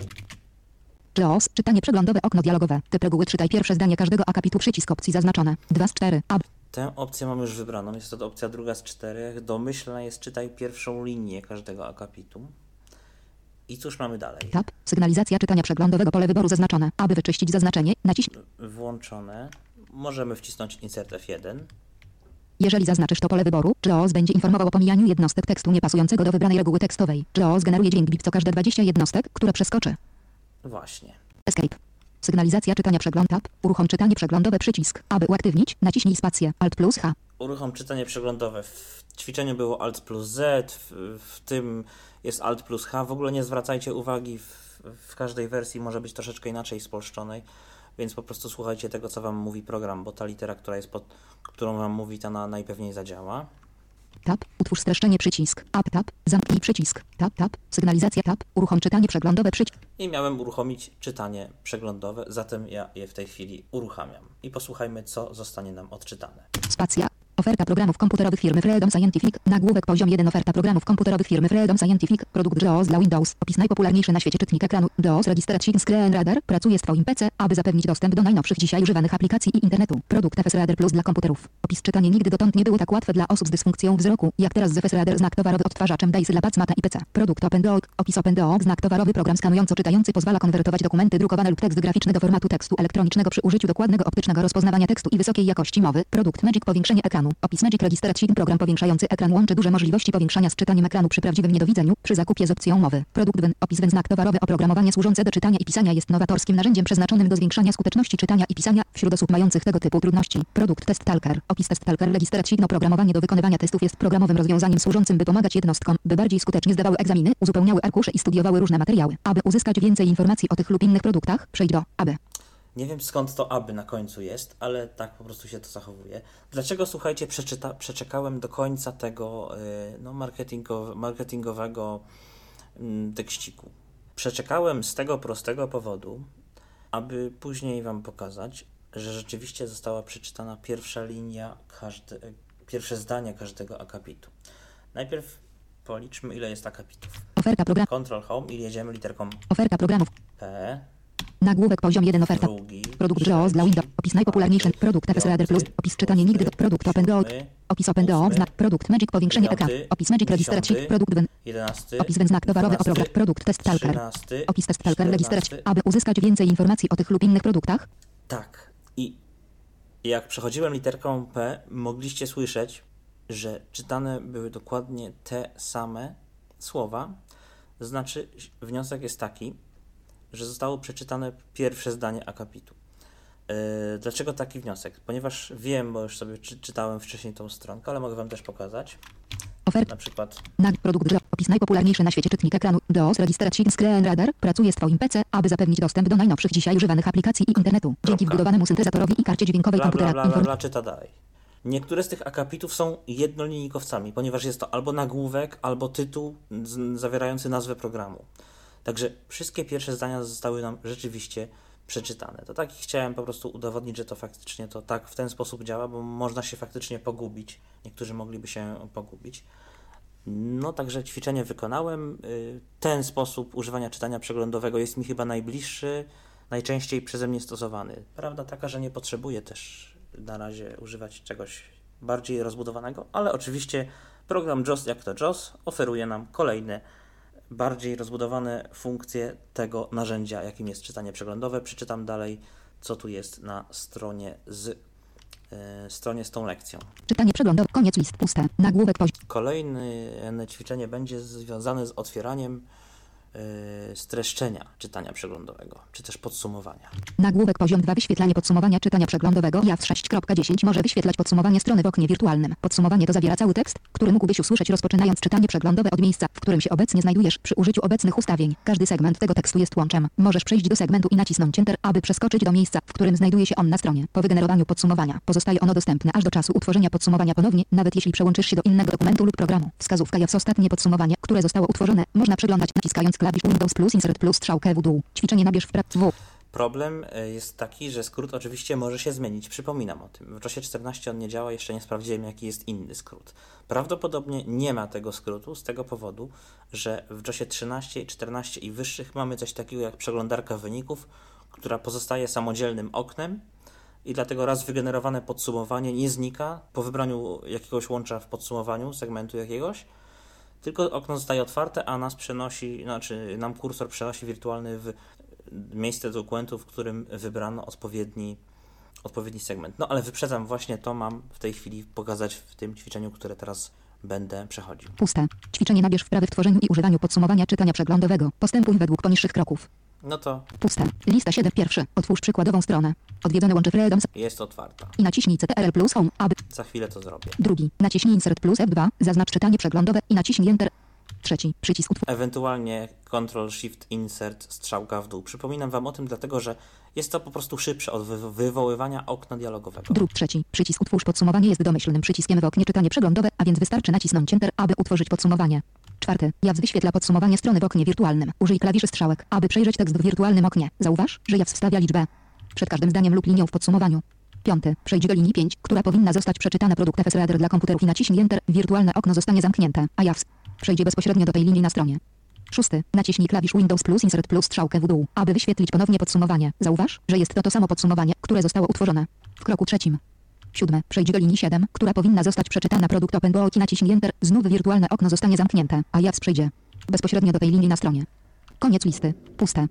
JAWS. Czytanie przeglądowe. Okno dialogowe. Typ reguły. Czytaj pierwsze zdanie każdego akapitu. Przycisk opcji zaznaczone. dwa z czterech. Ab. Tę opcję mam już wybraną. Jest to opcja druga z czterech. Domyślna jest czytaj pierwszą linię każdego akapitu. I cóż mamy dalej? Tab. Sygnalizacja czytania przeglądowego. Pole wyboru zaznaczone. Aby wyczyścić zaznaczenie, naciśnij. Włączone. Możemy wcisnąć Insert F jeden. Jeżeli zaznaczysz to pole wyboru, JAWS będzie informował o pomijaniu jednostek tekstu niepasującego do wybranej reguły tekstowej. JAWS generuje dźwięk bip co każde dwadzieścia jednostek, które przeskoczy. Właśnie. Escape. Sygnalizacja czytania przegląd. Tab. Uruchom czytanie przeglądowe. Przycisk. Aby uaktywnić, naciśnij spację. Alt plus H. Uruchom czytanie przeglądowe. W ćwiczeniu było Alt plus Z, w, w tym jest Alt plus H. W ogóle nie zwracajcie uwagi, w, w każdej wersji może być troszeczkę inaczej spolszczonej, więc po prostu słuchajcie tego, co wam mówi program, bo ta litera, która jest pod, którą wam mówi, ta na, najpewniej zadziała. Tab. Utwórz streszczenie. Przycisk. Up tab. Zamknij przycisk. Tab tab. Sygnalizacja tab. Uruchom czytanie przeglądowe. Przycisk. I miałem uruchomić czytanie przeglądowe, zatem ja je w tej chwili uruchamiam. I posłuchajmy, co zostanie nam odczytane. Spacja. Oferta programów komputerowych firmy Freedom Scientific. Nagłówek poziom jeden. Oferta programów komputerowych firmy Freedom Scientific. Produkt JAWS dla Windows. Opis najpopularniejszy na świecie czytnik ekranu. JAWS Registration Screen Reader. Pracuje z Twoim P C, aby zapewnić dostęp do najnowszych dzisiaj używanych aplikacji i internetu. Produkt F S Reader Plus dla komputerów. Opis czytanie nigdy dotąd nie było tak łatwe dla osób z dysfunkcją wzroku, jak teraz z F S Reader znak towarowy odtwarzaczem D A I S dla Pacmata i P C. Produkt OpenDoc. Opis OpenDoc znak towarowy program skanująco-czytający pozwala konwertować dokumenty drukowane lub tekst graficzny do formatu tekstu elektronicznego przy użyciu dokładnego optycznego rozpoznawania tekstu i wysokiej jakości mowy. Produkt Magic powiększenie ekranu. Opis Magic Registration program powiększający ekran łączy duże możliwości powiększania z czytaniem ekranu przy prawdziwym niedowidzeniu, przy zakupie z opcją mowy. Produkt Win. Opis Win. Znak towarowy. Oprogramowanie służące do czytania i pisania jest nowatorskim narzędziem przeznaczonym do zwiększania skuteczności czytania i pisania wśród osób mających tego typu trudności. Produkt Test Talker. Opis Test Talker Registration. Oprogramowanie do wykonywania testów jest programowym rozwiązaniem służącym, by pomagać jednostkom, by bardziej skutecznie zdawały egzaminy, uzupełniały arkusze i studiowały różne materiały. Aby uzyskać więcej informacji o tych lub innych produktach, przejdź do aby. Nie wiem, skąd to aby na końcu jest, ale tak po prostu się to zachowuje. Dlaczego, słuchajcie, przeczyta, przeczekałem do końca tego yy, no, marketingow, marketingowego yy, tekściku? Przeczekałem z tego prostego powodu, aby później wam pokazać, że rzeczywiście została przeczytana pierwsza linia, każde, pierwsze zdanie każdego akapitu. Najpierw policzmy, ile jest akapitów. Oferta program. Ctrl Home i jedziemy literką Oferta programów. P. Nagłówek poziom jeden. Oferta. Drugi, Produkt JAWS dla Windows. Opis najpopularniejszy. Produkt F S Reader Plus. Opis czytanie nigdy. Produkt OpenDoc. Opis OpenDoc. Znak. Produkt Magic powiększenie ekranu. Opis Magic Registration. Produkt Win. jedenasty, Opis Win. Znak towarowy. Oprogram. Produkt Test Talker. trzynasty, Opis Test Talker czternasty, Registration. Aby uzyskać więcej informacji o tych lub innych produktach, Tak. I jak przechodziłem literką P, mogliście słyszeć, że czytane były dokładnie te same słowa. Znaczy, wniosek jest taki, że zostało przeczytane pierwsze zdanie akapitu. Yy, dlaczego taki wniosek? Ponieważ wiem, bo już sobie czy, czytałem wcześniej tą stronkę, ale mogę wam też pokazać. Ofert. Na przykład Na produkt J O S. Opis najpopularniejszy na świecie czytnik ekranu J O S Register Screen Reader pracuje z Twoim P C, aby zapewnić dostęp do najnowszych dzisiaj używanych aplikacji i internetu. Dzięki Kropka. wbudowanemu syntezatorowi i karcie dźwiękowej bla, bla, komputera. bla, bla, bla, czyta dalej. Niektóre z tych akapitów są jednolinijkowcami, ponieważ jest to albo nagłówek, albo tytuł z, zawierający nazwę programu. Także wszystkie pierwsze zdania zostały nam rzeczywiście przeczytane. To tak chciałem po prostu udowodnić, że to faktycznie to tak w ten sposób działa, bo można się faktycznie pogubić. Niektórzy mogliby się pogubić. No także ćwiczenie wykonałem. Ten sposób używania czytania przeglądowego jest mi chyba najbliższy, najczęściej przeze mnie stosowany. Prawda taka, że nie potrzebuję też na razie używać czegoś bardziej rozbudowanego, ale oczywiście program J O S jak to J O S oferuje nam kolejne, bardziej rozbudowane funkcje tego narzędzia, jakim jest czytanie przeglądowe. Przeczytam dalej, co tu jest na stronie z, yy, stronie z tą lekcją. Czytanie przeglądowe. Koniec list. Puste. Nagłówek poziom. Kolejne ćwiczenie będzie związane z otwieraniem yy, streszczenia czytania przeglądowego, czy też podsumowania. Nagłówek poziom dwa. Wyświetlanie podsumowania czytania przeglądowego. J A W sześć kropka dziesięć może wyświetlać podsumowanie strony w oknie wirtualnym. Podsumowanie to zawiera cały tekst, który mógłbyś usłyszeć rozpoczynając czytanie przeglądowe od miejsca, w którym się obecnie znajdujesz przy użyciu obecnych ustawień. Każdy segment tego tekstu jest łączem. Możesz przejść do segmentu i nacisnąć Enter, aby przeskoczyć do miejsca, w którym znajduje się on na stronie. Po wygenerowaniu podsumowania pozostaje ono dostępne aż do czasu utworzenia podsumowania ponownie, nawet jeśli przełączysz się do innego dokumentu lub programu. Wskazówka J A W S ostatnie podsumowanie, które zostało utworzone, można przeglądać naciskając klawisz Windows plus Insert plus strzałkę w dół. Ćwiczenie nabierz w pra- w. Problem jest taki, że skrót oczywiście może się zmienić. Przypominam o tym. W JOSie czternaście on nie działa, jeszcze nie sprawdziłem, jaki jest inny skrót. Prawdopodobnie nie ma tego skrótu z tego powodu, że w JOSie trzynaście, czternaście i wyższych mamy coś takiego jak przeglądarka wyników, która pozostaje samodzielnym oknem i dlatego raz wygenerowane podsumowanie nie znika po wybraniu jakiegoś łącza w podsumowaniu segmentu jakiegoś, tylko okno zostaje otwarte, a nas przenosi, znaczy nam kursor przenosi wirtualny w miejsce dokumentu, w którym wybrano odpowiedni, odpowiedni segment. No ale wyprzedzam, właśnie to mam w tej chwili pokazać w tym ćwiczeniu, które teraz będę przechodził. Puste. Ćwiczenie nabierz wprawy w tworzeniu i używaniu podsumowania czytania przeglądowego. Postępuj według poniższych kroków. No to Puste. Lista siedem. Pierwszy. Otwórz przykładową stronę. Odwiedzone łącze Freedoms jest otwarta. i naciśnij C T R L plus Home, aby. Za chwilę to zrobię. Drugi. Naciśnij Insert plus F dwa. Zaznacz czytanie przeglądowe i naciśnij Enter. Trzeci. Przycisk utwórz. Ewentualnie Ctrl Shift Insert strzałka w dół. Przypominam Wam o tym, dlatego że jest to po prostu szybsze od wy- wywoływania okna dialogowego. Druk trzeci. Przycisk utwórz podsumowanie jest domyślnym przyciskiem w oknie czytanie przeglądowe, a więc wystarczy nacisnąć Enter, aby utworzyć podsumowanie. Czwarty. J A W S wyświetla podsumowanie strony w oknie wirtualnym. Użyj klawiszy strzałek, aby przejrzeć tekst w wirtualnym oknie. Zauważ, że J A W S wstawia liczbę przed każdym zdaniem lub linią w podsumowaniu. Piąty. Przejdź do linii pięć, która powinna zostać przeczytana. Produkt F S Reader dla komputerów i naciśnij Enter. Wirtualne okno zostanie zamknięte, a J A W S przejdzie bezpośrednio do tej linii na stronie. Szósty. Naciśnij klawisz Windows plus Insert plus strzałkę w dół, aby wyświetlić ponownie podsumowanie. Zauważ, że jest to to samo podsumowanie, które zostało utworzone w kroku trzecim. Siódme. Przejdź do linii siedem, która powinna zostać przeczytana. Produkt Open Book i naciśnij Enter. Znów wirtualne okno zostanie zamknięte, a J A W S przejdzie bezpośrednio do tej linii na stronie. Koniec listy. Puste.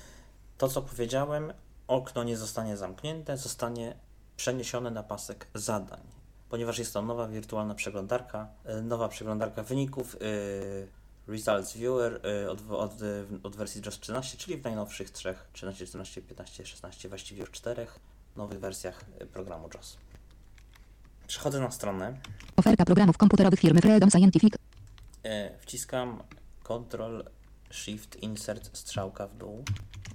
To, co powiedziałem, okno nie zostanie zamknięte, zostanie przeniesione na pasek zadań, ponieważ jest to nowa wirtualna przeglądarka, nowa przeglądarka wyników, yy, Results Viewer yy, od, od, od wersji J O S trzynaście, czyli w najnowszych trzech, trzynaście, czternaście, piętnaście, szesnaście, właściwie już czterech nowych wersjach programu J O S. Przechodzę na stronę. Oferta programów komputerowych firmy Freedom Scientific. Yy, wciskam Ctrl Shift Insert strzałka w dół.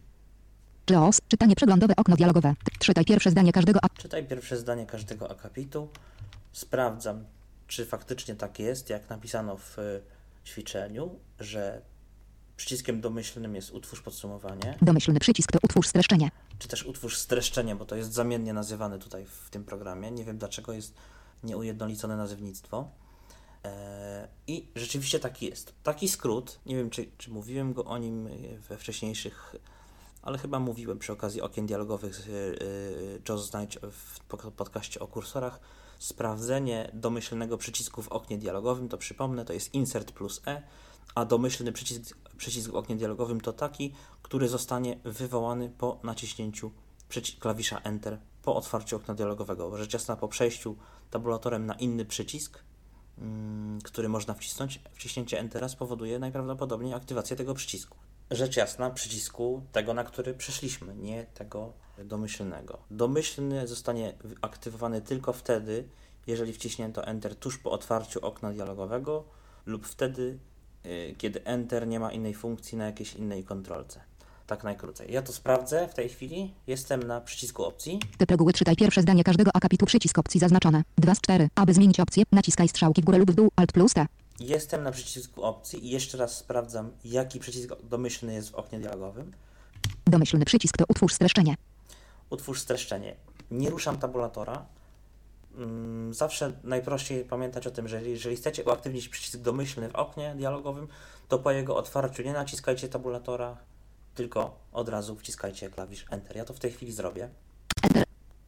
J O S. Czytanie przeglądowe. Okno dialogowe. Czytaj pierwsze zdanie każdego a... Czytaj pierwsze zdanie każdego akapitu. Sprawdzam, czy faktycznie tak jest, jak napisano w ćwiczeniu, że przyciskiem domyślnym jest utwórz podsumowanie. Domyślny przycisk to utwórz streszczenie. Czy też utwórz streszczenie, bo to jest zamiennie nazywane tutaj w tym programie. Nie wiem, dlaczego jest nieujednolicone nazewnictwo. Eee, I rzeczywiście tak jest. Taki skrót, nie wiem, czy, czy mówiłem go o nim we wcześniejszych, ale chyba mówiłem przy okazji okien dialogowych J O S Znajdź w podcaście o kursorach. Sprawdzenie domyślnego przycisku w oknie dialogowym, to przypomnę, to jest Insert plus E, a domyślny przycisk, przycisk w oknie dialogowym to taki, który zostanie wywołany po naciśnięciu przyci- klawisza Enter po otwarciu okna dialogowego. Rzecz jasna, po przejściu tabulatorem na inny przycisk, mm, który można wcisnąć, wciśnięcie Entera spowoduje najprawdopodobniej aktywację tego przycisku. Rzecz jasna, przycisku tego, na który przeszliśmy, nie tego domyślnego. Domyślny zostanie aktywowany tylko wtedy, jeżeli wciśnięto Enter tuż po otwarciu okna dialogowego lub wtedy, yy, kiedy Enter nie ma innej funkcji na jakiejś innej kontrolce. Tak najkrócej. Ja to sprawdzę w tej chwili. Jestem na przycisku opcji. Typ reguły czytaj pierwsze zdanie każdego akapitu, przycisk opcji zaznaczone. dwa z czterech. Aby zmienić opcję, naciskaj strzałki w górę lub w dół, Alt plus T. Jestem na przycisku opcji i jeszcze raz sprawdzam, jaki przycisk domyślny jest w oknie dialogowym. Domyślny przycisk to utwórz streszczenie. Utwórz streszczenie. Nie ruszam tabulatora. Zawsze najprościej pamiętać o tym, że jeżeli chcecie uaktywnić przycisk domyślny w oknie dialogowym, to po jego otwarciu nie naciskajcie tabulatora, tylko od razu wciskajcie klawisz Enter. Ja to w tej chwili zrobię. Enter.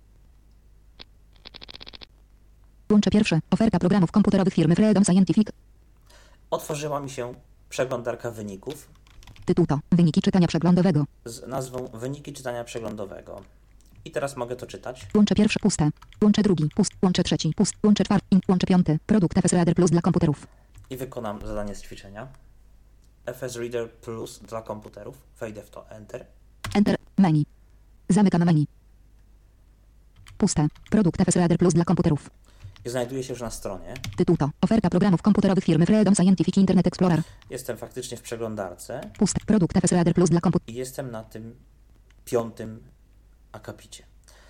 Łącze pierwsze. Oferta programów komputerowych firmy Freedom Scientific. Otworzyła mi się przeglądarka wyników. Tytuł to wyniki czytania przeglądowego. Z nazwą wyniki czytania przeglądowego. I teraz mogę to czytać. Łącze pierwsze puste. Łącze drugi pust. Łącze trzeci pust. Łącze czwarty. Łącze piąty. Produkt F S Reader Plus dla komputerów. I wykonam zadanie z ćwiczenia. F S Reader Plus dla komputerów. Wejdę w to. Enter. Enter. Menu. Zamykam menu. Puste. Produkt F S Reader Plus dla komputerów. I znajduję się już na stronie. Tytuł to oferta programów komputerowych firmy Freedom Scientific Internet Explorer. Jestem faktycznie w przeglądarce. Puste. Produkt F S Reader Plus dla komputerów. I jestem na tym piątym akapicie.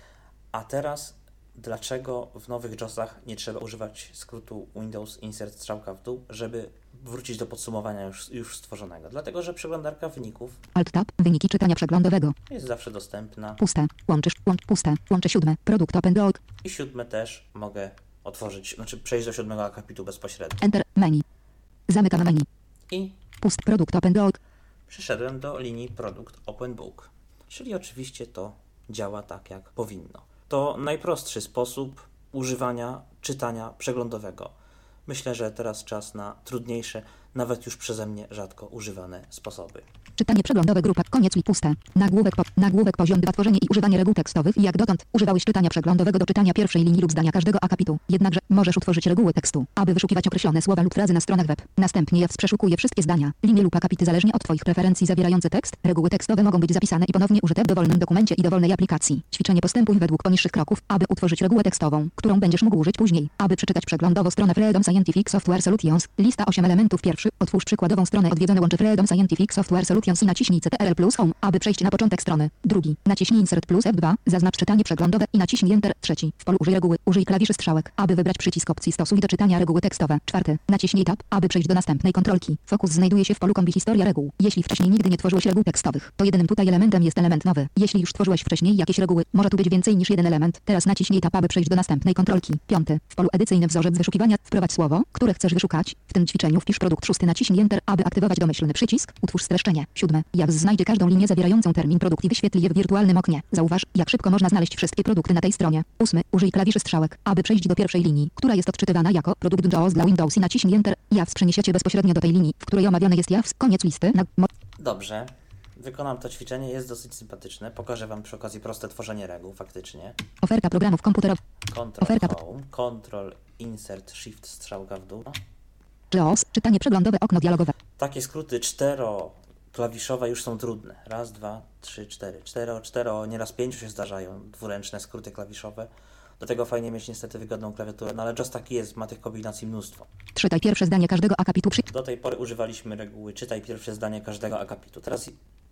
A teraz, dlaczego w nowych JOSach nie trzeba używać skrótu Windows Insert strzałka w dół, żeby wrócić do podsumowania już, już stworzonego? Dlatego, że przeglądarka wyników Alt Tab. Wyniki czytania przeglądowego. jest zawsze dostępna. Puste. Łączysz. Łącz. Puste. Łącze siódme. Produkt Open Doc. I siódme też mogę otworzyć, znaczy przejść do siódmego akapitu bezpośrednio. Enter. Menu. Zamykam menu. I Pust. Produkt Open Doc. przyszedłem do linii Produkt Open Book. Czyli oczywiście to działa tak, jak powinno. To najprostszy sposób używania czytania przeglądowego. Myślę, że teraz czas na trudniejsze, nawet już przeze mnie rzadko używane sposoby. Czytanie przeglądowe grupa. Koniec i puste. Nagłówek, po, nagłówek poziom dwa. Tworzenie i używanie reguł tekstowych. Jak dotąd używałeś czytania przeglądowego do czytania pierwszej linii lub zdania każdego akapitu. Jednakże możesz utworzyć reguły tekstu, aby wyszukiwać określone słowa lub frazy na stronach web. Następnie Jaws przeszukuje wszystkie zdania, linie lub akapity zależnie od Twoich preferencji zawierające tekst. Reguły tekstowe mogą być zapisane i ponownie użyte w dowolnym dokumencie i dowolnej aplikacji. Ćwiczenie postępuj według poniższych kroków, aby utworzyć regułę tekstową, którą będziesz mógł użyć później. Aby przeczytać przeglądowo stronę Freedom Scientific Software Solutions. Lista osiem elementów. Pierwszy. Otwórz przykładową stronę odwiedzone łącze Freedom Scientific Software Solutions i naciśnij C T R L plus Home, aby przejść na początek strony. Drugi. Naciśnij Insert plus F dwa. Zaznacz czytanie przeglądowe i naciśnij Enter. Trzeci. W polu użyj reguły. Użyj klawiszy strzałek, aby wybrać przycisk opcji stosuj do czytania reguły tekstowe. Czwarty. Naciśnij Tab, aby przejść do następnej kontrolki. Fokus znajduje się w polu kombi historia reguł. Jeśli wcześniej nigdy nie tworzyłeś reguł tekstowych, to jedynym tutaj elementem jest element nowy. Jeśli już tworzyłeś wcześniej jakieś reguły, może tu być więcej niż jeden element. Teraz naciśnij Tab, aby przejść do następnej kontrolki. Piąty. W polu edycyjnym wzorzec wyszukiwania wprowadź słowo, które chcesz wyszukać. W tym ćwiczeniu wpisz produkt. Szósty. Naciśnij Enter, aby aktywować domyślny przycisk. Utwórz streszczenie. Siódme. Jaws znajdzie każdą linię zawierającą termin produkt i wyświetli je w wirtualnym oknie. Zauważ, jak szybko można znaleźć wszystkie produkty na tej stronie. Ósmy. Użyj klawiszy strzałek, aby przejść do pierwszej linii, która jest odczytywana jako produkt JAWS dla Windows i naciśnij Enter. Jaws przeniesiecie cię bezpośrednio do tej linii, w której omawiany jest Jaws. Koniec listy. Na... Dobrze. Wykonam to ćwiczenie, jest dosyć sympatyczne. Pokażę Wam przy okazji proste tworzenie reguł, faktycznie. Oferta programów komputerowych. Ctrl Oferta. Home, Ctrl Insert Shift strzałka w dół. JAWS. Czytanie przeglądowe okno dialogowe. Takie skróty czteroklawiszowe już są trudne. Raz, dwa, trzy, cztery. Cztero, cztero, nieraz pięciu się zdarzają dwuręczne skróty klawiszowe. Do tego fajnie mieć niestety wygodną klawiaturę, no ale JAWS taki jest, ma tych kombinacji mnóstwo. Czytaj pierwsze zdanie każdego akapitu. Przy... Do tej pory używaliśmy reguły czytaj pierwsze zdanie każdego akapitu. Teraz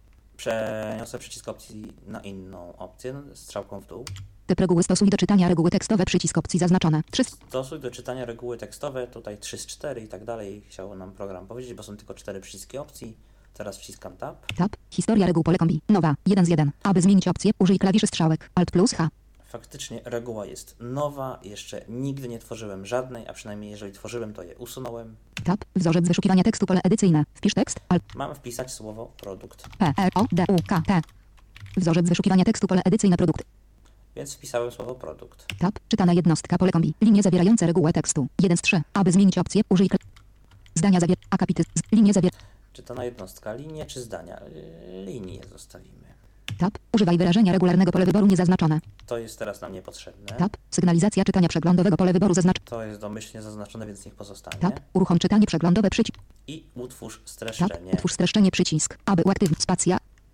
przeniosę przycisk opcji na inną opcję, strzałką w dół. Typ reguły stosuj do czytania reguły tekstowe. Przycisk opcji zaznaczone. trzy. Stosuj do czytania reguły tekstowe, tutaj trzy z czterech i tak dalej chciał nam program powiedzieć, bo są tylko cztery przyciski opcji. Teraz wciskam Tab. Tab. Historia reguł pole kombi. Nowa. jeden z jeden. Aby zmienić opcję, użyj klawiszy strzałek. Alt plus H. Faktycznie reguła jest nowa, jeszcze nigdy nie tworzyłem żadnej, a przynajmniej jeżeli tworzyłem, to je usunąłem. Tab. Wzorzec wyszukiwania tekstu pole edycyjne. Wpisz tekst. Alt. Mam wpisać słowo produkt, P R O D U K T. Wzorzec wyszukiwania tekstu pole edycyjne produkt. więc wpisałem słowo produkt. Tab. Czytana jednostka pole kombi. Linie zawierające regułę tekstu. jeden z trzech. Aby zmienić opcję, użyj kl- zdania zawier... akapity. Z... Linie zawier... Czy to na jednostka linie, czy zdania? Linię zostawimy. Tab. Używaj wyrażenia regularnego pole wyboru niezaznaczone. To jest teraz nam niepotrzebne. Tab. Sygnalizacja czytania przeglądowego pole wyboru zaznaczone. To jest domyślnie zaznaczone, więc niech pozostanie. Tab. Uruchom czytanie przeglądowe przycisk. I utwórz Tab. streszczenie. Utwórz streszczenie przycisk. Aby uaktywnić spacja.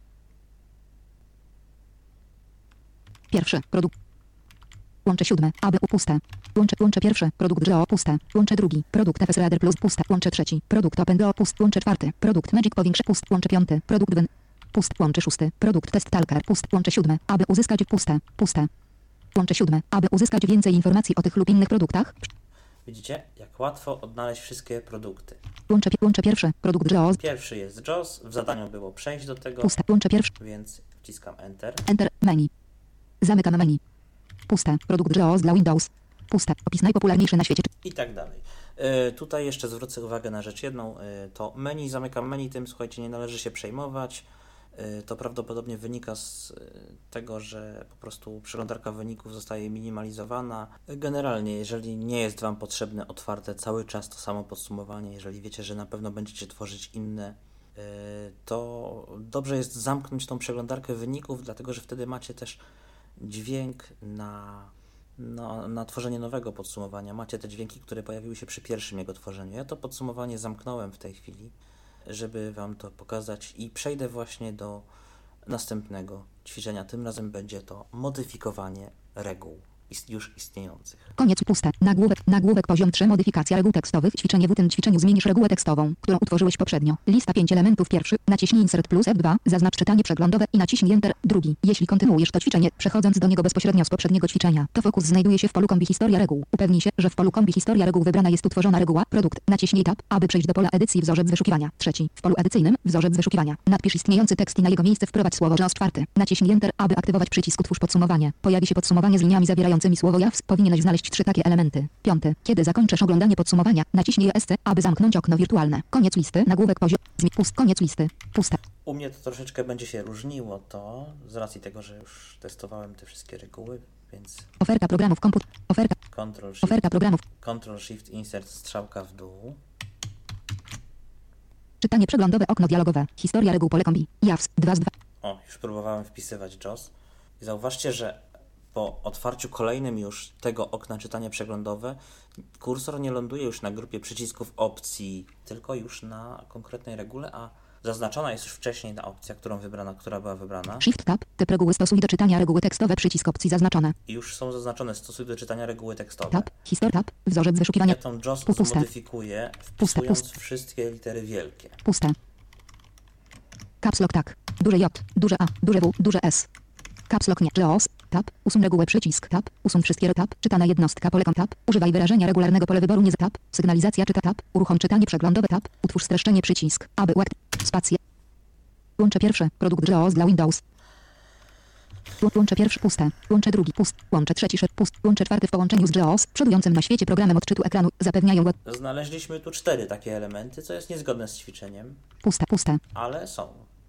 Pierwszy. Produkt. Łącze siódme. Aby upuste. Łącze, łącze pierwsze. Produkt Geo puste. Łącze drugi. Produkt F S Reader Plus puste. Łącze trzeci. Produkt OpenGeo pust. Łącze czwarty. Produkt Magic Powiększe pust. Łącze piąty. Produkt Win. Pust. Łącze szósty. Produkt Test Talker pust. Łącze siódme. Aby uzyskać puste. Puste. Łącze siódme. Aby uzyskać więcej informacji o tych lub innych produktach. Widzicie, jak łatwo odnaleźć wszystkie produkty. Łącze, łącze pierwsze. Produkt Geo. Pierwszy jest J O S. W zadaniu było przejść do tego, Puste. Łącze pierwsze. więc wciskam Enter. Enter. Menu. Zamykam menu. Puste. Produkt Geo dla Windows. Puste. Opis najpopularniejszy na świecie. I tak dalej. Yy, tutaj jeszcze zwrócę uwagę na rzecz jedną. Yy, to menu, zamykam menu, tym słuchajcie, nie należy się przejmować. Yy, to prawdopodobnie wynika z yy, tego, że po prostu przeglądarka wyników zostaje minimalizowana. Yy, generalnie, jeżeli nie jest Wam potrzebne otwarte cały czas to samo podsumowanie, jeżeli wiecie, że na pewno będziecie tworzyć inne, yy, to dobrze jest zamknąć tą przeglądarkę wyników, dlatego że wtedy macie też dźwięk na, na, na tworzenie nowego podsumowania. Macie te dźwięki, które pojawiły się przy pierwszym jego tworzeniu. Ja to podsumowanie zamknąłem w tej chwili, żeby Wam to pokazać i przejdę właśnie do następnego ćwiczenia. Tym razem będzie to modyfikowanie reguł ist- już istniejących. Koniec puste. Nagłówek. Nagłówek poziom trzy. Modyfikacja reguł tekstowych. Ćwiczenie. W tym ćwiczeniu zmienisz regułę tekstową, którą utworzyłeś poprzednio. Lista pięć elementów. Pierwszy. Naciśnij Insert plus F dwa. Zaznacz czytanie przeglądowe i naciśnij Enter. Drugi. Jeśli kontynuujesz to ćwiczenie, przechodząc do niego bezpośrednio z poprzedniego ćwiczenia, to fokus znajduje się w polu kombi historia reguł. Upewnij się, że w polu kombi historia reguł wybrana jest utworzona reguła. Produkt. Naciśnij Tab, aby przejść do pola edycji wzorzec wyszukiwania. Trzeci. W polu edycyjnym wzorzec wyszukiwania. Nadpisz istniejący tekst i na jego miejsce wprowadź słowo J O S. Czwarty. Naciśnij Enter, aby aktywować przycisk Utwórz podsumowanie. Pojawi się podsumowanie z liniami zawierającymi słowo J A W S. Powinieneś znaleźć trzy takie elementy. Piąty. Kiedy zakończysz oglądanie podsumowania, naciśnij E S C, aby zamknąć okno wirtualne. Koniec listy. Nagłówek poziom. Zmień pust. Koniec listy. Puste. U mnie to troszeczkę będzie się różniło to, z racji tego, że już testowałem te wszystkie reguły, więc Oferta programów komputer. Oferta. Ctrl Shift, Oferta programów. Ctrl Shift Insert, strzałka w dół. Czytanie przeglądowe. Okno dialogowe. Historia reguł. Pole kombi. J A W S. dwa z dwa. O, już próbowałem wpisywać J O S. I zauważcie, że po otwarciu kolejnym już tego okna czytanie przeglądowe, kursor nie ląduje już na grupie przycisków opcji, tylko już na konkretnej regule, a zaznaczona jest już wcześniej ta opcja, którą wybrana, która była wybrana. Shift Tab. Te reguły stosuj do czytania reguły tekstowe. Przycisk opcji zaznaczone. I już są zaznaczone stosuj do czytania reguły tekstowe. Tab. Historia Tab. Wzorzec wyszukiwania. Ja tą J O S Puste. zmodyfikuję, wpisując wszystkie litery wielkie. Puste. Caps Lock tak. Duże J. Duże A. Duże W. Duże S. Caps Lock nie. J O S. Tab. Usuń regułę przycisk. Tab. Usuń wszystkie tab. Czytana jednostka. Pole tab. Używaj wyrażenia regularnego pole wyboru nie z tab. Sygnalizacja czyta tab. Uruchom czytanie przeglądowe tab. Utwórz streszczenie przycisk. Aby uakt. Spację. Łącze pierwsze. Produkt J O S dla Windows. Łącze pierwszy puste. Łącze drugi pust. Łącze trzeci szedł pust. Łącze czwarty w połączeniu z J O S, przodującym na świecie programem odczytu ekranu, zapewniają go. Znaleźliśmy tu cztery takie elementy, co jest niezgodne z ćwiczeniem, Puste, puste. ale są.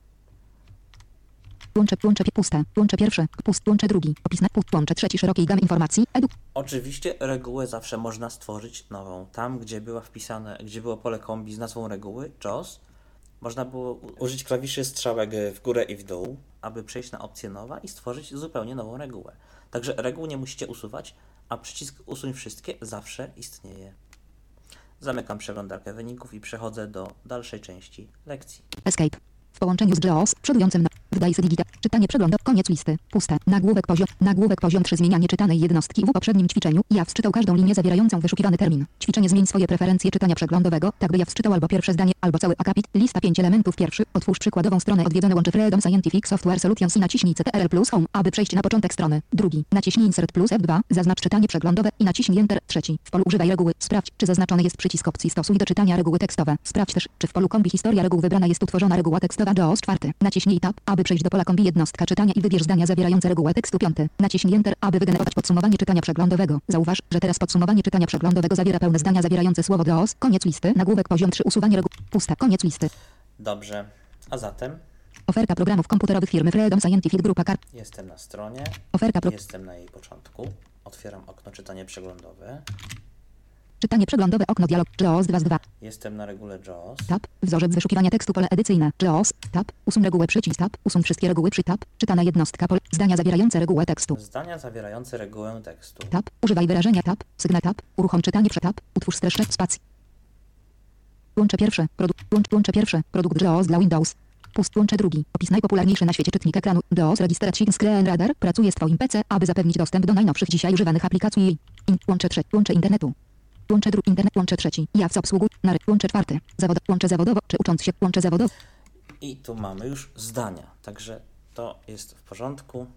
Łącze, łącze puste. Łącze pierwsze. Pust. Łącze drugi. Opis na pust. Łącze trzeci szerokiej gamy informacji. Edu. Oczywiście regułę zawsze można stworzyć nową. Tam, gdzie była wpisane, gdzie było pole kombi z nazwą reguły, J O S, można było użyć klawiszy strzałek w górę i w dół, aby przejść na opcję nowa i stworzyć zupełnie nową regułę. Także reguł nie musicie usuwać, a przycisk usuń wszystkie zawsze istnieje. Zamykam przeglądarkę wyników i przechodzę do dalszej części lekcji. Escape. W połączeniu z J O S, przodującym na Wdaj z digita. Czytanie przeglądowe. Koniec listy. Puste. Nagłówek poziom. Nagłówek poziom trzy. Zmienianie czytanej jednostki. W poprzednim ćwiczeniu J A W S czytał każdą linię zawierającą wyszukiwany termin. Ćwiczenie zmień swoje preferencje czytania przeglądowego, tak by J A W S czytał albo pierwsze zdanie, albo cały akapit. Lista pięć elementów. Pierwszy. Otwórz przykładową stronę odwiedzone łącze Freedom Scientific Software Solutions i naciśnij C T R L plus Home, aby przejść na początek strony. Drugi. Naciśnij Insert plus F dwa. Zaznacz czytanie przeglądowe i naciśnij Enter. Trzeci. W polu używaj reguły. Sprawdź, czy zaznaczony jest przycisk opcji stosuj do czytania reguły tekstowe. Sprawdź też, czy w polu kombi historia reguł wybrana jest utworzona reguła tekstowa J O S. Czwarty. Naciśnij Tab, aby przejść do pola kombi jednostka czytania i wybierz zdania zawierające regułę tekstu. Piąty. Naciśnij Enter, aby wygenerować podsumowanie czytania przeglądowego. Zauważ, że teraz podsumowanie czytania przeglądowego zawiera pełne zdania zawierające słowo J O S. Koniec listy. Nagłówek poziom trzy. Usuwanie reguł. Pusta. Koniec listy. Dobrze. A zatem Oferta programów komputerowych firmy Freedom Scientific Grupa Kar. jestem na stronie. Oferta pro... Jestem na jej początku. Otwieram okno czytanie przeglądowe. Czytanie przeglądowe okno dialog. JAWS dwa z dwa. Jestem na regule JAWS. Tab. Wzorzec wyszukiwania tekstu pole edycyjne. JAWS. Tab. Usuń regułę przycisk. Tab. Usuń wszystkie reguły przy tab. Czytana jednostka pole. Zdania zawierające regułę tekstu. Zdania zawierające regułę tekstu. Tab. Używaj wyrażenia tab. Sygnał tab. Uruchom czytanie prze tab. Utwórz streszczę spacji. Łącze pierwsze. Produkt. Łącz, łącze pierwsze. Produkt JAWS dla Windows. Pust łącze drugi. Opis najpopularniejszy na świecie czytnik ekranu. JAWS Registration Screen Reader pracuje z Twoim P C, aby zapewnić dostęp do najnowszych dzisiaj używanych aplikacji. In, łącze trzecie. Łącze internetu. Łącze drugi. Internet. Łącze trzeci. JAWS obsługu. Nary. Łącze czwarty. Zawod. Łącze zawodowo. Czy ucząc się. Łącze zawodowo. I tu mamy już zdania. Także to jest w porządku.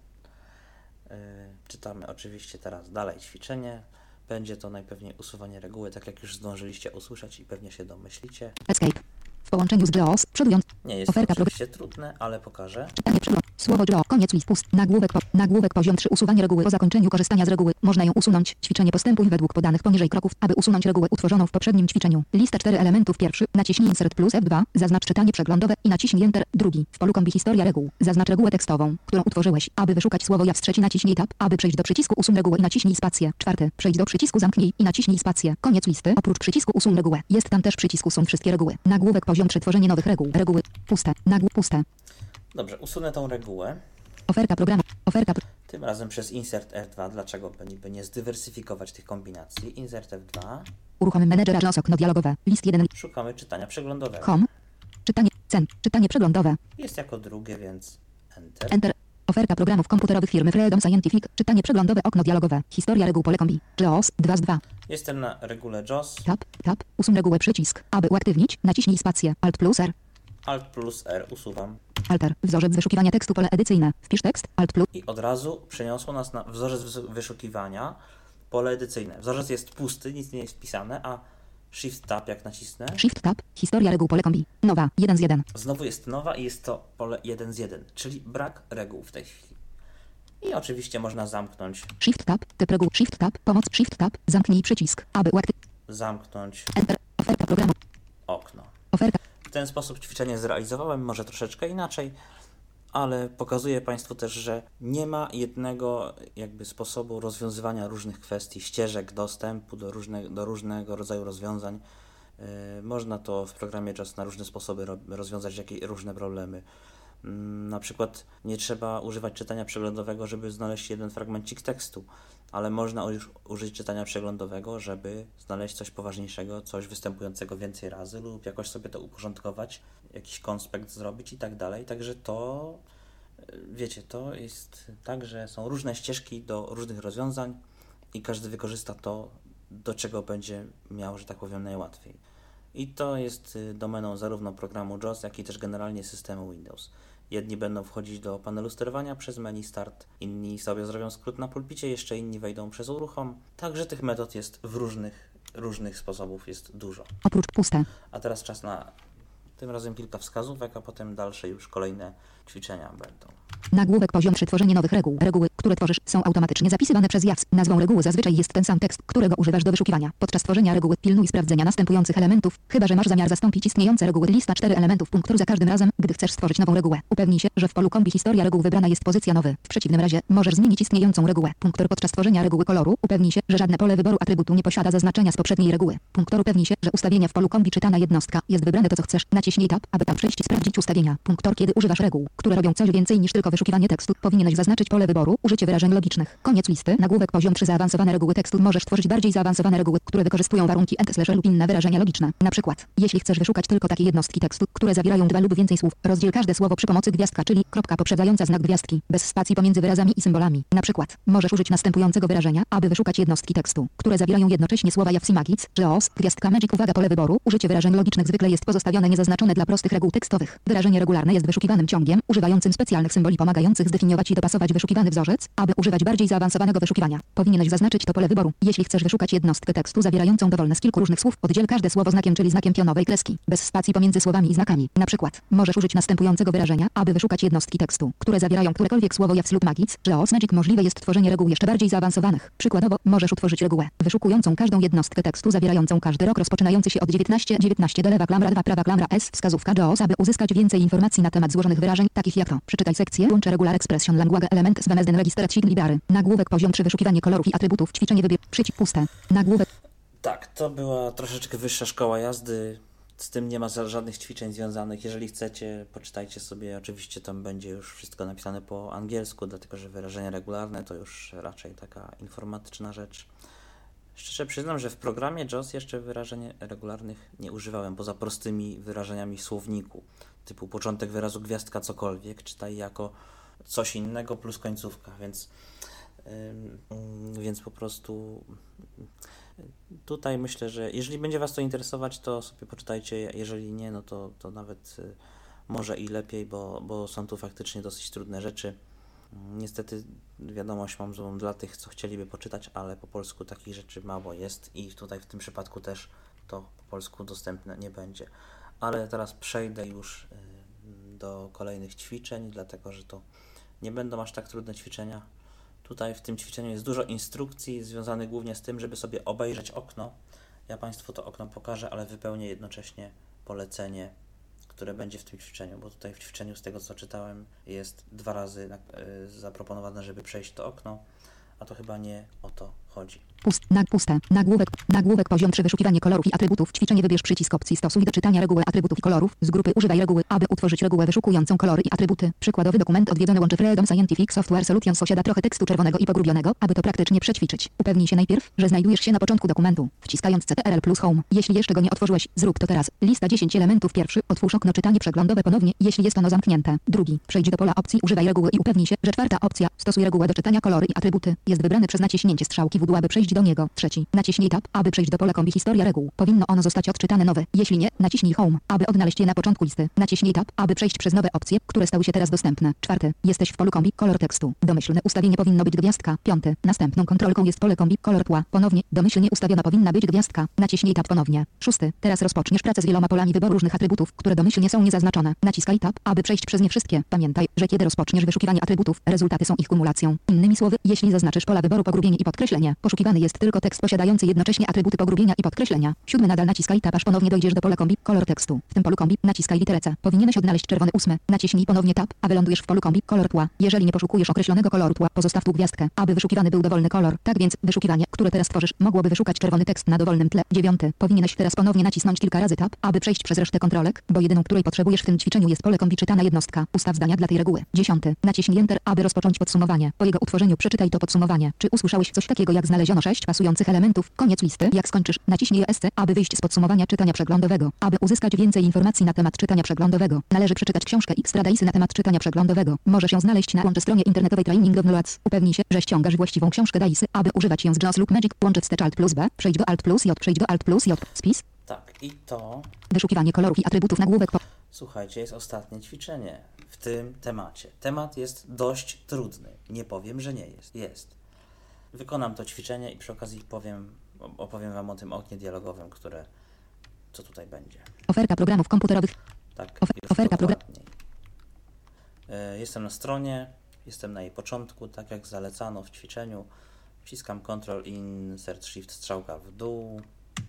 Yy, czytamy oczywiście teraz dalej ćwiczenie. Będzie to najpewniej usuwanie reguły, tak jak już zdążyliście usłyszeć i pewnie się domyślicie. Escape. W połączeniu z JAWS. Przodując. Nie jest to oczywiście trudne, ale pokażę. Czytanie przegląd. Słowo JAWS. Koniec list pust. Nagłówek, po, nagłówek poziom trzy. Usuwanie reguły. Po zakończeniu korzystania z reguły można ją usunąć. Ćwiczenie postępuj według podanych poniżej kroków, aby usunąć regułę utworzoną w poprzednim ćwiczeniu. Lista cztery elementów. Pierwszy. Naciśnij Insert plus F dwa. Zaznacz czytanie przeglądowe i naciśnij Enter. Drugi. W polu kombi historia reguł. Zaznacz regułę tekstową, którą utworzyłeś. Aby wyszukać słowo JAWS. Trzeci. Naciśnij Tab. Aby przejść do przycisku Usuń regułę i naciśnij spację. Czwarty. Przejdź do przycisku Zamknij i naciśnij spację. Koniec listy. Oprócz przycisku Usuń regułę. Jest tam też przycisk Usuń wszystkie reguły. Nagłówek poziom trzy. Tworzenie nowych reguł. Reguły. Puste. Nagłówek puste. Dobrze, usunę tą regułę. Oferta programu. Oferta. Tym razem przez Insert F dwa. Dlaczego by nie zdywersyfikować tych kombinacji? Insert F dwa. Uruchom menedżer JAWS okno dialogowe. List jeden. Szukamy czytania przeglądowego. Home. Czytanie. Cen. Czytanie przeglądowe. Jest jako drugie, więc Enter. Enter. Oferta programów komputerowych firmy Freedom Scientific. Czytanie przeglądowe okno dialogowe. Historia reguł pole kombi. JAWS dwa z dwa. Jestem na regule JAWS. Tab. Tab. Usuń regułę przycisk. Aby uaktywnić, naciśnij spację. Alt plus R. Alt plus R usuwam. Alter. Wzorzec wyszukiwania tekstu pole edycyjne. Wpisz tekst. Alt plus. I od razu przeniosło nas na wzorzec wyszukiwania, pole edycyjne. Wzorzec jest pusty, nic nie jest wpisane, a Shift Tab jak nacisnę. Shift Tab. Historia reguł pole kombi. Nowa. jeden z jeden. Znowu jest nowa i jest to pole jeden z jeden, czyli brak reguł w tej chwili. I oczywiście można zamknąć. Shift Tab. Typ reguł. Shift Tab. Pomoc. Shift Tab. Zamknij przycisk. Aby uaktywnić. Zamknąć. Enter. Oferta programu. Okno. Oferta. W ten sposób ćwiczenie zrealizowałem, może troszeczkę inaczej, ale pokazuję Państwu też, że nie ma jednego jakby sposobu rozwiązywania różnych kwestii, ścieżek dostępu do, różne, do różnego rodzaju rozwiązań. Yy, można to w programie JAWS na różne sposoby ro- rozwiązać jakieś różne problemy. Yy, na przykład nie trzeba używać czytania przeglądowego, żeby znaleźć jeden fragmencik tekstu, ale można już użyć czytania przeglądowego, żeby znaleźć coś poważniejszego, coś występującego więcej razy lub jakoś sobie to uporządkować, jakiś konspekt zrobić i tak dalej. Także to, wiecie, to jest tak, że są różne ścieżki do różnych rozwiązań i każdy wykorzysta to, do czego będzie miał, że tak powiem, najłatwiej. I to jest domeną zarówno programu JAWS, jak i też generalnie systemu Windows. Jedni będą wchodzić do panelu sterowania przez menu Start, inni sobie zrobią skrót na pulpicie, jeszcze inni wejdą przez uruchom. Także tych metod jest w różnych, różnych sposobów jest dużo. Oprócz puste. A teraz czas na tym razem kilka wskazówek, a potem dalsze już kolejne ćwiczenia będą. Nagłówek poziom trzy. Tworzenie nowych reguł. Reguły, które tworzysz, są automatycznie zapisywane przez JAWS. Nazwą reguły zazwyczaj jest ten sam tekst, którego używasz do wyszukiwania. Podczas tworzenia reguły pilnuj sprawdzenia następujących elementów, chyba że masz zamiar zastąpić istniejące reguły. Lista cztery elementów. Punktur za każdym razem, gdy chcesz stworzyć nową regułę. Upewnij się, że w polu kombi historia reguł wybrana jest pozycja nowy. W przeciwnym razie możesz zmienić istniejącą regułę. Punktor podczas tworzenia reguły koloru. Upewnij się, że żadne pole wyboru atrybutu nie posiada zaznaczenia z poprzedniej reguły. Punktor upewnij się, że ustawienia w polu kombi czytana jednostka jest wybrane to co chcesz. Naciśnij Tab, aby tam przejść i sprawdzić ustawienia. Punktor kiedy używasz reguł, które robią coś więcej niż tylko wyszukiwanie tekstu. Powinieneś zaznaczyć pole wyboru, użycie wyrażeń logicznych. Koniec listy. Nagłówek poziom trzy. Zaawansowane reguły tekstu. Możesz tworzyć bardziej zaawansowane reguły, które wykorzystują warunki and slash lub inne wyrażenia logiczne. Na przykład, jeśli chcesz wyszukać tylko takie jednostki tekstu, które zawierają dwa lub więcej słów, rozdziel każde słowo przy pomocy gwiazdka, czyli kropka poprzedzająca znak gwiazdki, bez spacji pomiędzy wyrazami i symbolami. Na przykład, możesz użyć następującego wyrażenia, aby wyszukać jednostki tekstu, które zawierają jednocześnie słowa JAWS i Magic, JAWS, gwiazdka Magic. Uwaga, pole wyboru, użycie wyrażeń logicznych zwykle jest pozostawione niezaznaczone dla prostych reguł tekstowych. Wyrażenie regularne jest wyszukiwanym ciągiem, używającym specjalnych symboli pomagających zdefiniować i dopasować wyszukiwany wzorzec. Aby używać bardziej zaawansowanego wyszukiwania, powinieneś zaznaczyć to pole wyboru. Jeśli chcesz wyszukać jednostkę tekstu zawierającą dowolne z kilku różnych słów, oddziel każde słowo znakiem, czyli znakiem pionowej kreski, bez spacji pomiędzy słowami i znakami. Na przykład, możesz użyć następującego wyrażenia, aby wyszukać jednostki tekstu, które zawierają którekolwiek słowo JAWS lub Magic, JAWS Magic. Możliwe jest tworzenie reguł jeszcze bardziej zaawansowanych. Przykładowo, możesz utworzyć regułę wyszukującą każdą jednostkę tekstu zawierającą każdy rok rozpoczynający się od dziewiętnaście dziewiętnaście do lewa klamra dwa prawa klamra S. Wskazówka JAWS, aby uzyskać więcej informacji na temat złożonych wyrażeń, takich jak to. Przeczytaj sekcję, łącze regular expression language element z Venezden registrat libary. Nagłówek poziom trzy. Wyszukiwanie kolorów i atrybutów. Ćwiczenie wybierz przycisk puste. Nagłówek. Tak, to była troszeczkę wyższa szkoła jazdy. Z tym nie ma żadnych ćwiczeń związanych. Jeżeli chcecie, poczytajcie sobie. Oczywiście tam będzie już wszystko napisane po angielsku, dlatego że wyrażenia regularne to już raczej taka informatyczna rzecz. Szczerze przyznam, że w programie JAWS jeszcze wyrażeń regularnych nie używałem, poza prostymi wyrażeniami w słowniku, typu początek wyrazu gwiazdka cokolwiek, czytaj jako coś innego plus końcówka, więc, yy, więc po prostu tutaj myślę, że jeżeli będzie Was to interesować, to sobie poczytajcie, jeżeli nie, no to, to nawet yy, może i lepiej, bo, bo są tu faktycznie dosyć trudne rzeczy. Niestety wiadomość mam złą dla tych, co chcieliby poczytać, ale po polsku takich rzeczy mało jest i tutaj w tym przypadku też to po polsku dostępne nie będzie. Ale teraz przejdę już do kolejnych ćwiczeń, dlatego że to nie będą aż tak trudne ćwiczenia. Tutaj w tym ćwiczeniu jest dużo instrukcji związanych głównie z tym, żeby sobie obejrzeć okno. Ja Państwu to okno pokażę, ale wypełnię jednocześnie polecenie, które będzie w tym ćwiczeniu, bo tutaj w ćwiczeniu z tego co czytałem jest dwa razy na, y, zaproponowane, żeby przejść to okno, a to chyba nie o to chodzi. Pust, nag, puste, nagłówek, nagłówek poziom trzy wyszukiwanie kolorów i atrybutów. Ćwiczenie wybierz przycisk opcji stosuj do czytania reguły atrybutów i kolorów. Z grupy używaj reguły, aby utworzyć regułę wyszukującą kolory i atrybuty. Przykładowy dokument odwiedzony łączy Freedom Scientific Software Solutions posiada trochę tekstu czerwonego i pogrubionego, aby to praktycznie przećwiczyć. Upewnij się najpierw, że znajdujesz się na początku dokumentu, wciskając C T R L plus Home. Jeśli jeszcze go nie otworzyłeś, zrób to teraz. Lista dziesięć elementów. Pierwszy, otwórz okno czytanie przeglądowe ponownie, jeśli jest ono zamknięte. Drugi, przejdź do pola opcji używaj reguły i upewnij się, że czwarta opcja, stosuj regułę do czytania kolory i atrybuty, jest wybrany przez naciśnięcie strzałki w dół, aby przejść do niego. Trzeci, naciśnij Tab, aby przejść do pola kombi historia reguł. Powinno ono zostać odczytane nowe. Jeśli nie, naciśnij Home, aby odnaleźć je na początku listy. Naciśnij Tab, aby przejść przez nowe opcje, które stały się teraz dostępne. Czwarty, jesteś w polu kombi kolor tekstu. Domyślne ustawienie powinno być gwiazdka. Piąty, następną kontrolką jest pole kombi kolor tła. Ponownie, domyślnie ustawiona powinna być gwiazdka. Naciśnij Tab ponownie. Szósty, teraz rozpoczniesz pracę z wieloma polami wyboru różnych atrybutów, które domyślnie są niezaznaczone. Naciskaj Tab, aby przejść przez nie wszystkie. Pamiętaj, że kiedy rozpoczniesz wyszukiwanie atrybutów, rezultaty są ich kumulacją. Innymi słowy, jeśli zaznaczysz pola wyboru pogrubienie i podkreślenie, poszukiwany jest tylko tekst posiadający jednocześnie atrybuty pogrubienia i podkreślenia. Siódmy, nadal naciskaj Tab, aż ponownie dojdziesz do pola kombi kolor tekstu. W tym polu kombi naciskaj literę C. Powinieneś odnaleźć czerwony. Ósmy, naciśnij ponownie Tab, a wylądujesz w polu kombi kolor tła. Jeżeli nie poszukujesz określonego koloru tła, pozostaw tu gwiazdkę, aby wyszukiwany był dowolny kolor. Tak więc wyszukiwanie, które teraz tworzysz, mogłoby wyszukać czerwony tekst na dowolnym tle. Dziewiąty, powinieneś teraz ponownie nacisnąć kilka razy Tab, aby przejść przez resztę kontrolek, bo jedyną, której potrzebujesz w tym ćwiczeniu jest pole kombi czytana jednostka. Ustaw zdania dla tej reguły. Dziesiąty, naciśnij Enter, aby rozpocząć podsumowanie. Po jego utworzeniu przeczytaj to podsumowanie. Czy usłyszałeś coś takiego jak znaleziono sześć pasujących elementów? Koniec listy. Jak skończysz, naciśnij E S C, aby wyjść z podsumowania czytania przeglądowego. Aby uzyskać więcej informacji na temat czytania przeglądowego, należy przeczytać książkę Extra Daysy na temat czytania przeglądowego. Możesz ją znaleźć na łączy stronie internetowej Training of Notes. Upewnij się, że ściągasz właściwą książkę Daysy, aby używać ją z JAWS lub Magic. Łączy wstecz Alt plus B, przejdź do Alt plus J, przejdź do Alt plus J, spis. Tak, i to... Wyszukiwanie kolorów i atrybutów nagłówek po... Słuchajcie, jest ostatnie ćwiczenie w tym temacie. Temat jest dość trudny. Nie powiem, że nie jest. Jest. Wykonam to ćwiczenie i przy okazji powiem, opowiem Wam o tym oknie dialogowym, które... co tutaj będzie. Oferta programów komputerowych. Tak, Of- już oferta program- dokładniej. E, Jestem na stronie, jestem na jej początku, tak jak zalecano w ćwiczeniu. Wciskam Ctrl Insert Shift strzałka w dół.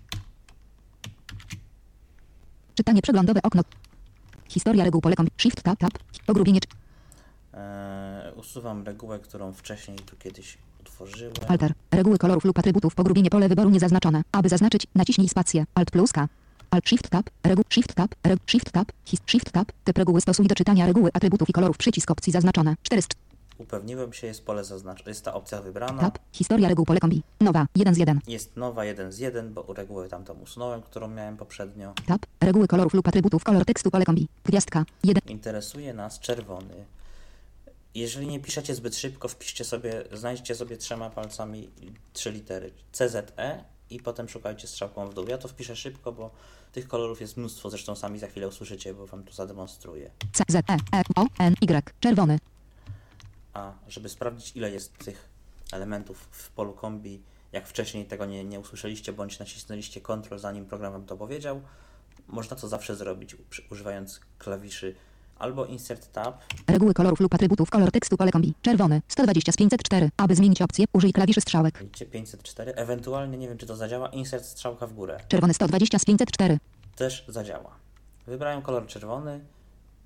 Czytanie przeglądowe okno. Historia reguł pole kombi. Shift Tab Tab. Pogrubienie. E, usuwam regułę, którą wcześniej tu kiedyś utworzyłem. Alter. Reguły kolorów lub atrybutów. Pogrubienie pole wyboru niezaznaczone. Aby zaznaczyć, naciśnij spację. Alt plus K. Alt Shift Tab. Reguł. Shift Tab. Reg, Shift Tab. His, Shift Tab. Typ reguły stosuj do czytania reguły atrybutów i kolorów. Przycisk opcji zaznaczone. czterysta. Upewniłem się, jest pole zaznaczone. Jest ta opcja wybrana. Tab. Historia reguł pole kombi. Nowa. jeden z jeden. Jest nowa jeden z jeden, bo regułę tamtą usunąłem, którą miałem poprzednio. Tab. Reguły kolorów lub atrybutów. Kolor tekstu pole kombi. Gwiazdka. jeden. Interesuje nas czerwony. Jeżeli nie piszecie zbyt szybko, wpiszcie sobie, znajdźcie sobie trzema palcami trzy litery C Z E i potem szukajcie strzałką w dół. Ja to wpiszę szybko, bo tych kolorów jest mnóstwo, zresztą sami za chwilę usłyszycie, bo Wam tu zademonstruję. C Z E E O N Y. Czerwony. A żeby sprawdzić, ile jest tych elementów w polu kombi, jak wcześniej tego nie, nie usłyszeliście, bądź nacisnęliście Ctrl, zanim program Wam to powiedział, można to zawsze zrobić przy, używając klawiszy albo Insert Tab. Reguły kolorów lub atrybutów. Kolor tekstu pole kombi. Czerwony. sto dwadzieścia z pięćset cztery. Aby zmienić opcję, użyj klawiszy strzałek. Widzicie, pięćset cztery. Ewentualnie, nie wiem czy to zadziała, Insert strzałka w górę. Czerwony sto dwadzieścia z pięćset cztery. Też zadziała. Wybrałem kolor czerwony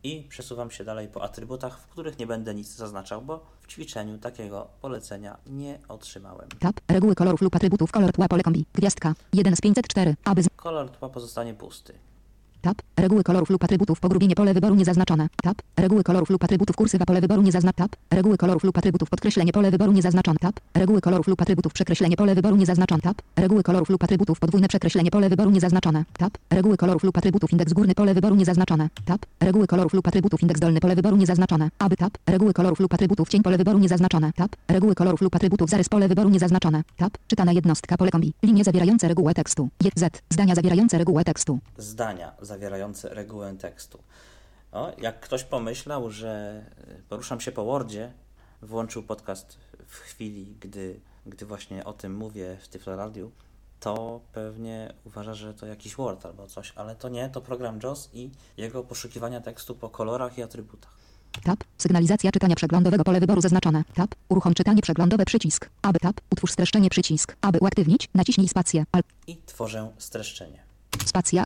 I przesuwam się dalej po atrybutach, w których nie będę nic zaznaczał, bo w ćwiczeniu takiego polecenia nie otrzymałem. Tab. Reguły kolorów lub atrybutów. Kolor tła pole kombi. Gwiazdka. jeden z pięćset cztery. Aby z... Kolor tła pozostanie pusty. Tab. Reguły kolorów lub atrybutów. Pogrubienie pole wyboru niezaznaczone. Tab. Reguły kolorów lub atrybutów. Kursywa pole wyboru niezaznaczone. Tab. Reguły kolorów lub atrybutów. Podkreślenie pole wyboru niezaznaczone. Tab. Reguły kolorów lub atrybutów. Przekreślenie pole wyboru niezaznaczone. Tab. Reguły kolorów lub atrybutów. Podwójne przekreślenie pole wyboru niezaznaczone. Tab. Reguły kolorów lub atrybutów. Indeks górny pole wyboru niezaznaczone. Tab. Reguły kolorów lub atrybutów. Indeks dolny pole wyboru niezaznaczone. Aby tab. Reguły kolorów lub atrybutów. Cień pole wyboru niezaznaczone. Tab. Reguły kolorów lub atrybutów. Zarys pole wyboru niezaznaczone. Tab. Czytana jednostka pole kombi. Linie zawierające regułę tekstu. Z. Zdania zawierające regułę tekstu. Zdania zawierające regułę tekstu. O, jak ktoś pomyślał, że poruszam się po Wordzie, włączył podcast w chwili, gdy, gdy właśnie o tym mówię w Tyflo Radiu, to pewnie uważa, że to jakiś Word albo coś, ale to nie, to program JAWS i jego poszukiwania tekstu po kolorach i atrybutach. Tab. Sygnalizacja czytania przeglądowego pole wyboru zaznaczone. Tab. Uruchom czytanie przeglądowe przycisk. Aby tab. Utwórz streszczenie przycisk. Aby uaktywnić, naciśnij spację. Al. I tworzę streszczenie. Spacja.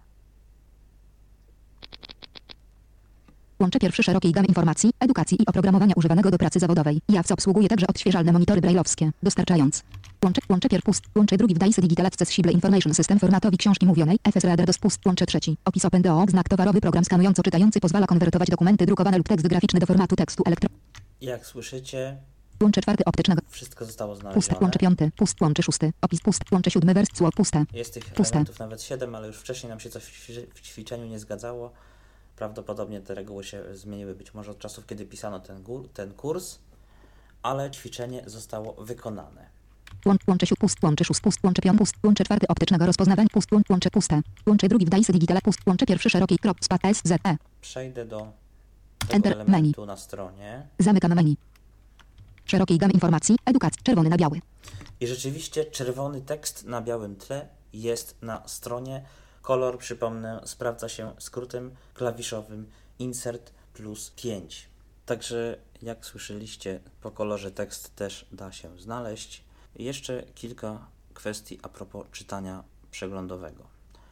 Łączę pierwszy szerokiej gamy informacji, edukacji i oprogramowania używanego do pracy zawodowej. Jawc obsługuje także odświeżalne monitory brajlowskie, dostarczając. Łączę, łączę pier pust, łączę drugi w Dice Digital Accessible Information System formatowi książki mówionej, F S Reader dos pust, łączę trzeci. Opis OpenDO, znak towarowy, program skanująco-czytający pozwala konwertować dokumenty drukowane lub tekst graficzny do formatu tekstu elektro. Jak słyszycie, Łączę czwarty optycznego. wszystko zostało znalezione. Puste, łączę piąty, pust, łączę szósty. Opis pust, łączę siódmy wers, słowo puste. Jest tych Puste. elementów nawet siedem, ale już wcześniej nam się coś w ćwi- w ćwiczeniu nie zgadzało. Prawdopodobnie te reguły się zmieniły być może od czasów, kiedy pisano ten, gór, ten kurs, ale ćwiczenie zostało wykonane. Łącz, łączę siód, pust, łączę szóst, pust, łączę piąt, pust, łączę czwarty optycznego rozpoznawania, pust, łącz, łączę puste. Łączę drugi w Dice Digital, pust, łączę pierwszy szerokiej krop, spat, S, Z, E. Przejdę do tego Enter, elementu menu. na stronie. Zamykam menu. Szerokiej gamy informacji, edukacji, czerwony na biały. I rzeczywiście czerwony tekst na białym tle jest na stronie. Kolor, przypomnę, sprawdza się skrótem klawiszowym Insert plus pięć. Także jak słyszeliście, po kolorze tekst też da się znaleźć. I jeszcze kilka kwestii a propos czytania przeglądowego.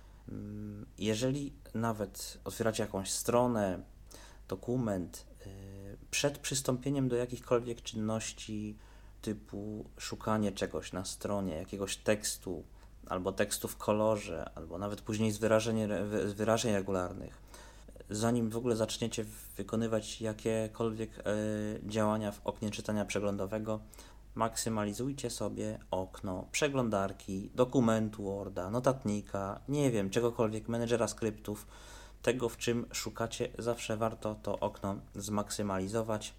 Jeżeli nawet otwieracie jakąś stronę, dokument, przed przystąpieniem do jakichkolwiek czynności typu szukanie czegoś na stronie, jakiegoś tekstu, albo tekstu w kolorze, albo nawet później z wyrażeń, z wyrażeń regularnych, zanim w ogóle zaczniecie wykonywać jakiekolwiek y, działania w oknie czytania przeglądowego, maksymalizujcie sobie okno przeglądarki, dokumentu Worda, notatnika, nie wiem, czegokolwiek, menedżera skryptów, tego, w czym szukacie, zawsze warto to okno zmaksymalizować.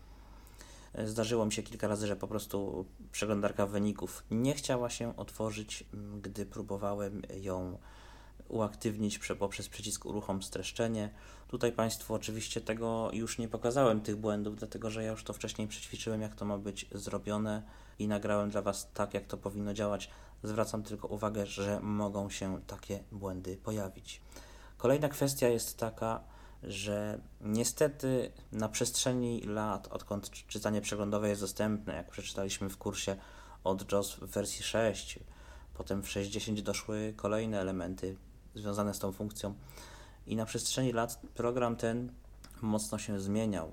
Zdarzyło mi się kilka razy, że po prostu przeglądarka wyników nie chciała się otworzyć, gdy próbowałem ją uaktywnić poprzez przycisk uruchom streszczenie. Tutaj Państwu oczywiście tego już nie pokazałem, tych błędów, dlatego że ja już to wcześniej przećwiczyłem, jak to ma być zrobione i nagrałem dla Was tak, jak to powinno działać. Zwracam tylko uwagę, że mogą się takie błędy pojawić. Kolejna kwestia jest taka, że niestety na przestrzeni lat, odkąd czytanie przeglądowe jest dostępne, jak przeczytaliśmy w kursie od JAWS w wersji sześć, potem w sześć dziesięć doszły kolejne elementy związane z tą funkcją i na przestrzeni lat program ten mocno się zmieniał.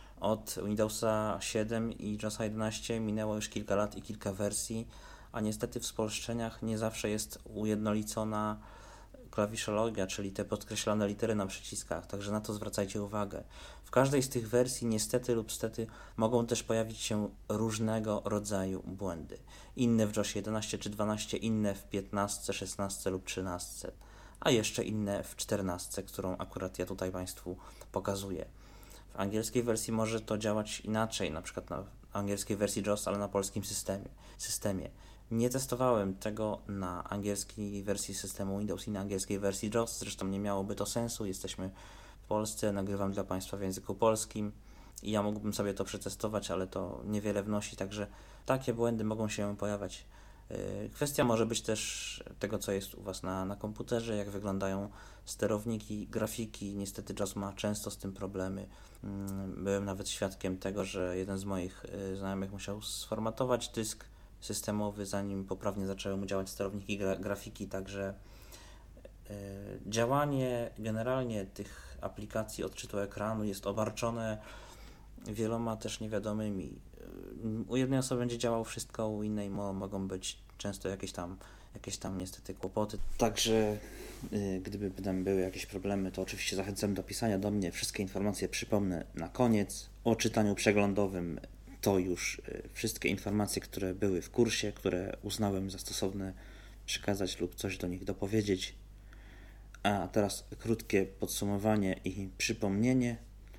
Od Windowsa siedem i JAWSa jedenaście minęło już kilka lat i kilka wersji, a niestety w spolszczeniach nie zawsze jest ujednolicona klawiszologia, czyli te podkreślane litery na przyciskach, także na to zwracajcie uwagę. W każdej z tych wersji niestety lub stety mogą też pojawić się różnego rodzaju błędy. Inne w JAWSie jedenaście czy dwanaście, inne w piętnaście, szesnaście lub trzynaście, a jeszcze inne w czternaście, którą akurat ja tutaj Państwu pokazuję. W angielskiej wersji może to działać inaczej, na przykład na angielskiej wersji JAWS, ale na polskim systemie. systemie. Nie testowałem tego na angielskiej wersji systemu Windows i na angielskiej wersji JAWS, zresztą nie miałoby to sensu, jesteśmy w Polsce, nagrywam dla Państwa w języku polskim i ja mógłbym sobie to przetestować, ale to niewiele wnosi, także takie błędy mogą się pojawiać. Kwestia może być też tego, co jest u Was na, na komputerze, jak wyglądają sterowniki, grafiki. Niestety JAWS ma często z tym problemy. Byłem nawet świadkiem tego, że jeden z moich znajomych musiał sformatować dysk systemowy, zanim poprawnie zaczęły mu działać sterowniki gra, grafiki, także Działanie generalnie tych aplikacji odczytu ekranu jest obarczone wieloma też niewiadomymi. U jednej osoby będzie działało wszystko, u innej mo- mogą być często jakieś tam, jakieś tam niestety kłopoty. Także y, gdyby tam były jakieś problemy, to oczywiście zachęcam do pisania do mnie. Wszystkie informacje przypomnę na koniec. O czytaniu przeglądowym to już y, wszystkie informacje, które były w kursie, które uznałem za stosowne przekazać lub coś do nich dopowiedzieć. A teraz krótkie podsumowanie i przypomnienie.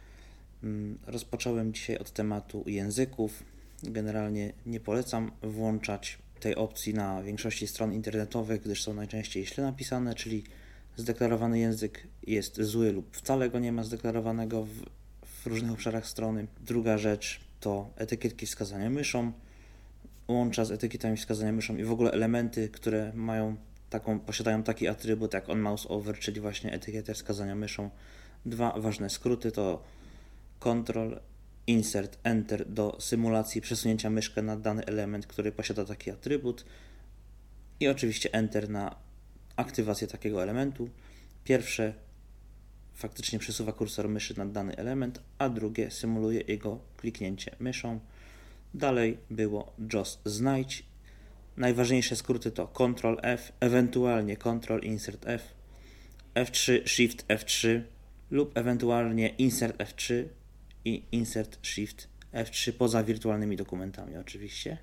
Rozpocząłem dzisiaj od tematu języków. Generalnie nie polecam włączać tej opcji na większości stron internetowych, gdyż są najczęściej źle napisane, czyli zdeklarowany język jest zły lub wcale go nie ma zdeklarowanego w, w różnych obszarach strony. Druga rzecz to etykietki wskazania myszą. Łącza z etykietami wskazania myszą i w ogóle elementy, które mają taką, posiadają taki atrybut jak on mouse over, czyli właśnie etykietę wskazania myszą. Dwa ważne skróty to Ctrl, Insert, Enter do symulacji przesunięcia myszkę na dany element, który posiada taki atrybut i oczywiście Enter na aktywację takiego elementu. Pierwsze faktycznie przesuwa kursor myszy na dany element, a drugie symuluje jego kliknięcie myszą. Dalej było JOS znajdź. Najważniejsze skróty to Ctrl F, ewentualnie Ctrl Insert F, F trzy Shift F trzy lub ewentualnie Insert F trzy i Insert Shift F trzy poza wirtualnymi dokumentami oczywiście.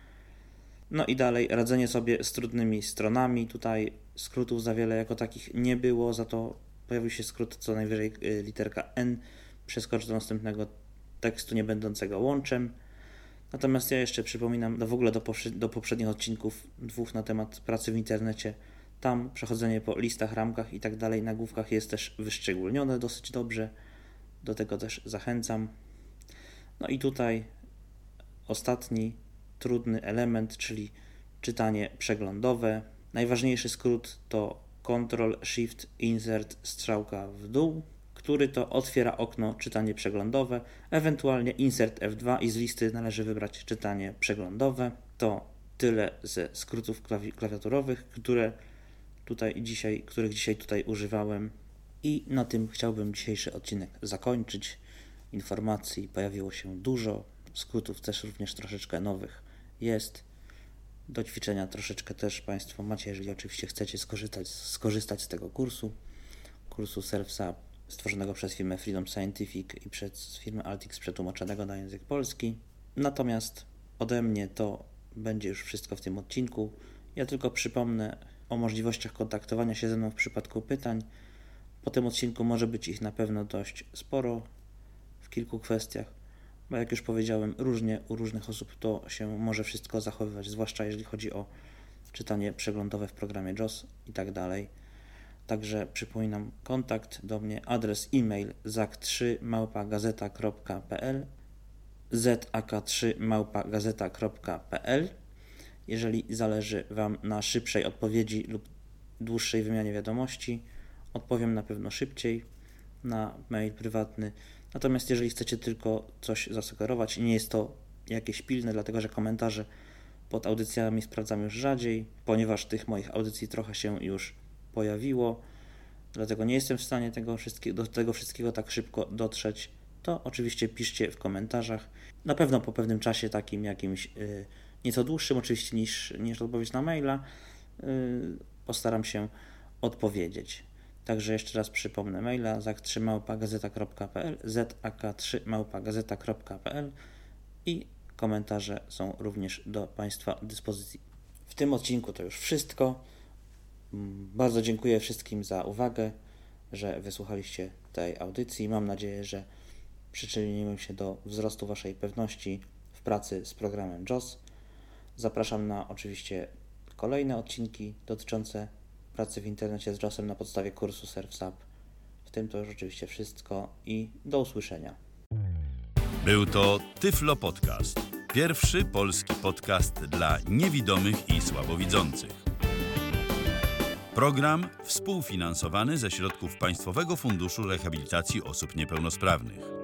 No i dalej radzenie sobie z trudnymi stronami. Tutaj skrótów za wiele jako takich nie było, za to pojawił się skrót co najwyżej literka N, przeskocz do następnego tekstu nie będącego łączem. Natomiast ja jeszcze przypominam do w ogóle do, poprze- do poprzednich odcinków dwóch na temat pracy w internecie. Tam przechodzenie po listach, ramkach i tak dalej, nagłówkach jest też wyszczególnione dosyć dobrze. Do tego też zachęcam. No i tutaj ostatni trudny element, czyli czytanie przeglądowe. Najważniejszy skrót to Ctrl Shift Insert strzałka w dół, który to otwiera okno czytanie przeglądowe, ewentualnie Insert F dwa i z listy należy wybrać czytanie przeglądowe. To tyle ze skrótów klawi- klawiaturowych, które tutaj dzisiaj, których dzisiaj tutaj używałem. I na tym chciałbym dzisiejszy odcinek zakończyć. Informacji pojawiło się dużo, skrótów też również troszeczkę nowych jest. Do ćwiczenia troszeczkę też Państwo macie, jeżeli oczywiście chcecie skorzystać, skorzystać z tego kursu, kursu ServSap stworzonego przez firmę Freedom Scientific i przez firmę Altix przetłumaczonego na język polski. Natomiast ode mnie to będzie już wszystko w tym odcinku. Ja tylko przypomnę o możliwościach kontaktowania się ze mną w przypadku pytań. Po tym odcinku może być ich na pewno dość sporo w kilku kwestiach, bo jak już powiedziałem, różnie u różnych osób to się może wszystko zachowywać, zwłaszcza jeżeli chodzi o czytanie przeglądowe w programie JOS i tak dalej. Także przypominam kontakt do mnie, adres e-mail zak trzy małpa gazeta kropka p l zak trzy małpa gazeta kropka p l. Jeżeli zależy Wam na szybszej odpowiedzi lub dłuższej wymianie wiadomości, odpowiem na pewno szybciej na mail prywatny. Natomiast jeżeli chcecie tylko coś zasugerować i nie jest to jakieś pilne, dlatego że komentarze pod audycjami sprawdzam już rzadziej, ponieważ tych moich audycji trochę się już pojawiło, dlatego nie jestem w stanie tego wszystkiego, do tego wszystkiego tak szybko dotrzeć, to oczywiście piszcie w komentarzach. Na pewno po pewnym czasie takim jakimś yy, nieco dłuższym oczywiście niż, niż odpowiedź na maila yy, postaram się odpowiedzieć. Także jeszcze raz przypomnę maila zak trzy małpa gazeta kropka p l zak trzy małpa gazeta kropka p l i komentarze są również do Państwa dyspozycji. W tym odcinku to już wszystko. Bardzo dziękuję wszystkim za uwagę, że wysłuchaliście tej audycji. Mam nadzieję, że przyczyniłem się do wzrostu Waszej pewności w pracy z programem JOS. Zapraszam na oczywiście kolejne odcinki dotyczące pracy w internecie z JOS-em na podstawie kursu ServSap. W tym to już oczywiście wszystko i do usłyszenia. Był to Tyflo Podcast. Pierwszy polski podcast dla niewidomych i słabowidzących. Program współfinansowany ze środków Państwowego Funduszu Rehabilitacji Osób Niepełnosprawnych.